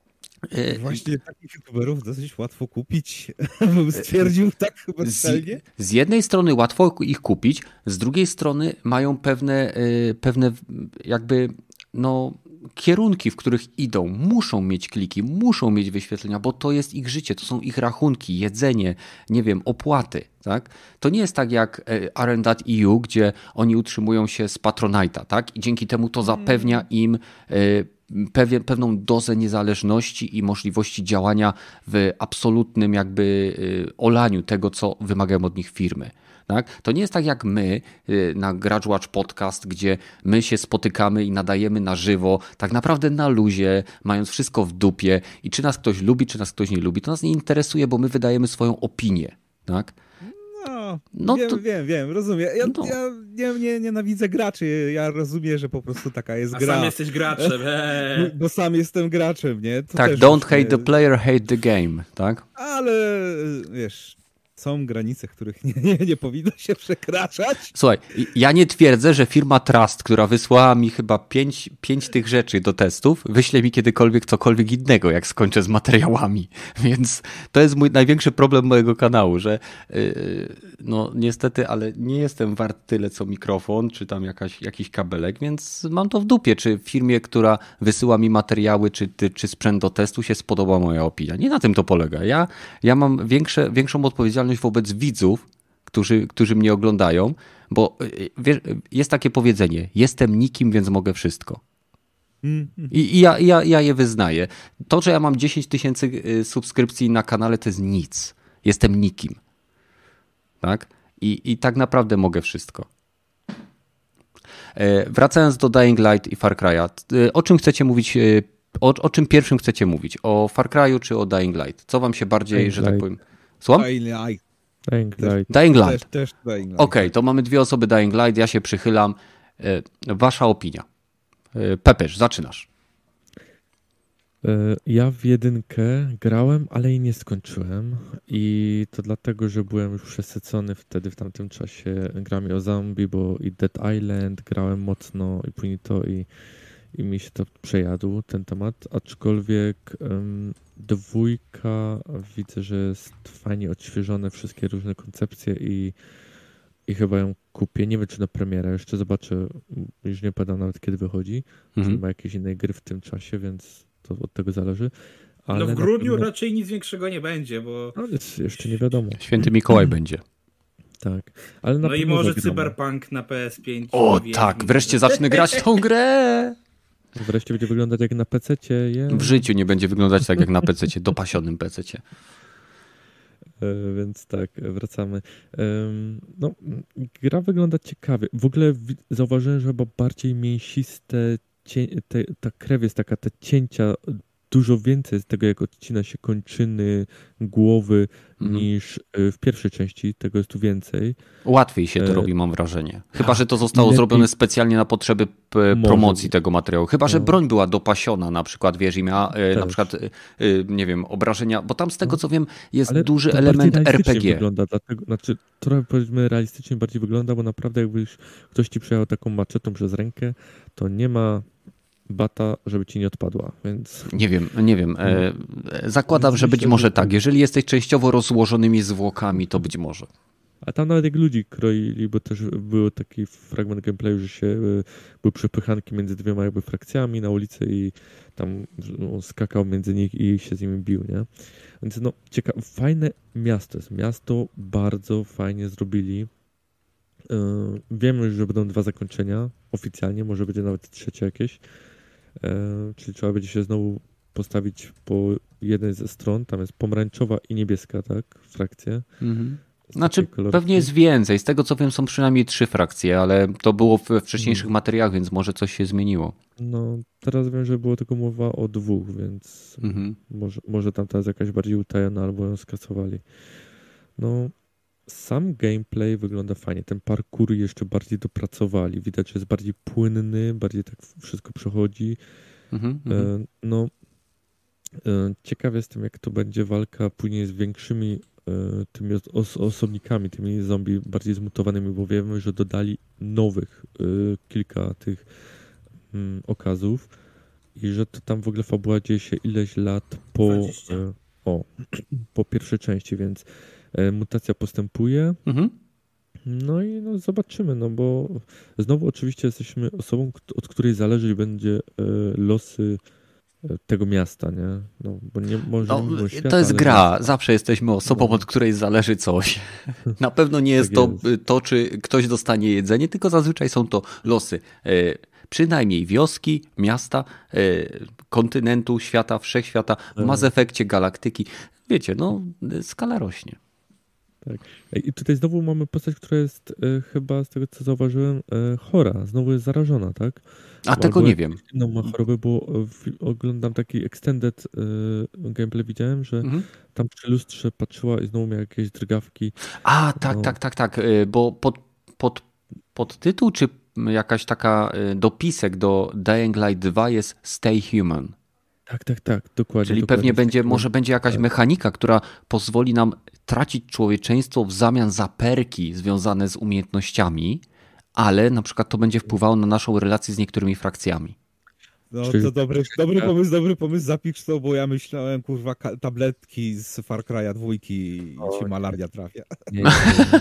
Właśnie takich youtuberów dosyć łatwo kupić, bym stwierdził tak bezczelnie. Z, z jednej strony łatwo ich kupić, z drugiej strony mają pewne, pewne jakby no, kierunki, w których idą. Muszą mieć kliki, muszą mieć wyświetlenia, bo to jest ich życie, to są ich rachunki, jedzenie, nie wiem, opłaty. Tak? To nie jest tak jak R N dot E U, gdzie oni utrzymują się z Patronite'a, tak? I dzięki temu to zapewnia im Pewien, pewną dozę niezależności i możliwości działania w absolutnym jakby olaniu tego, co wymagają od nich firmy. Tak? To nie jest tak jak my na Gracz Watch Podcast, gdzie my się spotykamy i nadajemy na żywo, tak naprawdę na luzie, mając wszystko w dupie i czy nas ktoś lubi, czy nas ktoś nie lubi, to nas nie interesuje, bo my wydajemy swoją opinię. Tak? No, no wiem, to... wiem, wiem, rozumiem. Ja, no. ja nie, nie nienawidzę graczy, ja rozumiem, że po prostu taka jest A gra. sam jesteś graczem, bo, bo sam jestem graczem, nie? To tak, don't hate nie... the player, hate the game, tak? Ale wiesz, są granice, których nie, nie, nie powinno się przekraczać. Słuchaj, ja nie twierdzę, że firma Trust, która wysłała mi chyba pięć, pięć tych rzeczy do testów, wyśle mi kiedykolwiek cokolwiek innego, jak skończę z materiałami. Więc to jest mój największy problem mojego kanału, że yy, no niestety, ale nie jestem wart tyle co mikrofon, czy tam jakaś, jakiś kabelek, więc mam to w dupie, czy firmie, która wysyła mi materiały, czy, czy sprzęt do testu się spodoba moja opinia. Nie na tym to polega. Ja, ja mam większe, większą odpowiedzialność wobec widzów, którzy, którzy mnie oglądają, bo wiesz, jest takie powiedzenie, jestem nikim, więc mogę wszystko. I, i ja, ja, ja je wyznaję. To, że ja mam dziesięć tysięcy subskrypcji na kanale, to jest nic. Jestem nikim. Tak? I, i tak naprawdę mogę wszystko. Wracając do Dying Light i Far Cry'a, o czym chcecie mówić, o, o czym pierwszym chcecie mówić? O Far Cry'u czy o Dying Light? Co wam się bardziej, Dying że tak powiem... Słucham? Dying Light. Dying Light. Dying Light. Też, też Dying Light. Okej, okay, to mamy dwie osoby Dying Light, ja się przychylam. Wasza opinia. Pepeż, zaczynasz. Ja w jedynkę grałem, ale jej nie skończyłem i to dlatego, że byłem już przesycony wtedy w tamtym czasie grami o zombie, bo i Dead Island grałem mocno i później to i, i mi się to przejadł ten temat, aczkolwiek um, dwójka widzę, że jest fajnie odświeżone wszystkie różne koncepcje i, i chyba ją kupię. Nie wiem, czy na premierę, jeszcze zobaczę, już nie pamiętam nawet kiedy wychodzi, mhm. czy ma jakieś innej gry w tym czasie, więc to od tego zależy. Ale no w grudniu pewno... raczej nic większego nie będzie, bo... No jeszcze nie wiadomo. Święty Mikołaj będzie. Tak. Ale na no i może zagramy. Cyberpunk na P S pięć. O tak, wreszcie zacznę grać tą grę! Wreszcie będzie wyglądać jak na pececie. Yeah. W życiu nie będzie wyglądać tak jak na pececie, dopasionym pececie. Więc tak, wracamy. No, gra wygląda ciekawie. W ogóle zauważyłem, że chyba bardziej mięsiste, cię, te, ta krew jest taka, te cięcia dużo więcej z tego, jak odcina się kończyny, głowy, mm. niż w pierwszej części. Tego jest tu więcej. Łatwiej się to e... robi, mam wrażenie. Chyba, że to zostało lepiej... zrobione specjalnie na potrzeby promocji Może. tego materiału. Chyba, że no. broń była dopasiona na przykład, wiesz, i miała e, na przykład, e, nie wiem, obrażenia, bo tam z tego, co wiem, jest Ale duży element R P G. Wygląda, dlatego, znaczy, trochę powiedzmy realistycznie bardziej wygląda, bo naprawdę jakbyś ktoś ci przejechał taką maczetą przez rękę, to nie ma bata, żeby ci nie odpadła, więc... Nie wiem, nie wiem. E, zakładam, że być może tak. Jeżeli jesteś częściowo rozłożonymi zwłokami, to być może. A tam nawet jak ludzi kroili, bo też był taki fragment gameplayu, że się były przepychanki między dwiema jakby frakcjami na ulicy i tam no, skakał między nich i się z nimi bił, nie? Więc no, ciekawe, fajne miasto jest. Miasto bardzo fajnie zrobili. Yy, wiemy, że będą dwa zakończenia oficjalnie, może będzie nawet trzecie jakieś. Yy, czyli trzeba będzie się znowu postawić po jednej ze stron. Tam jest pomarańczowa i niebieska, tak? Frakcje. Mhm. Znaczy pewnie jest więcej. Z tego co wiem są przynajmniej trzy frakcje, ale to było we wcześniejszych hmm. materiałach, więc może coś się zmieniło. No teraz wiem, że było tylko mowa o dwóch, więc hmm. może, może tam teraz jakaś bardziej utajona albo ją skasowali. No sam gameplay wygląda fajnie. Ten parkour jeszcze bardziej dopracowali. Widać, że jest bardziej płynny, bardziej tak wszystko przechodzi. Hmm, e, no e, ciekaw jestem, jak to będzie walka później z większymi tymi os- osobnikami, tymi zombie bardziej zmutowanymi, bo wiemy, że dodali nowych y, kilka tych y, okazów i że to tam w ogóle fabuła dzieje się ileś lat po, y, o, po pierwszej części, więc y, mutacja postępuje. Mhm. No i no, zobaczymy, no bo znowu oczywiście jesteśmy osobą, od której zależeć będzie y, losy tego miasta, nie? No, bo nie może no, świata, to jest ale gra. miasta. Zawsze jesteśmy osobą, no. od której zależy coś. Na pewno nie jest, tak to, jest to, czy ktoś dostanie jedzenie, tylko zazwyczaj są to losy. E, przynajmniej wioski, miasta, e, kontynentu, świata, wszechświata, w Mass Effectie, galaktyki. Wiecie, no skala rośnie. Tak. I tutaj znowu mamy postać, która jest e, chyba, z tego co zauważyłem, e, chora. Znowu jest zarażona, tak? A Albo tego nie wiem. No ma chorobę, bo w, oglądam taki extended e, gameplay, widziałem, że mhm. tam przy lustrze patrzyła i znowu miała jakieś drgawki. A, tak, no. tak, tak, tak, bo pod, pod, pod tytuł czy jakaś taka dopisek do Dying Light dwa jest Stay Human. Tak, tak, tak, dokładnie. Czyli dokładnie. pewnie będzie, może będzie jakaś tak. mechanika, która pozwoli nam tracić człowieczeństwo w zamian za perki związane z umiejętnościami, ale na przykład to będzie wpływało na naszą relację z niektórymi frakcjami. No to dobry, dobry pomysł, dobry pomysł, zapisz to, bo ja myślałem, kurwa, tabletki z Far Cry'a dwójki i ci malaria trafia. Nie, nie, nie.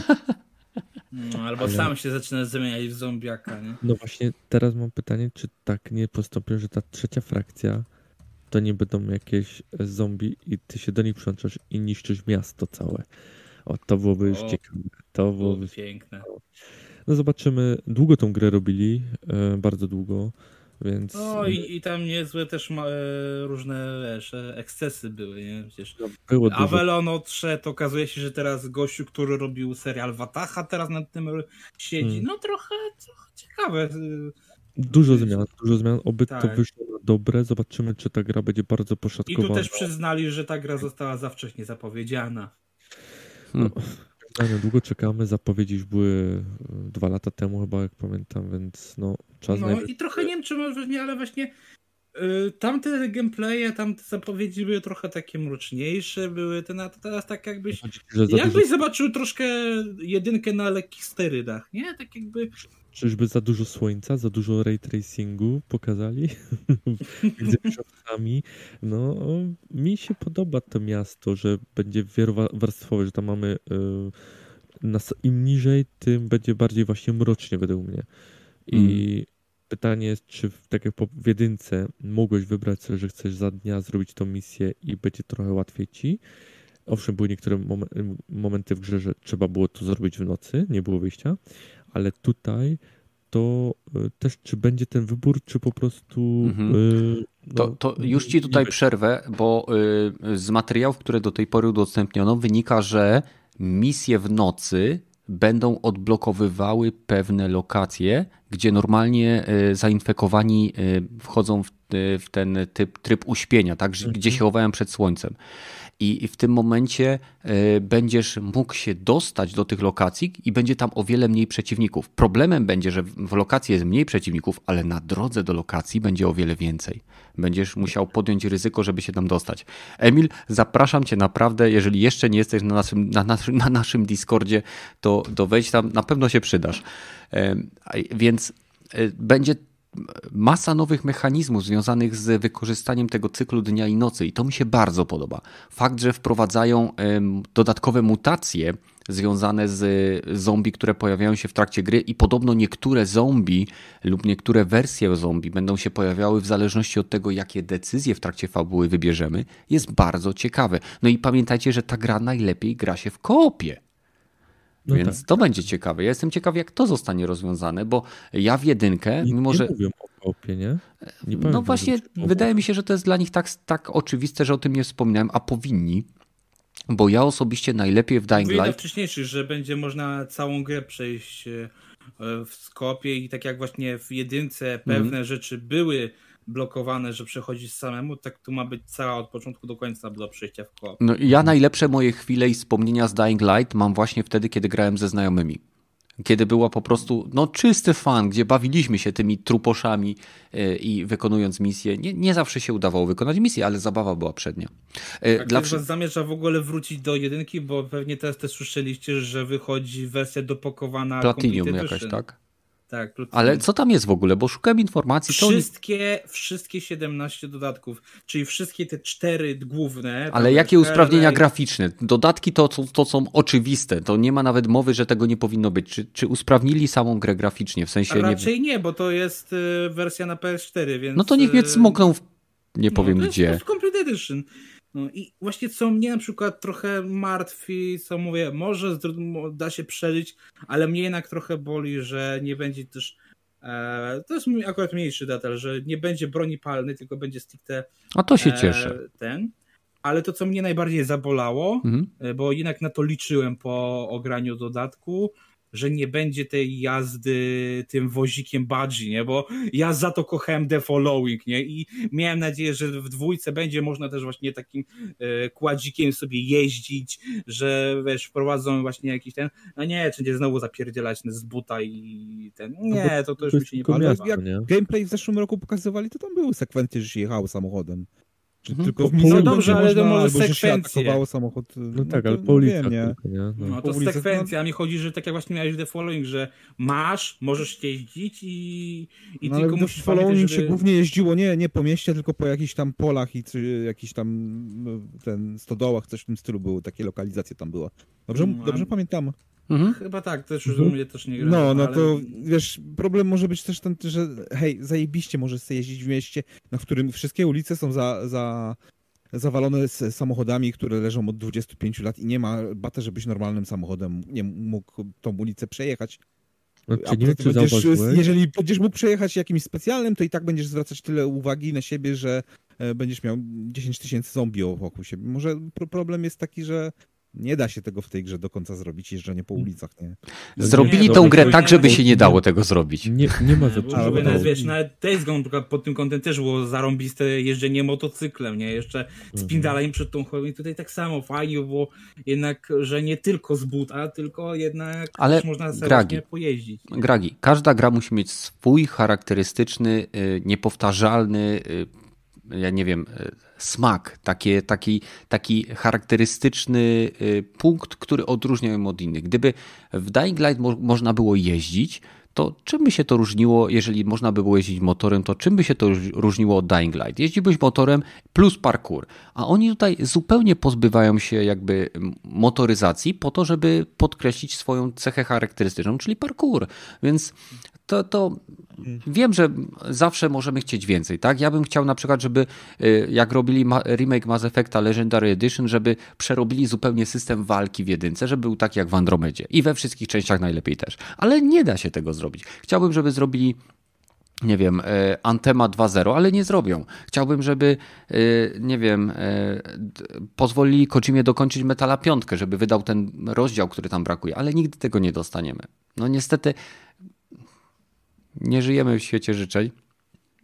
No, albo ale... sam się zaczyna zamieniać w zombiaka, nie? No właśnie, teraz mam pytanie, czy tak nie postąpią, że ta trzecia frakcja to nie będą jakieś zombie i ty się do nich przyłączasz i niszczysz miasto całe. O, to byłoby już o, ciekawe. To byłoby piękne. No zobaczymy. Długo tą grę robili, e, bardzo długo, więc... No i, i tam niezłe też ma, e, różne wiesz, ekscesy były, nie? Przecież no, było Avalon odszedł, okazuje się, że teraz gościu, który robił serial Wataha, teraz nad tym siedzi. Hmm. No trochę, trochę ciekawe. Dużo zmian, dużo zmian, oby tak. to wyszło na dobre, zobaczymy, czy ta gra będzie bardzo poszatkowana. I tu też przyznali, że ta gra została za wcześnie zapowiedziana. Hmm. No, długo czekamy, zapowiedzi już były dwa lata temu chyba, jak pamiętam, więc no czas... No najpierw... i trochę nie wiem, czy może nie, ale właśnie yy, tamte gameplaye, tamte zapowiedzi były trochę takie mroczniejsze, były te, na, teraz tak jakbyś... Jakbyś dużo... zobaczył troszkę jedynkę na lekkich sterydach, nie? Tak jakby... Czyżby za dużo słońca, za dużo ray tracingu pokazali między krzaczkami. No, mi się podoba to miasto, że będzie wielowarstwowe, że tam mamy yy, nas, im niżej, tym będzie bardziej właśnie mrocznie według mnie. I mm. pytanie jest, czy tak jak w jedynce mogłeś wybrać sobie, że chcesz za dnia zrobić tą misję i będzie trochę łatwiej ci. Owszem, były niektóre mom- momenty w grze, że trzeba było to zrobić w nocy, nie było wyjścia, ale tutaj to y, też czy będzie ten wybór, czy po prostu... Mhm. Y, no, to, to już ci tutaj przerwę, bo y, z materiałów, które do tej pory udostępniono, wynika, że misje w nocy będą odblokowywały pewne lokacje, gdzie normalnie y, zainfekowani y, wchodzą w w ten typ, tryb uśpienia, tak? Mhm. Gdzie się chowałem przed słońcem. I w tym momencie będziesz mógł się dostać do tych lokacji i będzie tam o wiele mniej przeciwników. Problemem będzie, że w lokacji jest mniej przeciwników, ale na drodze do lokacji będzie o wiele więcej. Będziesz musiał podjąć ryzyko, żeby się tam dostać. Emil, zapraszam cię naprawdę, jeżeli jeszcze nie jesteś na naszym, na naszym, na naszym Discordzie, to, to wejdź tam, na pewno się przydasz. Więc będzie masa nowych mechanizmów związanych z wykorzystaniem tego cyklu dnia i nocy i to mi się bardzo podoba. Fakt, że wprowadzają dodatkowe mutacje związane z zombie, które pojawiają się w trakcie gry i podobno niektóre zombie lub niektóre wersje zombie będą się pojawiały w zależności od tego, jakie decyzje w trakcie fabuły wybierzemy, jest bardzo ciekawe. No i pamiętajcie, że ta gra najlepiej gra się w koopie. No Więc tak. to będzie ciekawe. Ja jestem ciekaw, jak to zostanie rozwiązane, bo ja w jedynkę, nie, mimo nie że... mówią o koopie, nie? nie no właśnie, wydaje mi się, że to jest dla nich tak, tak oczywiste, że o tym nie wspominałem, a powinni. Bo ja osobiście najlepiej w Dying Light... wcześniejszy, że będzie można całą grę przejść w skopie i tak jak właśnie w jedynce pewne mm. rzeczy były blokowane, że przechodzisz samemu, tak tu ma być cała od początku do końca do przejścia w koop. No ja najlepsze moje chwile i wspomnienia z Dying Light mam właśnie wtedy, kiedy grałem ze znajomymi. Kiedy była po prostu no czysty fan, gdzie bawiliśmy się tymi truposzami i wykonując misje. Nie, nie zawsze się udawało wykonać misję, ale zabawa była przednia. A Dla... ktoś was zamierza w ogóle wrócić do jedynki, bo pewnie teraz też słyszeliście, że wychodzi wersja dopakowana Platinum jakaś, tak? Tak, ale co tam jest w ogóle? Bo szukałem informacji. Wszystkie, to... wszystkie siedemnaście dodatków, czyli wszystkie te cztery główne. Ale jakie usprawnienia graficzne? Dodatki to, to, to są oczywiste. To nie ma nawet mowy, że tego nie powinno być. Czy, czy usprawnili samą grę graficznie? W sensie raczej nie, nie, bo to jest wersja na P S cztery, więc... No to niech mnie smokną w... nie powiem no, gdzie. To jest Complete Edition. No i właśnie co mnie na przykład trochę martwi, co mówię, może da się przeżyć, ale mnie jednak trochę boli, że nie będzie też, e, to jest akurat mniejszy detal, że nie będzie broni palnej, tylko będzie stricte A to się e, cieszę. Ten. Ale to, co mnie najbardziej zabolało, mhm. bo jednak na to liczyłem po ograniu dodatku, że nie będzie tej jazdy tym wozikiem Budgie, nie? Bo ja za to kochałem The Following, nie? I miałem nadzieję, że w dwójce będzie można też właśnie takim e, kładzikiem sobie jeździć, że wiesz, wprowadzą właśnie jakiś ten, no nie, czy nie znowu zapierdzielać z buta i ten, nie, to, to już mi się nie podoba. Jak gameplay w zeszłym roku pokazywali, to tam były sekwencje, że się jechało samochodem. Mhm. Tylko w no dobrze, ale to może sekwencje. Samochód, no, no tak, ale po ulicach nie. nie? No, no to sekwencja, a mi chodzi, że tak jak właśnie miałeś The Following, że masz, możesz jeździć i, i no, tylko ale musisz w Following żeby... się głównie jeździło nie, nie po mieście, tylko po jakichś tam polach i czy, jakichś tam ten stodołach, coś w tym stylu było, takie lokalizacje tam było. Dobrze, no, dobrze pamiętam? Mhm. Chyba tak, też już mhm. też nie grałem. No, no ale... to wiesz, problem może być też ten, że hej, zajebiście możesz sobie jeździć w mieście, na którym wszystkie ulice są za, za, zawalone z samochodami, które leżą od dwudziestu pięciu lat i nie ma bata, żebyś normalnym samochodem nie mógł tą ulicę przejechać. No, czy nie, czy będziesz, jeżeli będziesz mógł przejechać jakimś specjalnym, to i tak będziesz zwracać tyle uwagi na siebie, że będziesz miał dziesięć tysięcy zombie wokół siebie. Może problem jest taki, że nie da się tego w tej grze do końca zrobić, jeżdżenie po ulicach, nie? Zrobili nie, tą grę tak, żeby się nie dało tego zrobić. Nie, nie ma za dużo. Nawet, wiesz, nawet Days Gone pod tym kątem też było zarąbiste jeżdżenie motocyklem, nie? Jeszcze spindaleniem przed tą chorą i tutaj tak samo fajnie było jednak, że nie tylko z buta, tylko jednak ale można sobie pojeździć. Nie? Gragi, każda gra musi mieć swój charakterystyczny, niepowtarzalny, ja nie wiem, smak, taki, taki, taki charakterystyczny punkt, który odróżnia ją od innych. Gdyby w Dying Light mo- można było jeździć, to czym by się to różniło, jeżeli można by było jeździć motorem, to czym by się to różniło od Dying Light? Jeździłbyś motorem plus parkour, a oni tutaj zupełnie pozbywają się jakby motoryzacji po to, żeby podkreślić swoją cechę charakterystyczną, czyli parkour, więc to, to wiem, że zawsze możemy chcieć więcej, tak? Ja bym chciał na przykład, żeby jak robili remake Mass Effecta Legendary Edition, żeby przerobili zupełnie system walki w jedynce, żeby był taki jak w Andromedzie i we wszystkich częściach najlepiej też, ale nie da się tego zrobić. Chciałbym, żeby zrobili nie wiem, Anthema dwa zero, ale nie zrobią. Chciałbym, żeby nie wiem, pozwolili Kojimie dokończyć Metala piątkę, żeby wydał ten rozdział, który tam brakuje, ale nigdy tego nie dostaniemy. No niestety nie żyjemy w świecie życzeń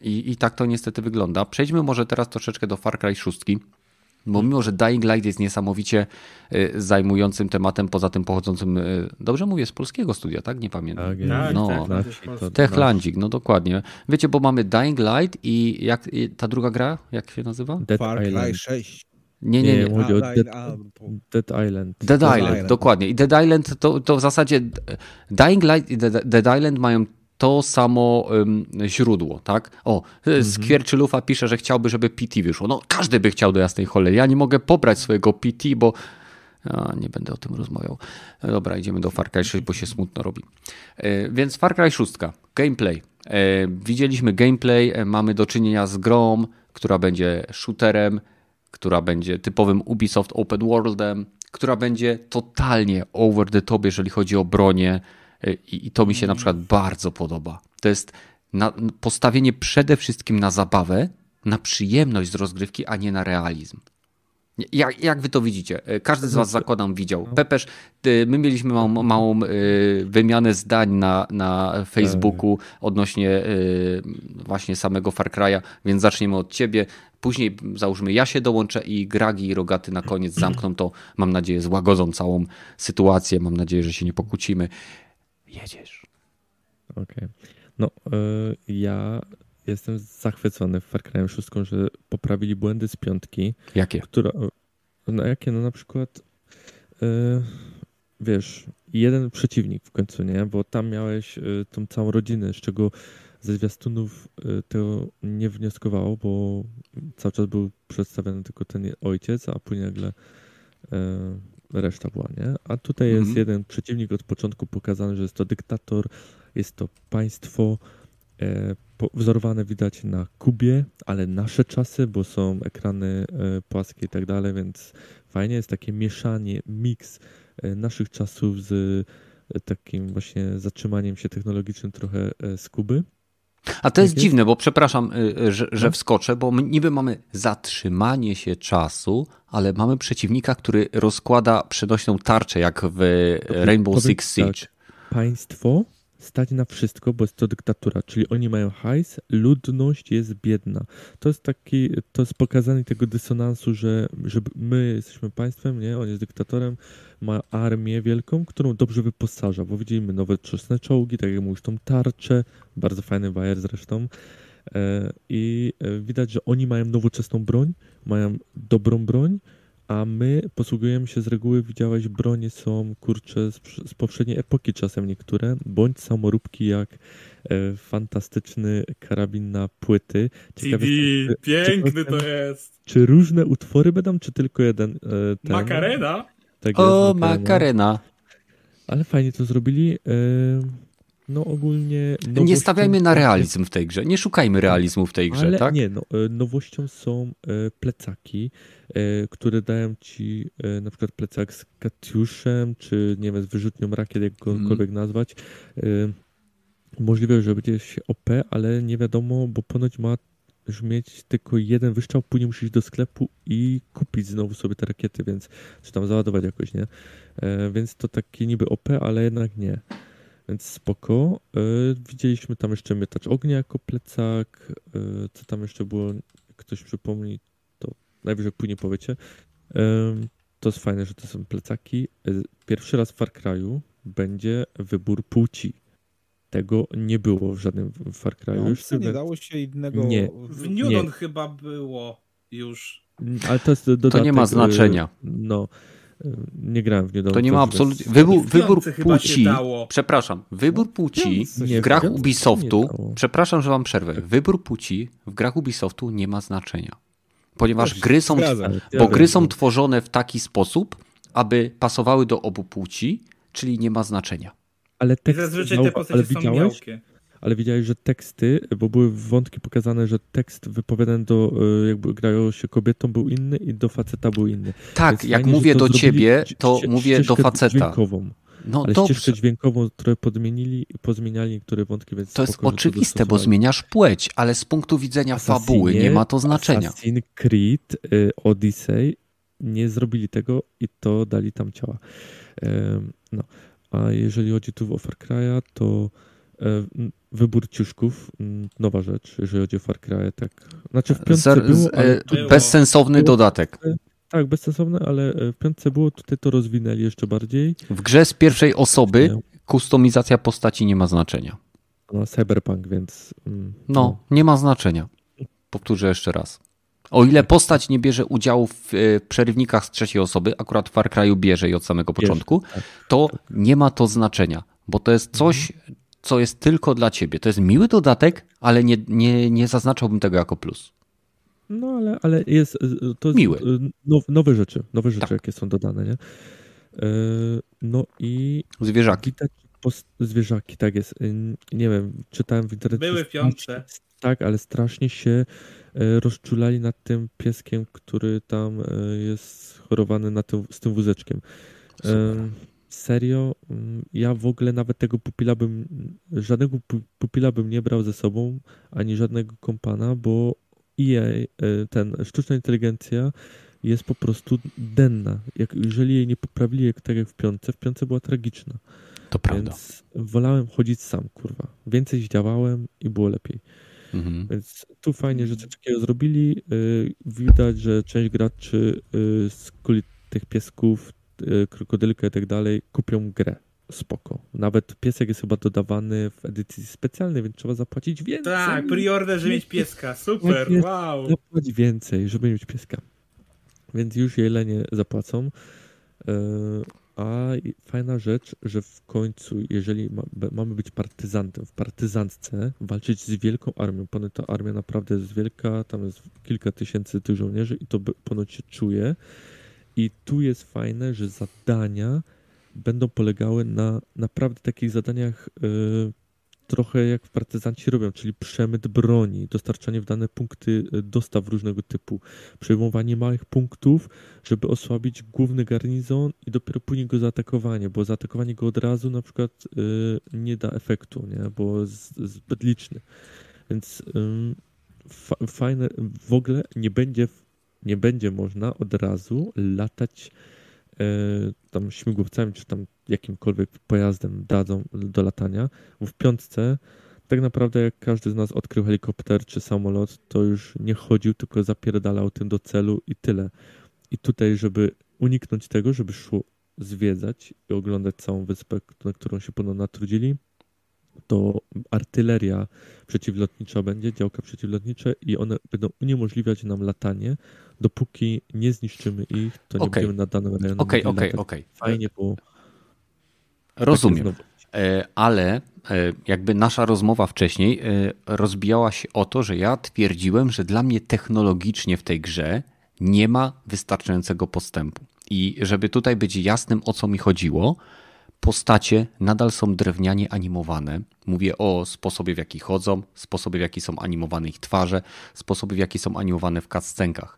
I, I tak to niestety wygląda. Przejdźmy może teraz troszeczkę do Far Cry sześć, bo mimo, że Dying Light jest niesamowicie y, zajmującym tematem, poza tym pochodzącym, y, dobrze mówię, z polskiego studia, tak? Nie pamiętam. Tak, Tak, no, tak, Techlandzik, no dokładnie. Wiecie, bo mamy Dying Light i jak i ta druga gra, jak się nazywa? Dead Far Cry Island. sześć. Nie, nie, nie. Nie, chodzi o A, Dead, a, Dead Island. Dead, Dead Island, Island. dokładnie. I Dead Island to, to w zasadzie Dying Light i Dead, Dead Island mają to samo um, źródło, tak? O, mhm. Skwierczylufa pisze, że chciałby, żeby P T wyszło. No, każdy by chciał do jasnej cholery. Ja nie mogę pobrać swojego P T, bo a, nie będę o tym rozmawiał. Dobra, idziemy do Far Cry sześć, bo się smutno robi. E, więc Far Cry sześć, gameplay. E, widzieliśmy gameplay, e, mamy do czynienia z grą, która będzie shooterem, która będzie typowym Ubisoft Open Worldem, która będzie totalnie over the top, jeżeli chodzi o bronię. I to mi się na przykład bardzo podoba. To jest na, postawienie przede wszystkim na zabawę, na przyjemność z rozgrywki, a nie na realizm. Jak, jak wy to widzicie? Każdy z was, zakładam, widział. Pepeż, my mieliśmy małą, małą wymianę zdań na, na Facebooku odnośnie właśnie samego Far Cry'a, więc zaczniemy od ciebie. Później załóżmy ja się dołączę i Gragi i Rogaty na koniec zamkną to. Mam nadzieję, złagodzą całą sytuację. Mam nadzieję, że się nie pokłócimy. Jedziesz. Okej. Okay. No, y, ja jestem zachwycony Far Cry'em sześć, że poprawili błędy z piątki. Jakie? Która, no jakie? No na przykład y, wiesz, jeden przeciwnik w końcu, nie? Bo tam miałeś y, tą całą rodzinę, z czego ze zwiastunów y, to nie wnioskowało, bo cały czas był przedstawiony tylko ten ojciec, a później nagle y, reszta była, nie? A tutaj jest mm. jeden przeciwnik od początku pokazany, że jest to dyktator, jest to państwo e, po, wzorowane widać na Kubie, ale nasze czasy, bo są ekrany e, płaskie i tak dalej, więc fajnie jest takie mieszanie, miks e, naszych czasów z e, takim właśnie zatrzymaniem się technologicznym trochę e, z Kuby. A to jest, jest dziwne, bo przepraszam, że, że wskoczę, bo my niby mamy zatrzymanie się czasu, ale mamy przeciwnika, który rozkłada przenośną tarczę, jak w Rainbow Powiem Six Siege. Tak, państwo stać na wszystko, bo jest to dyktatura, czyli oni mają hajs, ludność jest biedna. To jest taki, to jest pokazanie tego dysonansu, że, że my jesteśmy państwem, nie? On jest dyktatorem, ma armię wielką, którą dobrze wyposaża, bo widzimy nowoczesne czołgi, tak jak mówisz, tą tarczę, bardzo fajny bajer zresztą. I widać, że oni mają nowoczesną broń, mają dobrą broń, a my posługujemy się z reguły, widziałeś, bronie są, kurcze, z, z poprzedniej epoki czasem niektóre, bądź samoróbki jak e, fantastyczny karabin na płyty. Ciekawe, czy, piękny czy, to jest. Czy różne utwory będą, czy tylko jeden? E, ten? Makarena? Tak o, jest, Makarena. Makarena. Ale fajnie to zrobili. E, No ogólnie... Nie stawiajmy na realizm w tej grze. Nie szukajmy realizmu w tej grze, ale tak? nie, no, nowością są plecaki, które dają ci na przykład plecak z katiuszem, czy nie wiem, z wyrzutnią rakiet, jakkolwiek hmm. nazwać. Możliwe, że będzie się O P, ale nie wiadomo, bo ponoć ma już mieć tylko jeden wystrzał, później musisz iść do sklepu i kupić znowu sobie te rakiety, więc czy tam załadować jakoś, nie? Więc to takie niby O P, ale jednak nie. Więc spoko. Yy, widzieliśmy tam jeszcze miotacz ognia jako plecak. Yy, co tam jeszcze było? Ktoś przypomni, to najwyżej później powiecie. Yy, to jest fajne, że to są plecaki. Yy, pierwszy raz w Far Cry'u będzie wybór płci. Tego nie było w żadnym Far Cry'u. No, już nie dało się innego... Nie. W Newton chyba było już. Ale to jest dodatek, to nie ma znaczenia. Yy, no. Nie grałem w nie To nie ma absolutnie... Wybór, wybór płci... Przepraszam. Wybór płci w grach Ubisoftu... Przepraszam, że wam przerwę. Wybór płci w grach Ubisoftu nie ma znaczenia. Ponieważ gry są... Bo gry są tworzone w taki sposób, aby pasowały do obu płci, czyli nie ma znaczenia. Ale tekst... Zazwyczaj te postacie ale są widziałeś? miałkie. Ale widziałeś, że teksty, bo były wątki pokazane, że tekst wypowiadany do, jakby grało się kobietą, był inny i do faceta był inny. Tak, Więc jak fajnie, mówię do ciebie, to ści- mówię do faceta. Dźwiękową. No ale dobrze. ścieżkę dźwiękową, które podmienili i pozmieniali niektóre wątki. Więc to jest spoko, oczywiste, bo zmieniasz płeć, ale z punktu widzenia Assassinie, fabuły nie ma to znaczenia. Assassin's Creed, y, Odyssey nie zrobili tego i to dali tam ciała. Ym, no. A jeżeli chodzi tu o Far Cry'a, to Wybór ciuszków, nowa rzecz, jeżeli chodzi o Far Cry, tak. Znaczy w piątce Zer, było, ale było. Bezsensowny było, dodatek. Tak, bezsensowny, ale w piątce było, tutaj to rozwinęli jeszcze bardziej. W grze z pierwszej osoby kustomizacja postaci nie ma znaczenia. No, Cyberpunk, więc... No, no, nie ma znaczenia. Powtórzę jeszcze raz. O ile postać nie bierze udziału w przerywnikach z trzeciej osoby, akurat w Far Cry'u bierze i od samego bierze, początku, tak, to tak. nie ma to znaczenia, bo to jest coś, mhm. co jest tylko dla ciebie. To jest miły dodatek, ale nie, nie, nie zaznaczałbym tego jako plus. No, ale, ale jest to jest miły. Now, nowe rzeczy, nowe rzeczy, tak. jakie są dodane, nie? No i... Zwierzaki. Widać post... Zwierzaki, tak jest. Nie wiem, czytałem w internecie. Były w piątce. Tak, ale strasznie się rozczulali nad tym pieskiem, który tam jest chorowany na tym, z tym wózeczkiem. Super. Serio, ja w ogóle nawet tego pupila bym, żadnego pupila bym nie brał ze sobą, ani żadnego kompana, bo E A, ten sztuczna inteligencja jest po prostu denna. Jak, jeżeli jej nie poprawili, jak, tak jak w piątce, w piątce była tragiczna. To prawda. Więc wolałem chodzić sam, kurwa. Więcej zdziałałem i było lepiej. Mhm. Więc tu fajnie, że coś takiego zrobili. Widać, że część graczy z kuli tych piesków, krokodylka i tak dalej, kupią grę. Spoko. Nawet piesek jest chyba dodawany w edycji specjalnej, więc trzeba zapłacić więcej. Tak, pre-order, żeby mieć pieska. Super, tak wow. Zapłacić więcej, żeby mieć pieska. Więc już jelenie zapłacą. A fajna rzecz, że w końcu, jeżeli ma, mamy być partyzantem, w partyzantce walczyć z wielką armią, ponoć ta armia naprawdę jest wielka, tam jest kilka tysięcy tych żołnierzy i to ponoć się czuje. I tu jest fajne, że zadania będą polegały na naprawdę takich zadaniach yy, trochę jak w partyzanci robią, czyli przemyt broni, dostarczanie w dane punkty dostaw różnego typu, przejmowanie małych punktów, żeby osłabić główny garnizon i dopiero później go zaatakowanie, bo zaatakowanie go od razu na przykład yy, nie da efektu, nie? Bo jest zbyt liczny. Więc yy, fa fajne, w ogóle nie będzie, nie będzie można od razu latać tam śmigłowcami, czy tam jakimkolwiek pojazdem dadzą do latania. Bo w piątce tak naprawdę jak każdy z nas odkrył helikopter czy samolot, to już nie chodził, tylko zapierdalał tym do celu i tyle. I tutaj, żeby uniknąć tego, żeby szło zwiedzać i oglądać całą wyspę, na którą się ponownie natrudzili, to artyleria przeciwlotnicza będzie, działka przeciwlotnicze i one będą uniemożliwiać nam latanie, dopóki nie zniszczymy ich, to nie okay. będziemy na danym rejonie Okej, okej, okej. Fajnie, bo... Rozumiem, ale jakby nasza rozmowa wcześniej rozbijała się o to, że ja twierdziłem, że dla mnie technologicznie w tej grze nie ma wystarczającego postępu. I żeby tutaj być jasnym, o co mi chodziło, postacie nadal są drewnianie animowane. Mówię o sposobie, w jaki chodzą, sposobie, w jaki są animowane ich twarze, sposobie, w jaki są animowane w cutscenkach.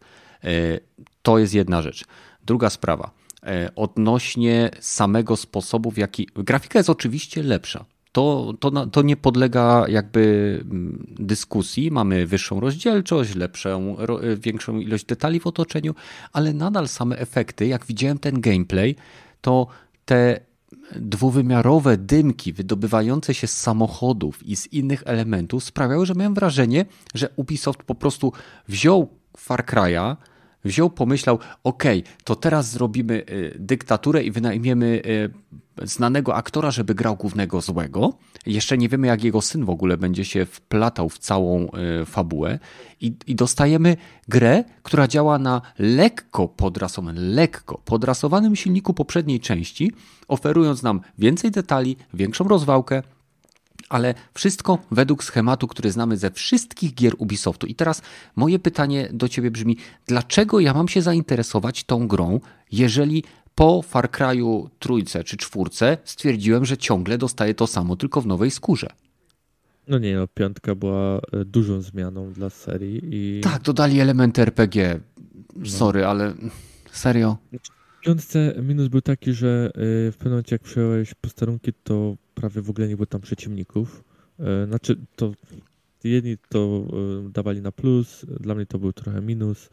To jest jedna rzecz. Druga sprawa. Odnośnie samego sposobu, w jaki... Grafika jest oczywiście lepsza. To, to, to nie podlega jakby dyskusji. Mamy wyższą rozdzielczość, lepszą, większą ilość detali w otoczeniu, ale nadal same efekty, jak widziałem ten gameplay, to te dwuwymiarowe dymki wydobywające się z samochodów i z innych elementów sprawiały, że miałem wrażenie, że Ubisoft po prostu wziął Far Cry'a, wziął, pomyślał, okej, okay, to teraz zrobimy dyktaturę i wynajmiemy znanego aktora, żeby grał głównego złego. Jeszcze nie wiemy, jak jego syn w ogóle będzie się wplatał w całą fabułę. I, i dostajemy grę, która działa na lekko podrasowanym, lekko podrasowanym silniku poprzedniej części, oferując nam więcej detali, większą rozwałkę, ale wszystko według schematu, który znamy ze wszystkich gier Ubisoftu. I teraz moje pytanie do ciebie brzmi, dlaczego ja mam się zainteresować tą grą, jeżeli po Far Cry'u trójce czy czwórce stwierdziłem, że ciągle dostaję to samo, tylko w nowej skórze? No nie, no piątka była dużą zmianą dla serii. I... Tak, dodali elementy R P G. Sorry, no. ale serio? W piątce minus był taki, że w pewnym momencie jak przejąłeś posterunki, to prawie w ogóle nie było tam przeciwników. Znaczy, to jedni to dawali na plus, dla mnie to był trochę minus.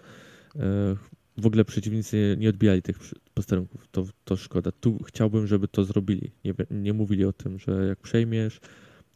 W ogóle przeciwnicy nie odbijali tych posterunków, to, to szkoda. Tu chciałbym, żeby to zrobili. Nie, nie mówili o tym, że jak przejmiesz,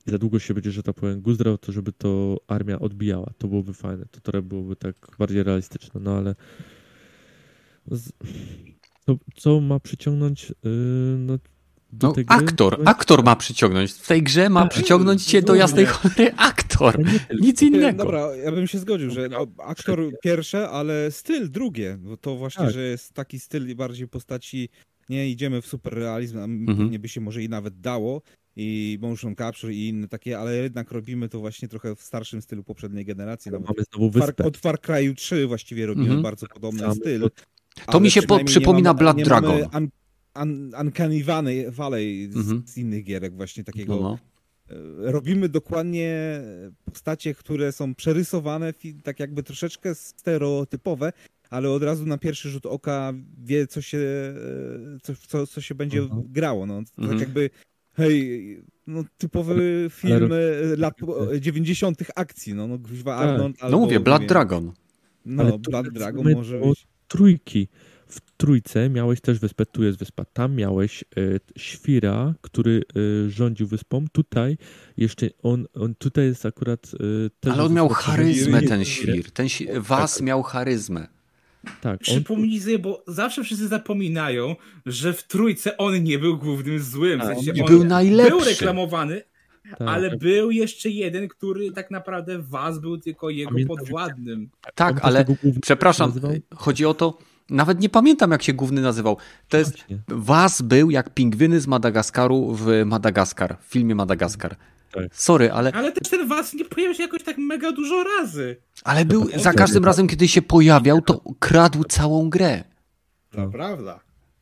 i za długo się będzie, że tak powiem, guzdrał, to żeby to armia odbijała. To byłoby fajne. To trochę byłoby tak bardziej realistyczne, no ale z... to, co ma przyciągnąć yy, no, do No, tej gry? aktor, aktor ma przyciągnąć. W tej grze ma przyciągnąć cię do jasnej cholery aktor. Nic innego. Dobra, ja bym się zgodził, że no, aktor pierwsze, ale styl drugie. Bo to właśnie, Tak. że jest taki styl bardziej postaci, nie idziemy w superrealizm, a Mhm. pewnie by się może i nawet dało. I motion capture i inne takie, ale jednak robimy to właśnie trochę w starszym stylu poprzedniej generacji. Nawet Mamy znowu Far, wyspę. od Far Cry'u trzy właściwie robimy Mhm. bardzo podobny Same styl. to- To mi się po, przynajmniej przypomina nie mamy, Blood nie Dragon. Mamy un, un, Uncanny Valley, Valley z, Mhm. z innych gierek właśnie takiego. No, no. E, Robimy dokładnie postacie, które są przerysowane, fi- tak jakby troszeczkę stereotypowe, ale od razu na pierwszy rzut oka wie, co się, e, co, co, co się będzie Mhm. grało. No. Mhm. Tak jakby, hej, no, typowy film e, lat dziewięćdziesiątych akcji. No, no, Gruźwa Tak. Arnold No albo, mówię, nie Blood wiem, Dragon. No, Ale tu Blood Dragon wracamy może do być. trójki. W trójce miałeś też wyspę, tu jest wyspa. Tam miałeś y, Świra, który y, rządził wyspą. Tutaj jeszcze on, on tutaj jest akurat y, też Ale on miał wyspa- charyzmę, ten Świr. świr. Ten si- Was miał charyzmę. Tak, on, Przypomnij sobie, bo zawsze wszyscy zapominają, że w trójce on nie był głównym złym. W A, sensie I on był najlepszy. był reklamowany, tak, ale był jeszcze jeden, który tak naprawdę was był tylko jego Pamiętam, że- podwładnym. Tak, on ale tego głównego przepraszam, nazywał? chodzi o to, nawet nie pamiętam jak się główny nazywał. To jest, Właśnie. Was był jak pingwiny z Madagaskaru w Madagaskar, w filmie Madagaskar. Tak. Sorry, ale, Ale też ten was nie pojawił się jakoś tak mega dużo razy. ale był, tak, za tak. każdym razem, kiedy się pojawiał, to kradł całą grę. No. Prawda.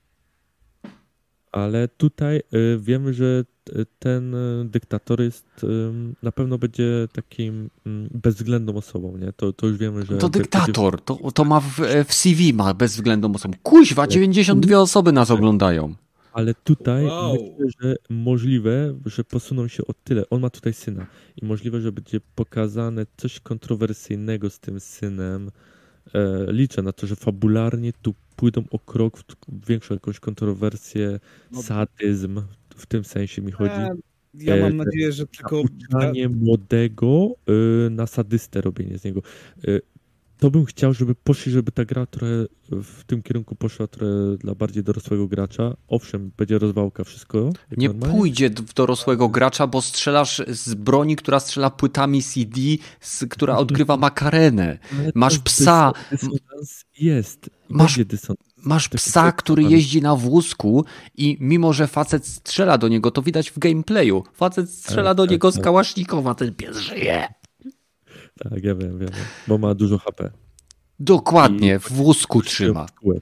Ale tutaj y, wiemy, że t- ten y, dyktator jest y, na pewno będzie takim y, bezwzględną osobą, nie? To, to już wiemy, że... To będzie- dyktator, to, to ma w, w C V ma bezwzględną osobą. Kuźwa, dziewięćdziesiąt dwie osoby nas oglądają. Ale tutaj Wow. myślę, że możliwe, że posuną się o tyle. On ma tutaj syna i możliwe, że będzie pokazane coś kontrowersyjnego z tym synem. E, liczę na to, że fabularnie tu pójdą o krok w t- większą jakąś kontrowersję, No. sadyzm, w tym sensie mi chodzi. Ja, ja E, mam nadzieję, że tylko... Nauczanie młodego y, na sadystę robienie z niego. Y, to bym chciał, żeby poszli, żeby ta gra trochę w tym kierunku poszła trochę dla bardziej dorosłego gracza. Owszem, będzie rozwałka, wszystko. jak Nie normalnie. pójdzie w dorosłego gracza, bo strzelasz z broni, która strzela płytami C D, z, która odgrywa makarenę. Ale Masz też psa. dys- Dysonans jest. I Masz- będzie dysonans. Masz Taki psa, tak który zwany. jeździ na wózku i mimo, że facet strzela do niego, to widać w gameplayu. Facet strzela Tak, do tak, niego z tak. kałasznikowa, ten pies żyje. Tak, ja wiem, wiem. Bo ma dużo H P. Dokładnie, I- w wózku trzyma. Kółek.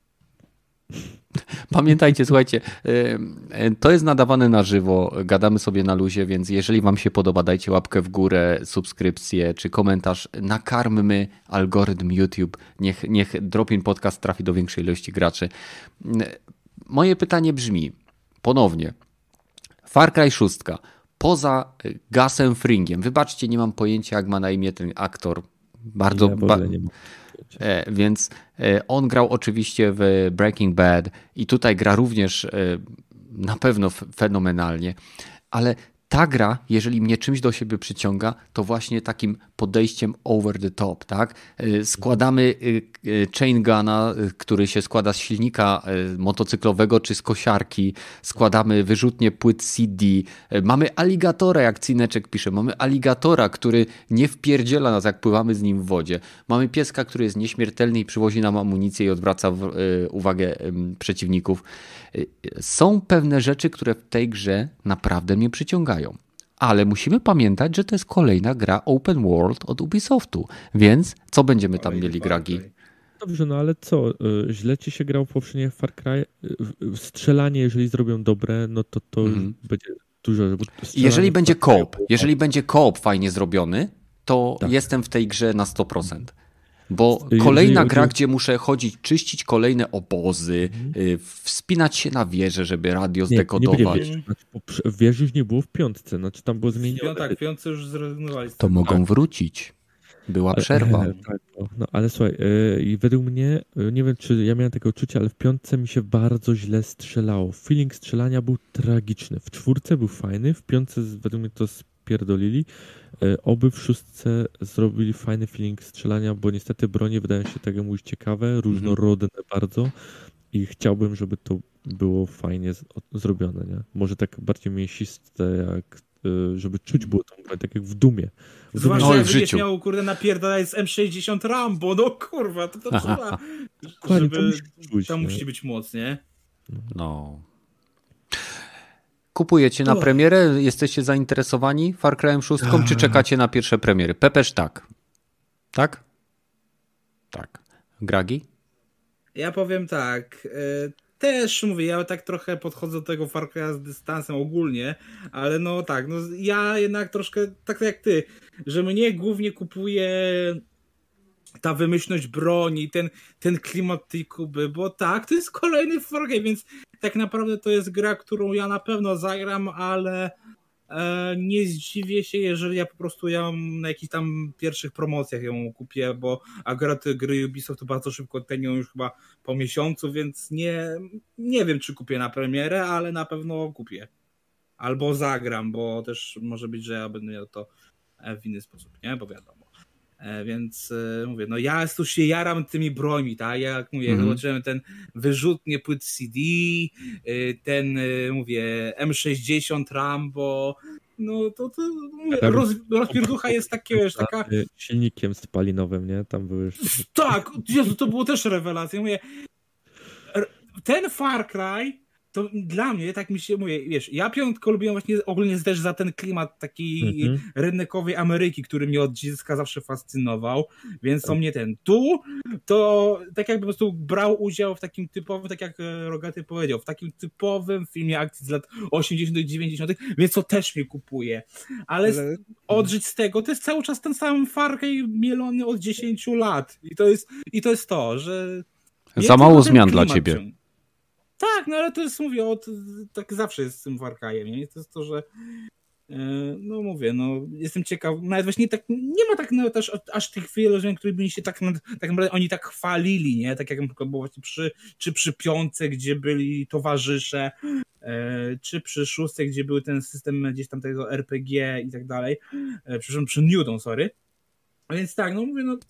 Pamiętajcie, słuchajcie, y, y, to jest nadawane na żywo, gadamy sobie na luzie, więc jeżeli wam się podoba, dajcie łapkę w górę, subskrypcję czy komentarz. Nakarmmy algorytm YouTube, niech, niech Drop-in Podcast trafi do większej ilości graczy. Y, Moje pytanie brzmi, ponownie, Far Cry sześć, poza y, Gusem Fringiem, wybaczcie, nie mam pojęcia jak ma na imię ten aktor, bardzo... Ja w ba- ogóle nie mam. E, Więc e, on grał oczywiście w Breaking Bad i tutaj gra również e, na pewno f- fenomenalnie, ale ta gra, jeżeli mnie czymś do siebie przyciąga, to właśnie takim podejściem over the top, tak? E, Składamy e, e, chain guna, e, który się składa z silnika e, motocyklowego czy z kosiarki, składamy wyrzutnie płyt C D, e, mamy aligatora, jak Cineczek pisze, mamy aligatora, który nie wpierdziela nas, jak pływamy z nim w wodzie. Mamy pieska, który jest nieśmiertelny i przywozi nam amunicję i odwraca w, e, uwagę em, przeciwników. E, Są pewne rzeczy, które w tej grze naprawdę mnie przyciągają. Ale musimy pamiętać, że to jest kolejna gra open world od Ubisoftu. Więc co będziemy tam mieli, Gragi? Dobrze, no ale co? y, Źle ci się grał w poprzedniej Far Cry? Y, w- Strzelanie, jeżeli zrobią dobre, no to to Mhm. będzie dużo. Bo strzelanie Jeżeli w będzie Far Cry'u koop, było- jeżeli będzie koop fajnie zrobiony, to Tak. jestem w tej grze na sto procent. Bo Jeżeli kolejna chodzi gra, o- gdzie muszę chodzić, czyścić kolejne obozy, y, wspinać się na wieżę, żeby radio zdekodować. Nie, nie będzie wieży. Znaczy, poprze- wieży już nie było w piątce, znaczy tam było zmienione. No tak, w piątce już zrezygnowali z To tego. mogą wrócić. Była Ale- przerwa. Tak, No, no ale słuchaj, yy, i według mnie, yy, nie wiem czy ja miałem takie uczucie, ale w piątce mi się bardzo źle strzelało. Feeling strzelania był tragiczny. W czwórce był fajny, w piątce według mnie to spierdolili. Yy, oby w szóstce zrobili fajny feeling strzelania, bo niestety bronie wydają się, tak jak mówisz, ciekawe, różnorodne mm-hmm. bardzo i chciałbym, żeby to było fajnie z, o, zrobione, nie? Może tak bardziej mięsiste, jak żeby czuć było tą broń, tak jak w Dumie. W Zwłaszcza jak będziesz miał, kurde, napierdalać z M sześćdziesiąt Rambo, no kurwa, to, to trzeba, żeby, to musi, czuć, tam musi być moc, nie? No. Kupujecie na oh. premierę? Jesteście zainteresowani Far Cry'em sześć, czy czekacie na pierwsze premiery? Pepeż tak. Tak? Tak. Gragi? Ja powiem tak, y- Też mówię, ja tak trochę podchodzę do tego Far Cry'a z dystansem ogólnie, ale no tak, no ja jednak troszkę tak jak ty, że mnie głównie kupuje ta wymyślność broni, ten, ten klimat tej Kuby, bo tak, to jest kolejny Far Cry, więc tak naprawdę to jest gra, którą ja na pewno zagram, ale e, nie zdziwię się, jeżeli ja po prostu ją na jakichś tam pierwszych promocjach ją kupię, bo akurat gry Ubisoft to bardzo szybko tenią już chyba po miesiącu, więc nie, nie wiem, czy kupię na premierę, ale na pewno kupię. Albo zagram, bo też może być, że ja będę miał to w inny sposób, nie? Bo wiadomo. Więc mówię, no ja tu się jaram tymi brońmi, tak? Jak mówię, mm-hmm. zobaczyłem ten wyrzutnie płyt C D, ten, mówię, M sześćdziesiąt Rambo, no to, to mówię, roz, rozpierducha jest takie, wiesz, taka... Silnikiem spalinowym, nie? Tam były jeszcze... Tak, Jezu, to było też rewelacja. Mówię, ten Far Cry to dla mnie, tak mi się mówi, wiesz, ja piątkę lubiłem właśnie ogólnie też za ten klimat takiej mm-hmm. rynkowej Ameryki, który mnie od dziecka zawsze fascynował, więc to mnie ten tu, to tak jakbym po prostu brał udział w takim typowym, tak jak Rogaty powiedział, w takim typowym filmie akcji z lat osiemdziesiątych, dziewięćdziesiątych, więc to też mnie kupuje. Ale, Ale... odżyć z tego, to jest cały czas ten sam Far Cry mielony od dziesięciu lat. I to jest, i to, jest to, że... Za mało zmian dla ciebie. Tak, no ale to jest, mówię, od, tak zawsze jest z tym Far Cry'em, nie? To jest to, że no mówię, no jestem ciekaw, nawet właśnie tak, nie ma tak nawet aż, aż tych wielu zmian, które by się tak, tak naprawdę oni tak chwalili, nie? Tak jak na przykład było właśnie przy, czy przy piątce, gdzie byli towarzysze, e, czy przy szóstce, gdzie był ten system gdzieś tam tego R P G i tak dalej, e, przepraszam, przy Newton, sorry. A więc tak, no mówię, no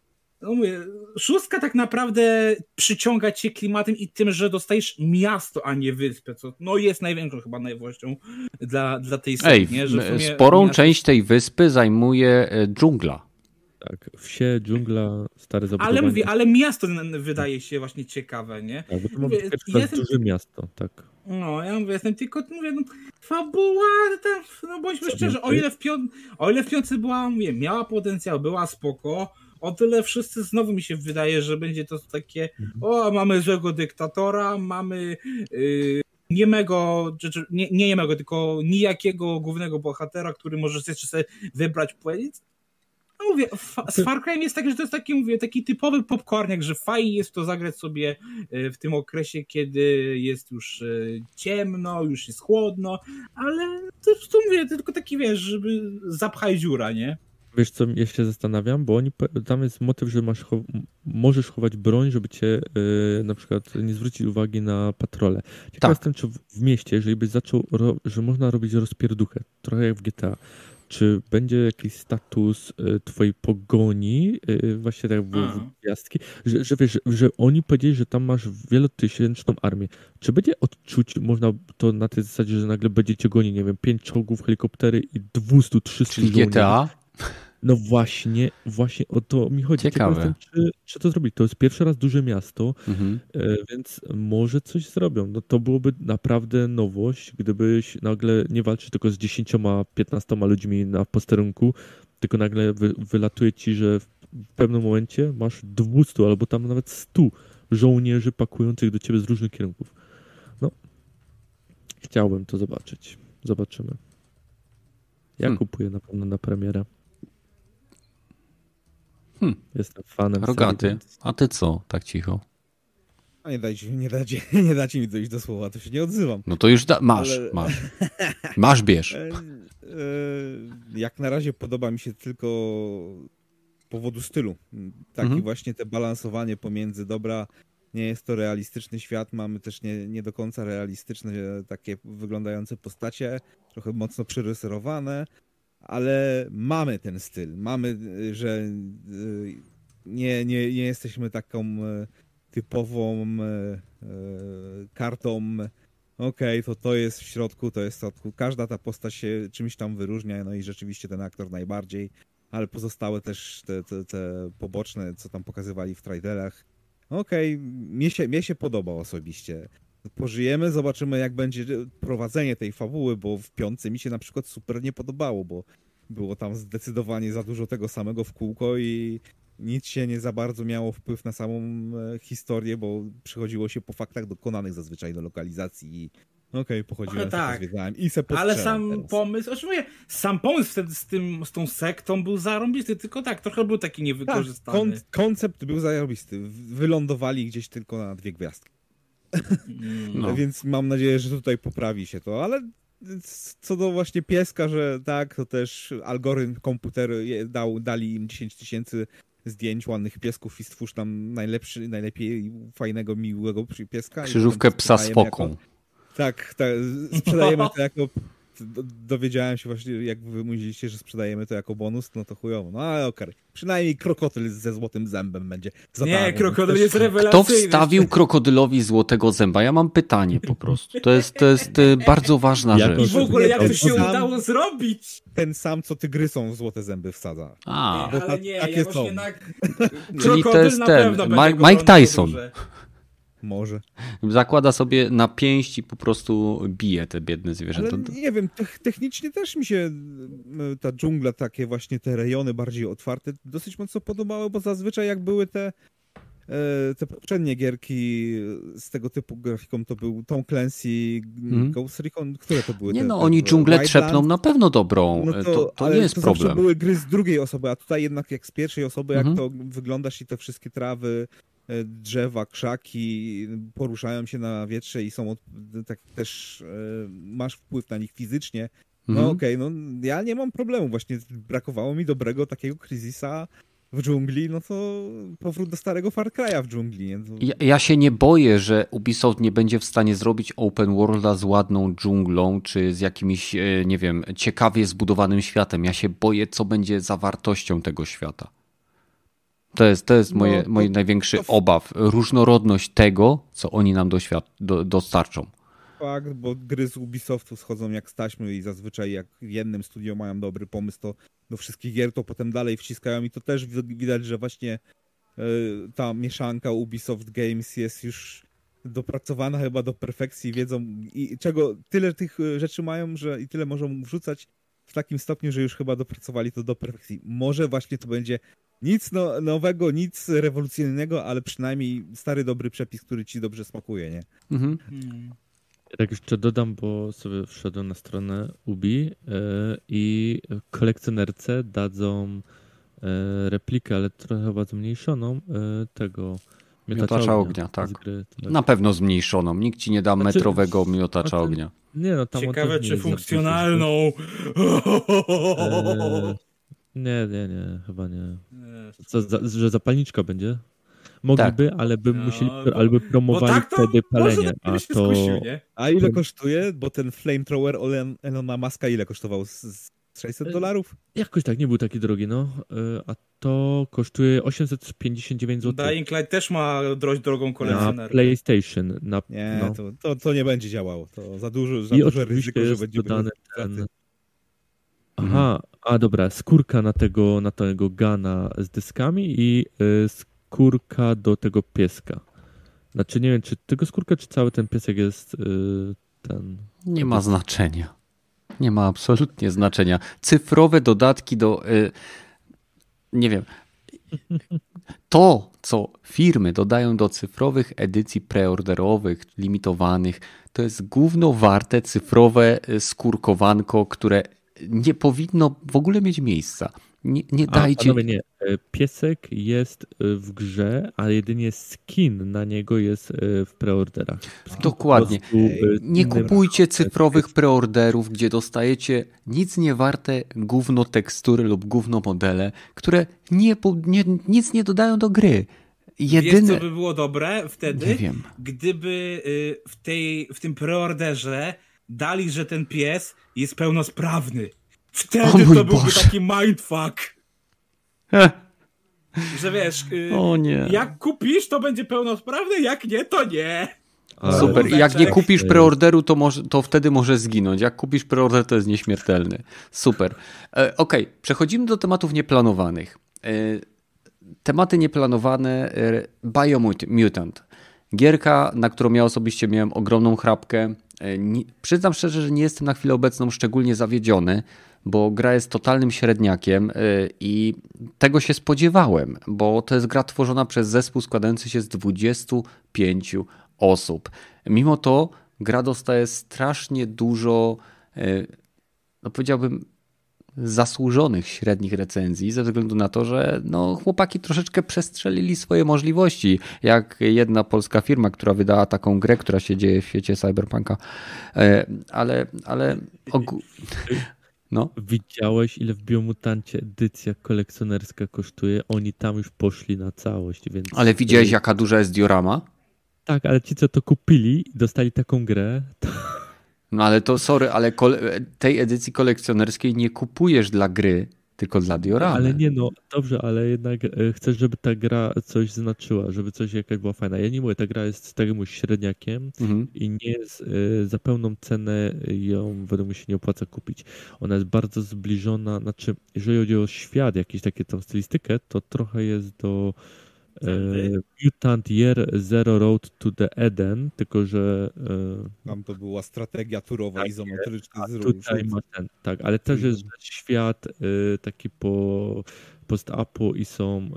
No mówię, szóstka tak naprawdę przyciąga cię klimatem i tym, że dostajesz miasto, a nie wyspę, co no jest największą chyba najwłaścią dla, dla tej serii. Ej, nie? Że sporą miasto... część tej wyspy zajmuje dżungla. Tak, wsie, dżungla, stare zabudowanie. Ale mówię, ale miasto wydaje się właśnie ciekawe, nie? Tak, bo to mówię, ma być duże miasto, tak. No, ja mówię, jestem tylko, mówię, no, fabuła, tam, no bądźmy Co szczerzy, o ile, w pią... o ile w piątce była, mówię, miała potencjał, była spoko, o tyle wszyscy znowu mi się wydaje, że będzie to takie, o, mamy złego dyktatora, mamy yy, niemego, czy, nie, nie niemego, tylko nijakiego głównego bohatera, który może jeszcze sobie wybrać płeć. No mówię, fa- z Far Cry'em jest tak, że to jest taki, mówię, taki typowy popcorniak, że fajnie jest to zagrać sobie w tym okresie, kiedy jest już ciemno, już jest chłodno, ale to, to mówię, tylko taki, wiesz, żeby zapchać dziura, nie? Wiesz co, ja się zastanawiam, bo oni, tam jest motyw, że masz chow- możesz chować broń, żeby cię yy, na przykład nie zwrócić uwagi na patrole. Ciekaw tak. jestem, czy w, w mieście, jeżeli byś zaczął, ro- że można robić rozpierduchę, trochę jak w G T A, czy będzie jakiś status y, twojej pogoni, y, właśnie tak w, w gwiazdki, że, że wiesz, że, że oni powiedzieli, że tam masz wielotysięczną armię. Czy będzie odczuć, można to na tej zasadzie, że nagle będziecie gonić, nie wiem, pięć czołgów, helikoptery i dwieście trzysta Czyli G T A? No właśnie, właśnie o to mi chodzi. Ciekawe. Ciekawe jestem, czy, czy to zrobić. To jest pierwszy raz duże miasto, mhm. więc może coś zrobią. No to byłoby naprawdę nowość, gdybyś nagle nie walczył tylko z dziesięcioma, piętnastoma ludźmi na posterunku, tylko nagle wy, wylatuje ci, że w pewnym momencie masz dwieście albo tam nawet stu żołnierzy pakujących do ciebie z różnych kierunków. No, chciałbym to zobaczyć. Zobaczymy. Ja hmm. kupuję na pewno na premierę. Hmm. Jestem fanem. Rogaty, serii, więc... a ty co? Tak cicho. A nie dajcie, nie dacie, nie dacie mi dojść do słowa, to się nie odzywam. No to już da- masz, Ale... masz. Masz, bierz. Jak na razie podoba mi się tylko powodu stylu. Taki mhm. właśnie te balansowanie pomiędzy dobra, nie jest to realistyczny świat, mamy też nie, nie do końca realistyczne takie wyglądające postacie, trochę mocno przyrysowane, ale mamy ten styl. Mamy, że nie, nie, nie jesteśmy taką typową kartą. Okej, okay, to to jest w środku, to jest w środku. Każda ta postać się czymś tam wyróżnia, no i rzeczywiście ten aktor najbardziej, ale pozostałe też te, te, te poboczne, co tam pokazywali w trailerach. Okej, okay, mnie się, mnie się podoba osobiście. Pożyjemy, zobaczymy jak będzie prowadzenie tej fabuły, bo w piątce mi się na przykład super nie podobało, bo było tam zdecydowanie za dużo tego samego w kółko i nic się nie za bardzo miało wpływ na samą historię, bo przychodziło się po faktach dokonanych zazwyczaj do lokalizacji i okej, okay, pochodziłem, tak. Zwiedzałem i se ale sam teraz. pomysł, oczywiście, sam pomysł wtedy z, tym, z tą sektą był zarąbisty, tylko tak, trochę był taki niewykorzystany. Tak, kon- koncept był zarąbisty. Wylądowali gdzieś tylko na dwie gwiazdki. No. Więc mam nadzieję, że tutaj poprawi się to, ale co do właśnie pieska, że tak, to też algorytm komputeru dał, dali im dziesięć tysięcy zdjęć ładnych piesków i stwórz tam najlepszy, najlepiej fajnego, miłego pieska. Krzyżówkę psa z foką. Jako, tak, tak, sprzedajemy to jako... Dowiedziałem się właśnie, jak wy mówiliście, że sprzedajemy to jako bonus, no to chujowo. No ale okej. Okay. Przynajmniej krokodyl ze złotym zębem będzie zabawą. Nie, krokodyl jest rewelacyjny. Kto wstawił krokodylowi złotego zęba? Ja mam pytanie po prostu. To jest, to jest bardzo ważna rzecz. I w ogóle jak to się udało zrobić? Ten sam, co tygrysom w złote zęby wsadza. A, nie, ale nie, ja właśnie na... Czyli to jest ten, Mike, Mike Tyson. Może. Zakłada sobie na pięść i po prostu bije te biedne zwierzęta. Ale nie wiem, technicznie też mi się ta dżungla, takie właśnie te rejony bardziej otwarte dosyć mocno podobały, bo zazwyczaj jak były te te poprzednie gierki z tego typu grafiką, to był Tom Clancy, hmm. Ghost Recon, które to były? Nie te, no, te, oni dżunglę Wildlands? trzepną na pewno dobrą, no to, to, to nie jest to problem. To były gry z drugiej osoby, a tutaj jednak jak z pierwszej osoby, mhm. jak to wyglądasz i te wszystkie trawy, drzewa, krzaki poruszają się na wietrze i są tak też masz wpływ na nich fizycznie. No mhm. okej, okay, no ja nie mam problemu, właśnie brakowało mi dobrego takiego Crysisa w dżungli, no to powrót do starego Far Cry'a w dżungli. Nie? To... Ja, ja się nie boję, że Ubisoft nie będzie w stanie zrobić open worlda z ładną dżunglą, czy z jakimś, nie wiem, ciekawie zbudowanym światem. Ja się boję, co będzie zawartością tego świata. To jest, to jest no, moje, to, mój największy to... obaw. Różnorodność tego, co oni nam do świat, do, dostarczą. Fakt, bo gry z Ubisoftu schodzą jak z taśmy i zazwyczaj jak w jednym studio mają dobry pomysł, to do wszystkich gier to potem dalej wciskają i to też widać, że właśnie y, ta mieszanka Ubisoft Games jest już dopracowana chyba do perfekcji, wiedzą i czego tyle tych rzeczy mają, że i tyle możą wrzucać w takim stopniu, że już chyba dopracowali to do perfekcji. Może właśnie to będzie nic no, nowego, nic rewolucyjnego, ale przynajmniej stary, dobry przepis, który ci dobrze smakuje, nie? Mhm. Hmm. Tak jeszcze dodam, bo sobie wszedłem na stronę Ubi yy, i kolekcjonerce dadzą yy, replikę, ale trochę chyba zmniejszoną yy, tego miotacza, miotacza ognia. ognia tak. Gry, tak. Na pewno zmniejszoną. Nikt ci nie da znaczy, metrowego miotacza znaczy, ognia. Nie, no, tam ciekawe, czy funkcjonalną. Yy, nie, nie, nie, chyba nie. Co, za, że zapalniczka będzie? Mogliby, tak. ale by no, musieli, bo, albo promowali tak to, wtedy palenie. A, to... skusił, nie? a ile kosztuje? Bo ten flamethrower Elona Muska ile kosztował? Z sześćset dolarów? Jakoś tak, nie był taki drogi, no. A to kosztuje osiemset pięćdziesiąt dziewięć złotych. Dying Light też ma dość drogą kolekcjonerkę. Na PlayStation. Na, nie, no. to, to, to nie będzie działało. To za dużo, za I duże ryzyko, że będzie dodany ten... Aha, a dobra, skórka na tego, na tego gana z dyskami i y, skórka do tego pieska. Znaczy nie wiem, czy tego skórka, czy cały ten piesek jest yy, ten... Nie ma znaczenia. Nie ma absolutnie znaczenia. Cyfrowe dodatki do... Yy, nie wiem. To, co firmy dodają do cyfrowych edycji preorderowych, limitowanych, to jest gówno warte cyfrowe skórkowanko, które nie powinno w ogóle mieć miejsca. Nie, nie dajcie... A, panowie, nie. Piesek jest w grze, a jedynie skin na niego jest w preorderach. Dokładnie. Nie kupujcie cyfrowych preorderów, gdzie dostajecie nic nie warte gówno tekstury lub gówno modele, które nie, nie, nic nie dodają do gry. Jedyne... Wiesz, co by było dobre wtedy? Nie wiem. Gdyby w, tej, w tym preorderze dali, że ten pies jest pełnosprawny. Wtedy to byłby Boże. taki mindfuck. Że wiesz, o nie. jak kupisz, to będzie pełnosprawny, jak nie, to nie. Ale super. Jak nie kupisz preorderu, to, może, to wtedy może zginąć. Jak kupisz preorder, to jest nieśmiertelny. Super. E, Okej, okay. Przechodzimy do tematów nieplanowanych. E, tematy nieplanowane. E, Biomutant. Gierka, na którą ja osobiście miałem ogromną chrapkę. E, nie, przyznam szczerze, że nie jestem na chwilę obecną szczególnie zawiedziony, bo gra jest totalnym średniakiem i tego się spodziewałem, bo to jest gra tworzona przez zespół składający się z dwudziestu pięciu osób. Mimo to gra dostaje strasznie dużo, no powiedziałbym, zasłużonych średnich recenzji ze względu na to, że no, chłopaki troszeczkę przestrzelili swoje możliwości, jak jedna polska firma, która wydała taką grę, która się dzieje w świecie cyberpunka, ale, ale ogół... No. Widziałeś, ile w Biomutancie edycja kolekcjonerska kosztuje? Oni tam już poszli na całość. Więc... Ale widziałeś, jaka duża jest diorama? Tak, ale ci, co to kupili, dostali taką grę. To... No ale to, sorry, ale tej edycji kolekcjonerskiej nie kupujesz dla gry, tylko dla dioramy. Ale nie, no dobrze, ale jednak chcesz, żeby ta gra coś znaczyła, żeby coś jakaś była fajna. Ja nie mówię, ta gra jest tak jak mówię, średniakiem mhm. i nie jest za pełną cenę ją według mnie się nie opłaca kupić. Ona jest bardzo zbliżona, znaczy jeżeli chodzi o świat, jakąś takie tam stylistykę, to trochę jest do e, Mutant Year Zero Road to the Eden, tylko że e, tam to była strategia turowa tak, izometryczna. A tutaj ma ten, tak, ale też jest świat e, taki po post-apu i są e,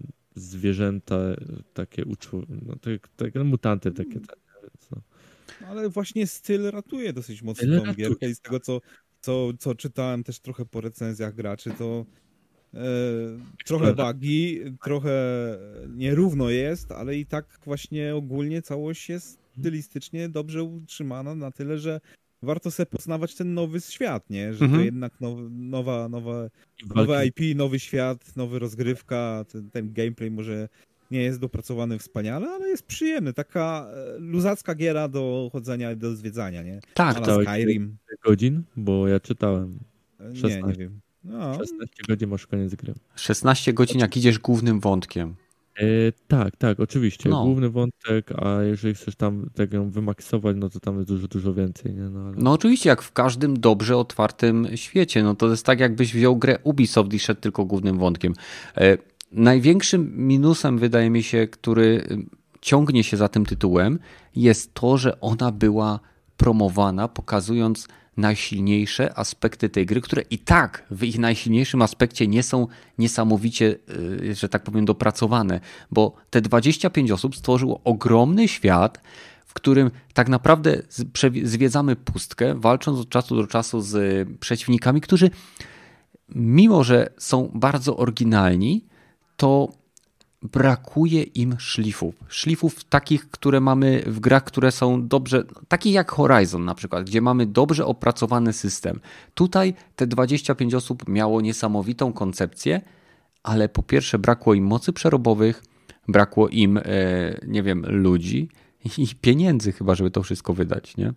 zwierzęta takie uczu, no, tak, tak, mutanty takie. Tak, więc no. Ale właśnie styl ratuje dosyć mocno styl tą ratuje. Gierkę i z tego co, co, co czytałem też trochę po recenzjach graczy, to e, trochę bugi, trochę nierówno jest, ale i tak właśnie ogólnie całość jest stylistycznie dobrze utrzymana na tyle, że warto sobie poznawać ten nowy świat, nie? Że mhm. to jednak now, nowa, nowa, nowe I P, nowy świat, nowa rozgrywka, ten, ten gameplay może nie jest dopracowany wspaniale, ale jest przyjemny. Taka luzacka giera do chodzenia i do zwiedzania, nie? Tak, to Skyrim. godzin, bo ja czytałem. szesnaście. Nie, nie wiem. No. szesnaście godzin masz koniec gry. szesnaście godzin, jak idziesz głównym wątkiem. E, tak, tak, oczywiście. No. Główny wątek, a jeżeli chcesz tam tak ją wymaksować, no to tam jest dużo, dużo więcej. Nie? No, ale... no oczywiście, jak w każdym dobrze otwartym świecie. No to jest tak, jakbyś wziął grę Ubisoft i szedł tylko głównym wątkiem. E, największym minusem, wydaje mi się, który ciągnie się za tym tytułem, jest to, że ona była promowana, pokazując najsilniejsze aspekty tej gry, które i tak w ich najsilniejszym aspekcie nie są niesamowicie, że tak powiem, dopracowane, bo te dwadzieścia pięć osób stworzyło ogromny świat, w którym tak naprawdę zwiedzamy pustkę, walcząc od czasu do czasu z przeciwnikami, którzy mimo, że są bardzo oryginalni, to brakuje im szlifów. Szlifów takich, które mamy w grach, które są dobrze, takich jak Horizon na przykład, gdzie mamy dobrze opracowany system. Tutaj te dwadzieścia pięć osób miało niesamowitą koncepcję, ale po pierwsze brakło im mocy przerobowych, brakło im, e, nie wiem, ludzi i pieniędzy chyba, żeby to wszystko wydać, nie?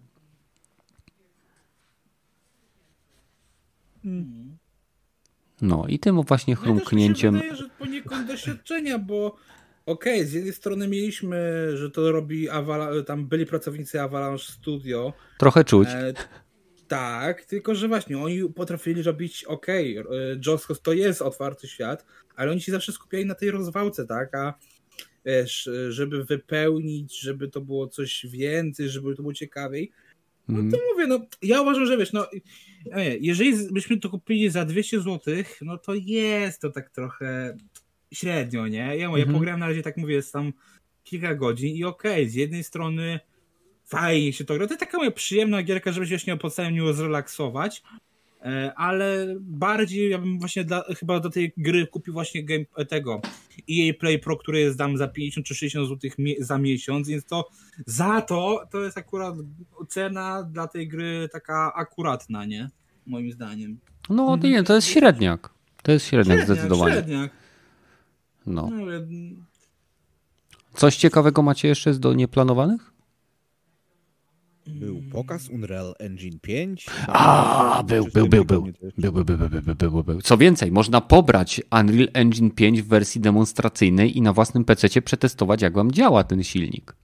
Hmm. No i tym właśnie chrumknięciem... No i też mi się wydaje, że poniekąd doświadczenia, bo okej, okay, z jednej strony mieliśmy, że to robi Avala- tam byli pracownicy Avalanche Studio. Trochę czuć. E, tak, tylko że właśnie oni potrafili robić, okej, okay, Just Cause to jest otwarty świat, ale oni się zawsze skupiali na tej rozwałce, tak, a wiesz, żeby wypełnić, żeby to było coś więcej, żeby to było ciekawiej. No to mówię, no ja uważam, że wiesz, no jeżeli byśmy to kupili za dwieście złotych, no to jest to tak trochę średnio, nie? Ja, mówię, mm-hmm. ja pograłem na razie, tak mówię, jest tam kilka godzin i okej, okay, z jednej strony fajnie się to gra, to jest taka moja przyjemna gierka, żeby się właśnie podstawem nią zrelaksować, ale bardziej ja bym właśnie dla, chyba do tej gry kupił właśnie game, tego E A Play Pro, który jest dam za pięćdziesiąt czy sześćdziesiąt złotych za miesiąc, więc to za to to jest akurat cena dla tej gry taka akuratna, nie? Moim zdaniem. No nie, to jest średniak. To jest średniak, średniak zdecydowanie. Średniak. No. Coś ciekawego macie jeszcze do nieplanowanych? Był pokaz Unreal Engine pięć. A, był, był, był, był. Był, był, był, był, był, był. Co więcej, można pobrać Unreal Engine pięć w wersji demonstracyjnej i na własnym pececie przetestować, jak wam działa ten silnik.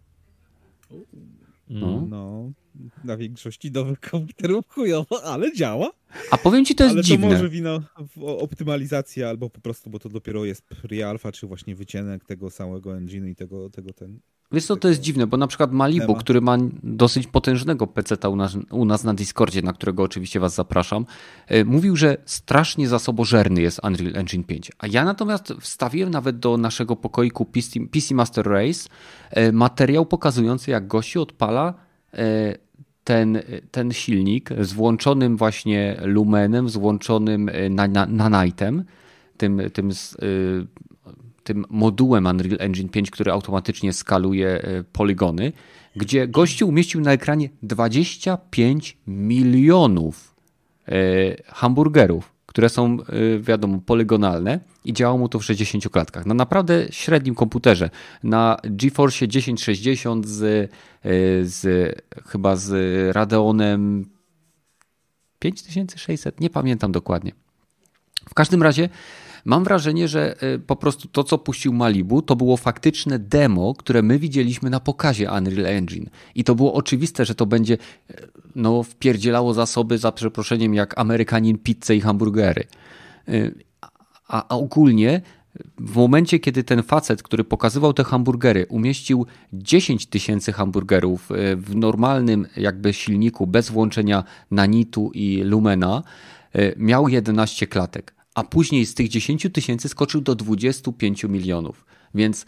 No, no na większości nowych komputerów chujowo, ale działa. A powiem ci, to jest ale dziwne. Ale to może wino optymalizacji, albo po prostu, bo to dopiero jest pre-alpha, czy właśnie wycienek tego samego engine'u i tego, tego ten... Wiesz co, to jest dziwne, bo na przykład Malibu, temat. który ma dosyć potężnego peceta u nas, u nas na Discordzie, na którego oczywiście was zapraszam, mówił, że strasznie zasobożerny jest Unreal Engine pięć. A ja natomiast wstawiłem nawet do naszego pokoiku P C, P C Master Race materiał pokazujący, jak gościu odpala ten, ten silnik z włączonym właśnie lumenem, z włączonym nanite'em, tym, tym tym modułem Unreal Engine pięć, który automatycznie skaluje poligony, gdzie gościu umieścił na ekranie dwadzieścia pięć milionów hamburgerów, które są, wiadomo, polygonalne i działa mu to w sześćdziesięciu klatkach. Na naprawdę średnim komputerze. Na GeForce tysiąc sześćdziesiąt z, z chyba z Radeonem pięć tysięcy sześćset, nie pamiętam dokładnie. W każdym razie mam wrażenie, że po prostu to, co puścił Malibu, to było faktyczne demo, które my widzieliśmy na pokazie Unreal Engine. I to było oczywiste, że to będzie no, wpierdzielało zasoby, za przeproszeniem, jak Amerykanin pizzę i hamburgery. A, a ogólnie w momencie, kiedy ten facet, który pokazywał te hamburgery, umieścił dziesięć tysięcy hamburgerów w normalnym jakby silniku, bez włączenia nanitu i lumena, miał jedenaście klatek. A później z tych dziesięć tysięcy skoczył do dwudziestu pięciu milionów. Więc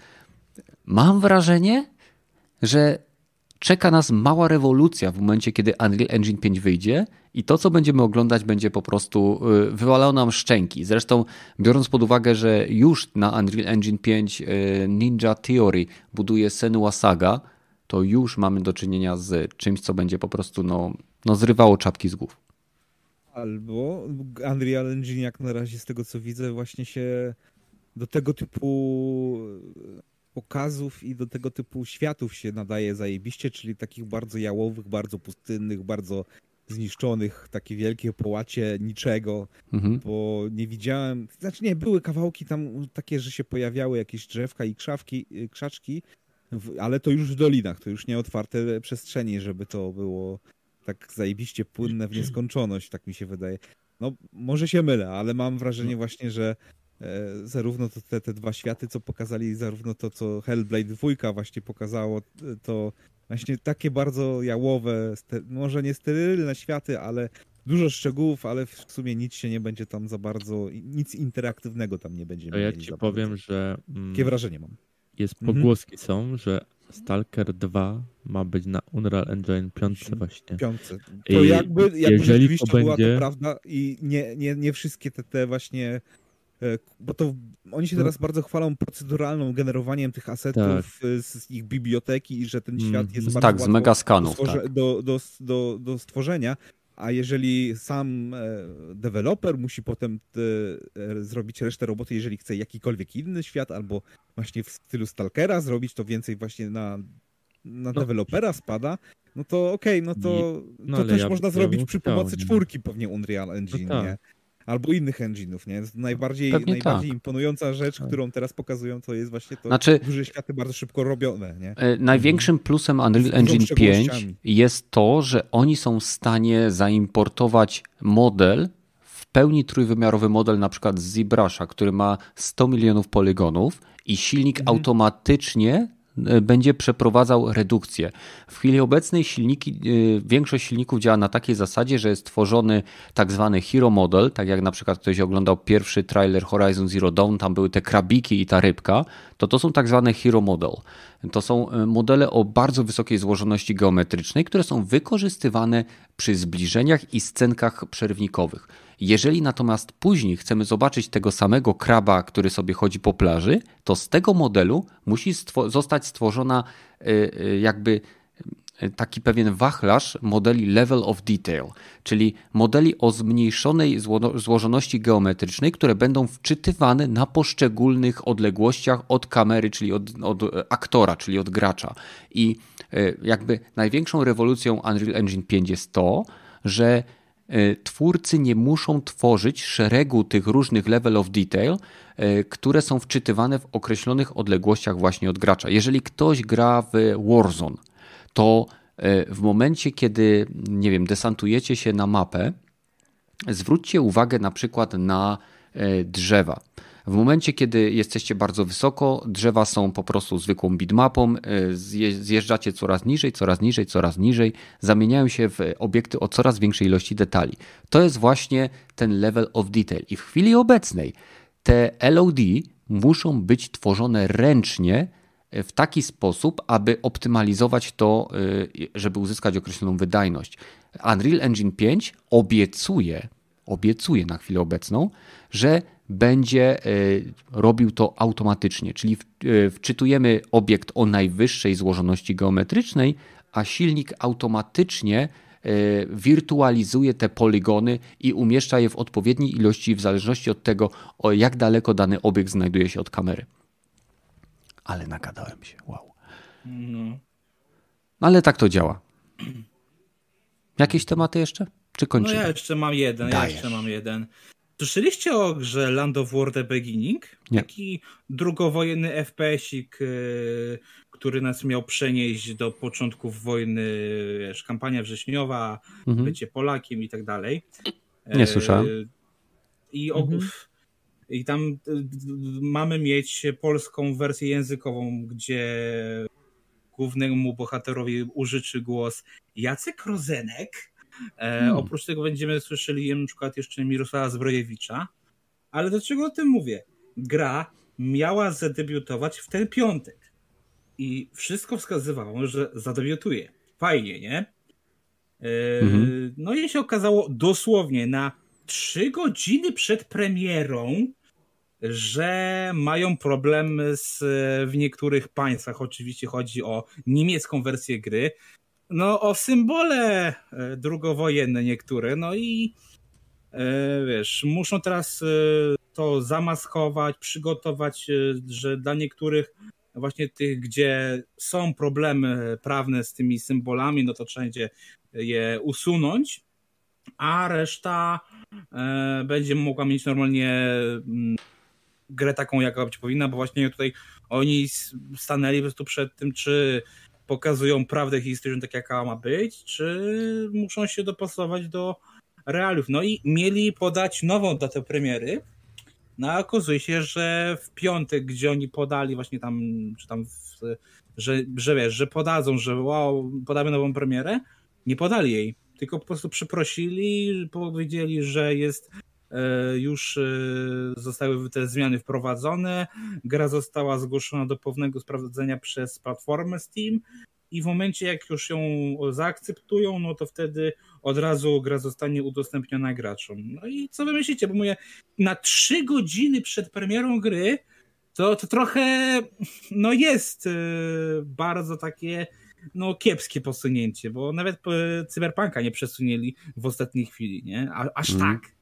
mam wrażenie, że czeka nas mała rewolucja w momencie, kiedy Unreal Engine pięć wyjdzie i to, co będziemy oglądać, będzie po prostu wywalało nam szczęki. Zresztą biorąc pod uwagę, że już na Unreal Engine pięć Ninja Theory buduje Senua Saga, to już mamy do czynienia z czymś, co będzie po prostu no, no zrywało czapki z głów. Albo Unreal Engine, jak na razie z tego co widzę, właśnie się do tego typu pokazów i do tego typu światów się nadaje zajebiście, czyli takich bardzo jałowych, bardzo pustynnych, bardzo zniszczonych, takie wielkie połacie niczego, mhm. bo nie widziałem, znaczy nie, były kawałki tam takie, że się pojawiały jakieś drzewka i krzawki, krzaczki, ale to już w dolinach, to już nie otwarte przestrzenie, żeby to było tak zajebiście płynne w nieskończoność, tak mi się wydaje. No, może się mylę, ale mam wrażenie właśnie, że e, zarówno to te, te dwa światy, co pokazali, zarówno to, co Hellblade dwa właśnie pokazało, to właśnie takie bardzo jałowe, ster- może nie sterylne światy, ale dużo szczegółów, ale w sumie nic się nie będzie tam za bardzo, nic interaktywnego tam nie będzie. To ja ci powiem, że... Mm, takie wrażenie mam. Jest pogłoski mhm. są, że Stalker dwa ma być na Unreal Engine pięć właśnie. Piątce. To I jakby, jakby jeżeli rzeczywiście to będzie... była to prawda i nie, nie, nie wszystkie te, te właśnie... Bo to oni się teraz no. bardzo chwalą proceduralną generowaniem tych asetów tak. z ich biblioteki i że ten świat jest mm. bardzo tak, z megaskanów, do, tak. do, do, do, do stworzenia. A jeżeli sam deweloper musi potem te, zrobić resztę roboty, jeżeli chce jakikolwiek inny świat, albo właśnie w stylu Stalkera zrobić, to więcej właśnie na, na no. dewelopera spada, no to okej, okay, no to, no, to też ja można zrobić przy pomocy chciał, czwórki nie? pewnie Unreal Engine, no tak. nie? Albo innych engine'ów, nie? Najbardziej, najbardziej tak. imponująca rzecz, tak. którą teraz pokazują, to jest właśnie to, znaczy, duże światy bardzo szybko robione, nie? Największym plusem Unreal Engine pięć jest to, że oni są w stanie zaimportować model, w pełni trójwymiarowy model na przykład z ZBrusha, który ma sto milionów polygonów i silnik mhm. automatycznie będzie przeprowadzał redukcję. W chwili obecnej silniki, większość silników działa na takiej zasadzie, że jest tworzony tak zwany hero model, tak jak na przykład ktoś oglądał pierwszy trailer Horizon Zero Dawn, tam były te krabiki i ta rybka, to to są tak zwane hero model. To są modele o bardzo wysokiej złożoności geometrycznej, które są wykorzystywane przy zbliżeniach i scenkach przerwnikowych. Jeżeli natomiast później chcemy zobaczyć tego samego kraba, który sobie chodzi po plaży, to z tego modelu musi stwo- zostać stworzona y, jakby taki pewien wachlarz modeli level of detail, czyli modeli o zmniejszonej zło- złożoności geometrycznej, które będą wczytywane na poszczególnych odległościach od kamery, czyli od, od aktora, czyli od gracza. I y, jakby największą rewolucją Unreal Engine pięć jest to, że twórcy nie muszą tworzyć szeregu tych różnych level of detail, które są wczytywane w określonych odległościach właśnie od gracza. Jeżeli ktoś gra w Warzone, to w momencie, kiedy, nie wiem, desantujecie się na mapę, zwróćcie uwagę na przykład na drzewa. W momencie, kiedy jesteście bardzo wysoko, drzewa są po prostu zwykłą bitmapą, zjeżdżacie coraz niżej, coraz niżej, coraz niżej, zamieniają się w obiekty o coraz większej ilości detali. To jest właśnie ten level of detail. I w chwili obecnej te L O D muszą być tworzone ręcznie w taki sposób, aby optymalizować to, żeby uzyskać określoną wydajność. Unreal Engine pięć obiecuje, obiecuje na chwilę obecną, że będzie robił to automatycznie, czyli wczytujemy obiekt o najwyższej złożoności geometrycznej, a silnik automatycznie wirtualizuje te poligony i umieszcza je w odpowiedniej ilości w zależności od tego, o jak daleko dany obiekt znajduje się od kamery. Ale nagadałem się, wow. No. Ale tak to działa. Jakieś tematy jeszcze? Czy kończymy? No ja jeszcze mam jeden, Dajesz. ja jeszcze mam jeden. Słyszeliście o grze Land of War The Beginning? Nie. Taki drugowojenny F P S-ik, który nas miał przenieść do początków wojny, wiesz, kampania wrześniowa, mhm. bycie Polakiem i tak dalej. Nie słyszałem. I, mhm. I tam mamy mieć polską wersję językową, gdzie głównemu bohaterowi użyczy głos Jacek Rozenek. Hmm. Oprócz tego będziemy słyszeli na przykład jeszcze Mirosława Zbrojewicza. Ale do czego o tym mówię? Gra miała zadebiutować w ten piątek. I wszystko wskazywało, że zadebiutuje. Fajnie, nie? Mhm. No i się okazało dosłownie na trzy godziny przed premierą, że mają problem z, w niektórych państwach. Oczywiście chodzi o niemiecką wersję gry. No o symbole drugowojenne niektóre, no i e, wiesz, muszą teraz e, to zamaskować, przygotować, e, że dla niektórych właśnie tych, gdzie są problemy prawne z tymi symbolami, no to trzeba będzie je usunąć, a reszta e, będzie mogła mieć normalnie m, grę taką, jaka być powinna, bo właśnie tutaj oni stanęli po prostu przed tym, czy pokazują prawdę historyczną tak, jaka ma być, czy muszą się dopasować do realiów. No i mieli podać nową datę premiery, no a okazuje się, że w piątek, gdzie oni podali właśnie tam, czy tam, w, że, że wiesz, że podadzą, że wow, podamy nową premierę, nie podali jej, tylko po prostu przeprosili, powiedzieli, że jest już zostały te zmiany wprowadzone, gra została zgłoszona do ponownego sprawdzenia przez platformę Steam i w momencie, jak już ją zaakceptują, no to wtedy od razu gra zostanie udostępniona graczom. No i co wy myślicie? Bo mówię, na trzy godziny przed premierą gry to, to trochę no jest bardzo takie no kiepskie posunięcie, bo nawet Cyberpunka nie przesunęli w ostatniej chwili, nie? A, aż mm. tak.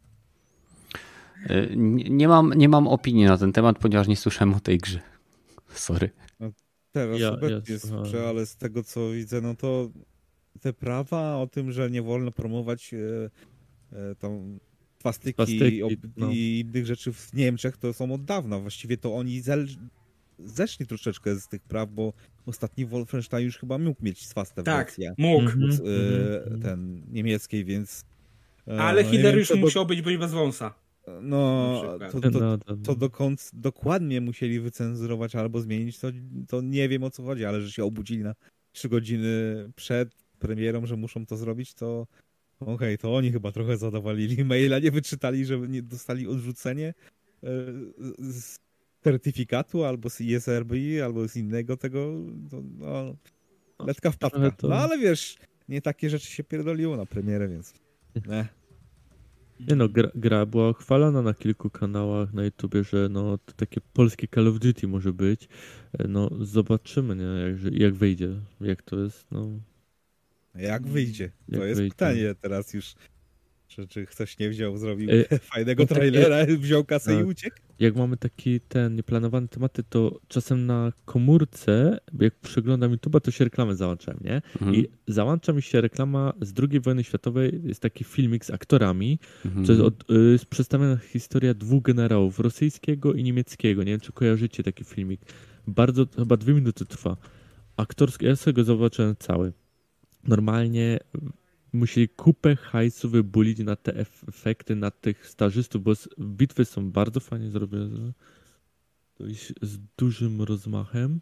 Nie mam, nie mam opinii na ten temat, ponieważ nie słyszałem o tej grze. Sorry. No, teraz ja, obecnie jest w grze, ale z tego co widzę, no to te prawa o tym, że nie wolno promować e, e, tam swastyki, swastyki i, no. i innych rzeczy w Niemczech, to są od dawna. Właściwie to oni zel, zeszli troszeczkę z tych praw, bo ostatni Wolfenstein już chyba mógł mieć swastę tak, wersję. mógł. Z, e, ten niemieckiej, więc... Ale Hitler już musiał być, być bez wąsa. No, Na to, przykład. to, No, to- to dokąd dokładnie musieli wycenzurować albo zmienić, to, to nie wiem o co chodzi, ale że się obudzili na trzy godziny przed premierą, że muszą to zrobić, to okej, to oni chyba trochę zadawalili maila, nie wyczytali, że nie dostali odrzucenie e, z certyfikatu albo z I S R B, albo z innego tego, to, no, letka wpadka. trochę to- No ale wiesz, nie takie rzeczy się pierdoliło na premierę, więc ne. Nie no, gra, gra była chwalona na kilku kanałach na YouTubie, że no to takie polskie Call of Duty może być. E, No zobaczymy, nie, jak, jak wyjdzie, jak to jest, no. Jak wyjdzie? To Jak jest wyjdzie. pytanie teraz już. Czy, czy ktoś nie wziął, zrobił E, fajnego no takie- trailera, wziął kasę i tak. uciekł? Jak mamy taki ten nieplanowany tematy, to czasem na komórce, jak przeglądam YouTube'a, to się reklamy załączałem, nie? Mhm. I załącza mi się reklama z drugiej wojny światowej, jest taki filmik z aktorami, Mhm. to jest, od, y, jest przedstawiona historia dwóch generałów, rosyjskiego i niemieckiego. Nie wiem, czy kojarzycie taki filmik. Bardzo, chyba dwie minuty trwa. Aktorski, ja sobie go zobaczyłem cały. Normalnie musieli kupę hajsu wybulić na te ef- efekty, na tych stażystów, bo s- bitwy są bardzo fajnie zrobione. To jest z dużym rozmachem.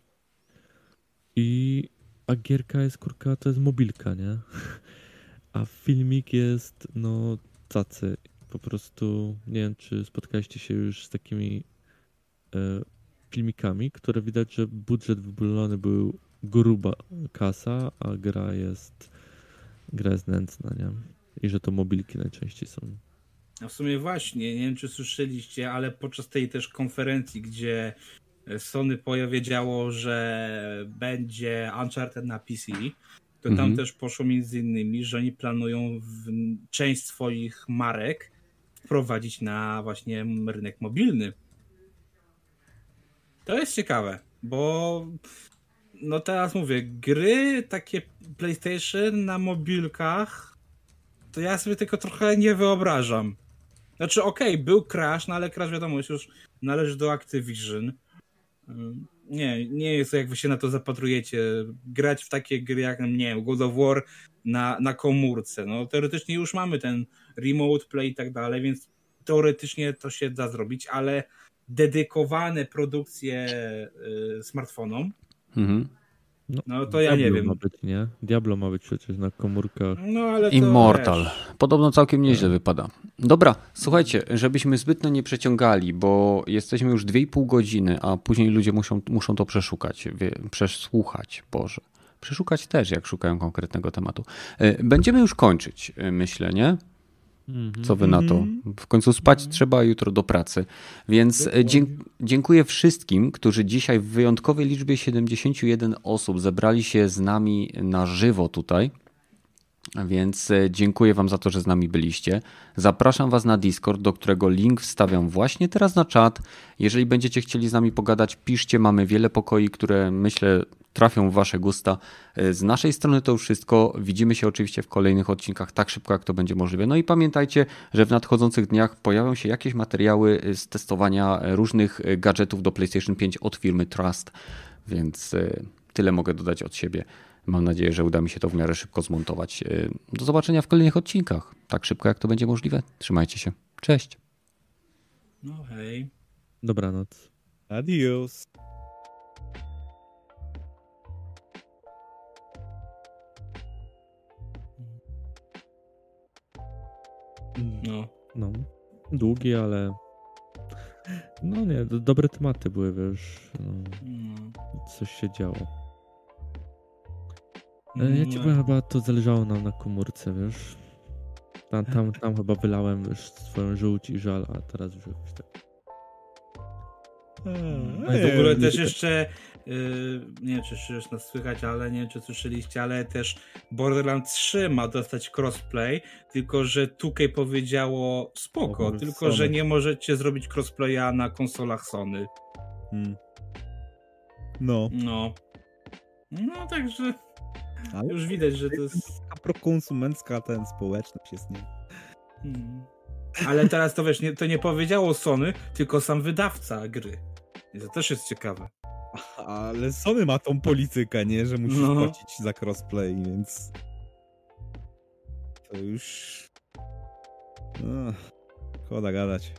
I a gierka jest, kurka, to jest mobilka, nie? A filmik jest, no, tacy. Po prostu, nie wiem, czy spotkaliście się już z takimi e, filmikami, które widać, że budżet wybulony był gruba kasa, a gra jest gra jest nędzna, nie? I że to mobilki najczęściej są. A w sumie właśnie, nie wiem czy słyszeliście, ale podczas tej też konferencji, gdzie Sony powiedziało, że będzie Uncharted na P C, to tam Mhm. też poszło między innymi, że oni planują w część swoich marek wprowadzić na właśnie rynek mobilny. To jest ciekawe, bo no teraz mówię, gry takie PlayStation na mobilkach, to ja sobie tylko trochę nie wyobrażam. Znaczy okej, okay, był Crash, no ale Crash wiadomo, już należy do Activision. Nie, nie jest to jak wy się na to zapatrujecie. Grać w takie gry jak, nie wiem, God of War na, na komórce. No teoretycznie już mamy ten remote play i tak dalej, więc teoretycznie to się da zrobić, ale dedykowane produkcje y, smartfonom, Mhm. no to ja nie Diablo wiem. ma być, nie? Diablo ma być przecież na komórkach. No ale to Immortal. wiesz. Podobno całkiem nieźle wypada. Dobra, słuchajcie, żebyśmy zbytnio nie przeciągali, bo jesteśmy już dwie i pół godziny, a później ludzie muszą, muszą to przeszukać, wie, przesłuchać, Boże. Przeszukać też, jak szukają konkretnego tematu. E, Będziemy już kończyć, e, myślę, nie? Co wy na to? W końcu spać trzeba, a jutro do pracy. Więc e, dzie- dziękuję wszystkim, którzy dzisiaj w wyjątkowej liczbie siedemdziesiąt jeden osób zebrali się z nami na żywo tutaj. Więc e, dziękuję wam za to, że z nami byliście. Zapraszam was na Discord, do którego link wstawiam właśnie teraz na czat. Jeżeli będziecie chcieli z nami pogadać, piszcie. Mamy wiele pokoi, które myślę trafią w wasze gusta. E, Z naszej strony to już wszystko. Widzimy się oczywiście w kolejnych odcinkach tak szybko, jak to będzie możliwe. No i pamiętajcie, że w nadchodzących dniach pojawią się jakieś materiały z testowania różnych gadżetów do PlayStation pięć od firmy Trust. Więc e, tyle mogę dodać od siebie. Mam nadzieję, że uda mi się to w miarę szybko zmontować. Do zobaczenia w kolejnych odcinkach. Tak szybko, jak to będzie możliwe. Trzymajcie się. Cześć. No hej. Dobranoc. Adios. No. No. Długi, ale... No nie, do, dobre tematy były, wiesz. No, No. coś się działo. E, Ja ci powiem, chyba to zależało nam na komórce, wiesz. Tam, tam, tam chyba wylałem już swoją żółć i żal, a teraz już jakoś tak. No i w ogóle też jeszcze, yy, nie wiem czy jeszcze jest nas słychać, ale nie wiem czy słyszeliście, ale też Borderlands trzy ma dostać crossplay, tylko że two K powiedziało spoko, O, tylko Sony. że nie możecie zrobić crossplaya na konsolach Sony. Hmm. No, No. No także ale już widać, że to jest... taka prokonsumencka ten społeczność jest, nie? Hmm. Ale teraz to wiesz, nie, to nie powiedziało Sony, tylko sam wydawca gry. I to też jest ciekawe. Ale Sony ma tą politykę, nie? Że musisz No. płacić za crossplay, więc... To już... Ach, szkoda gadać.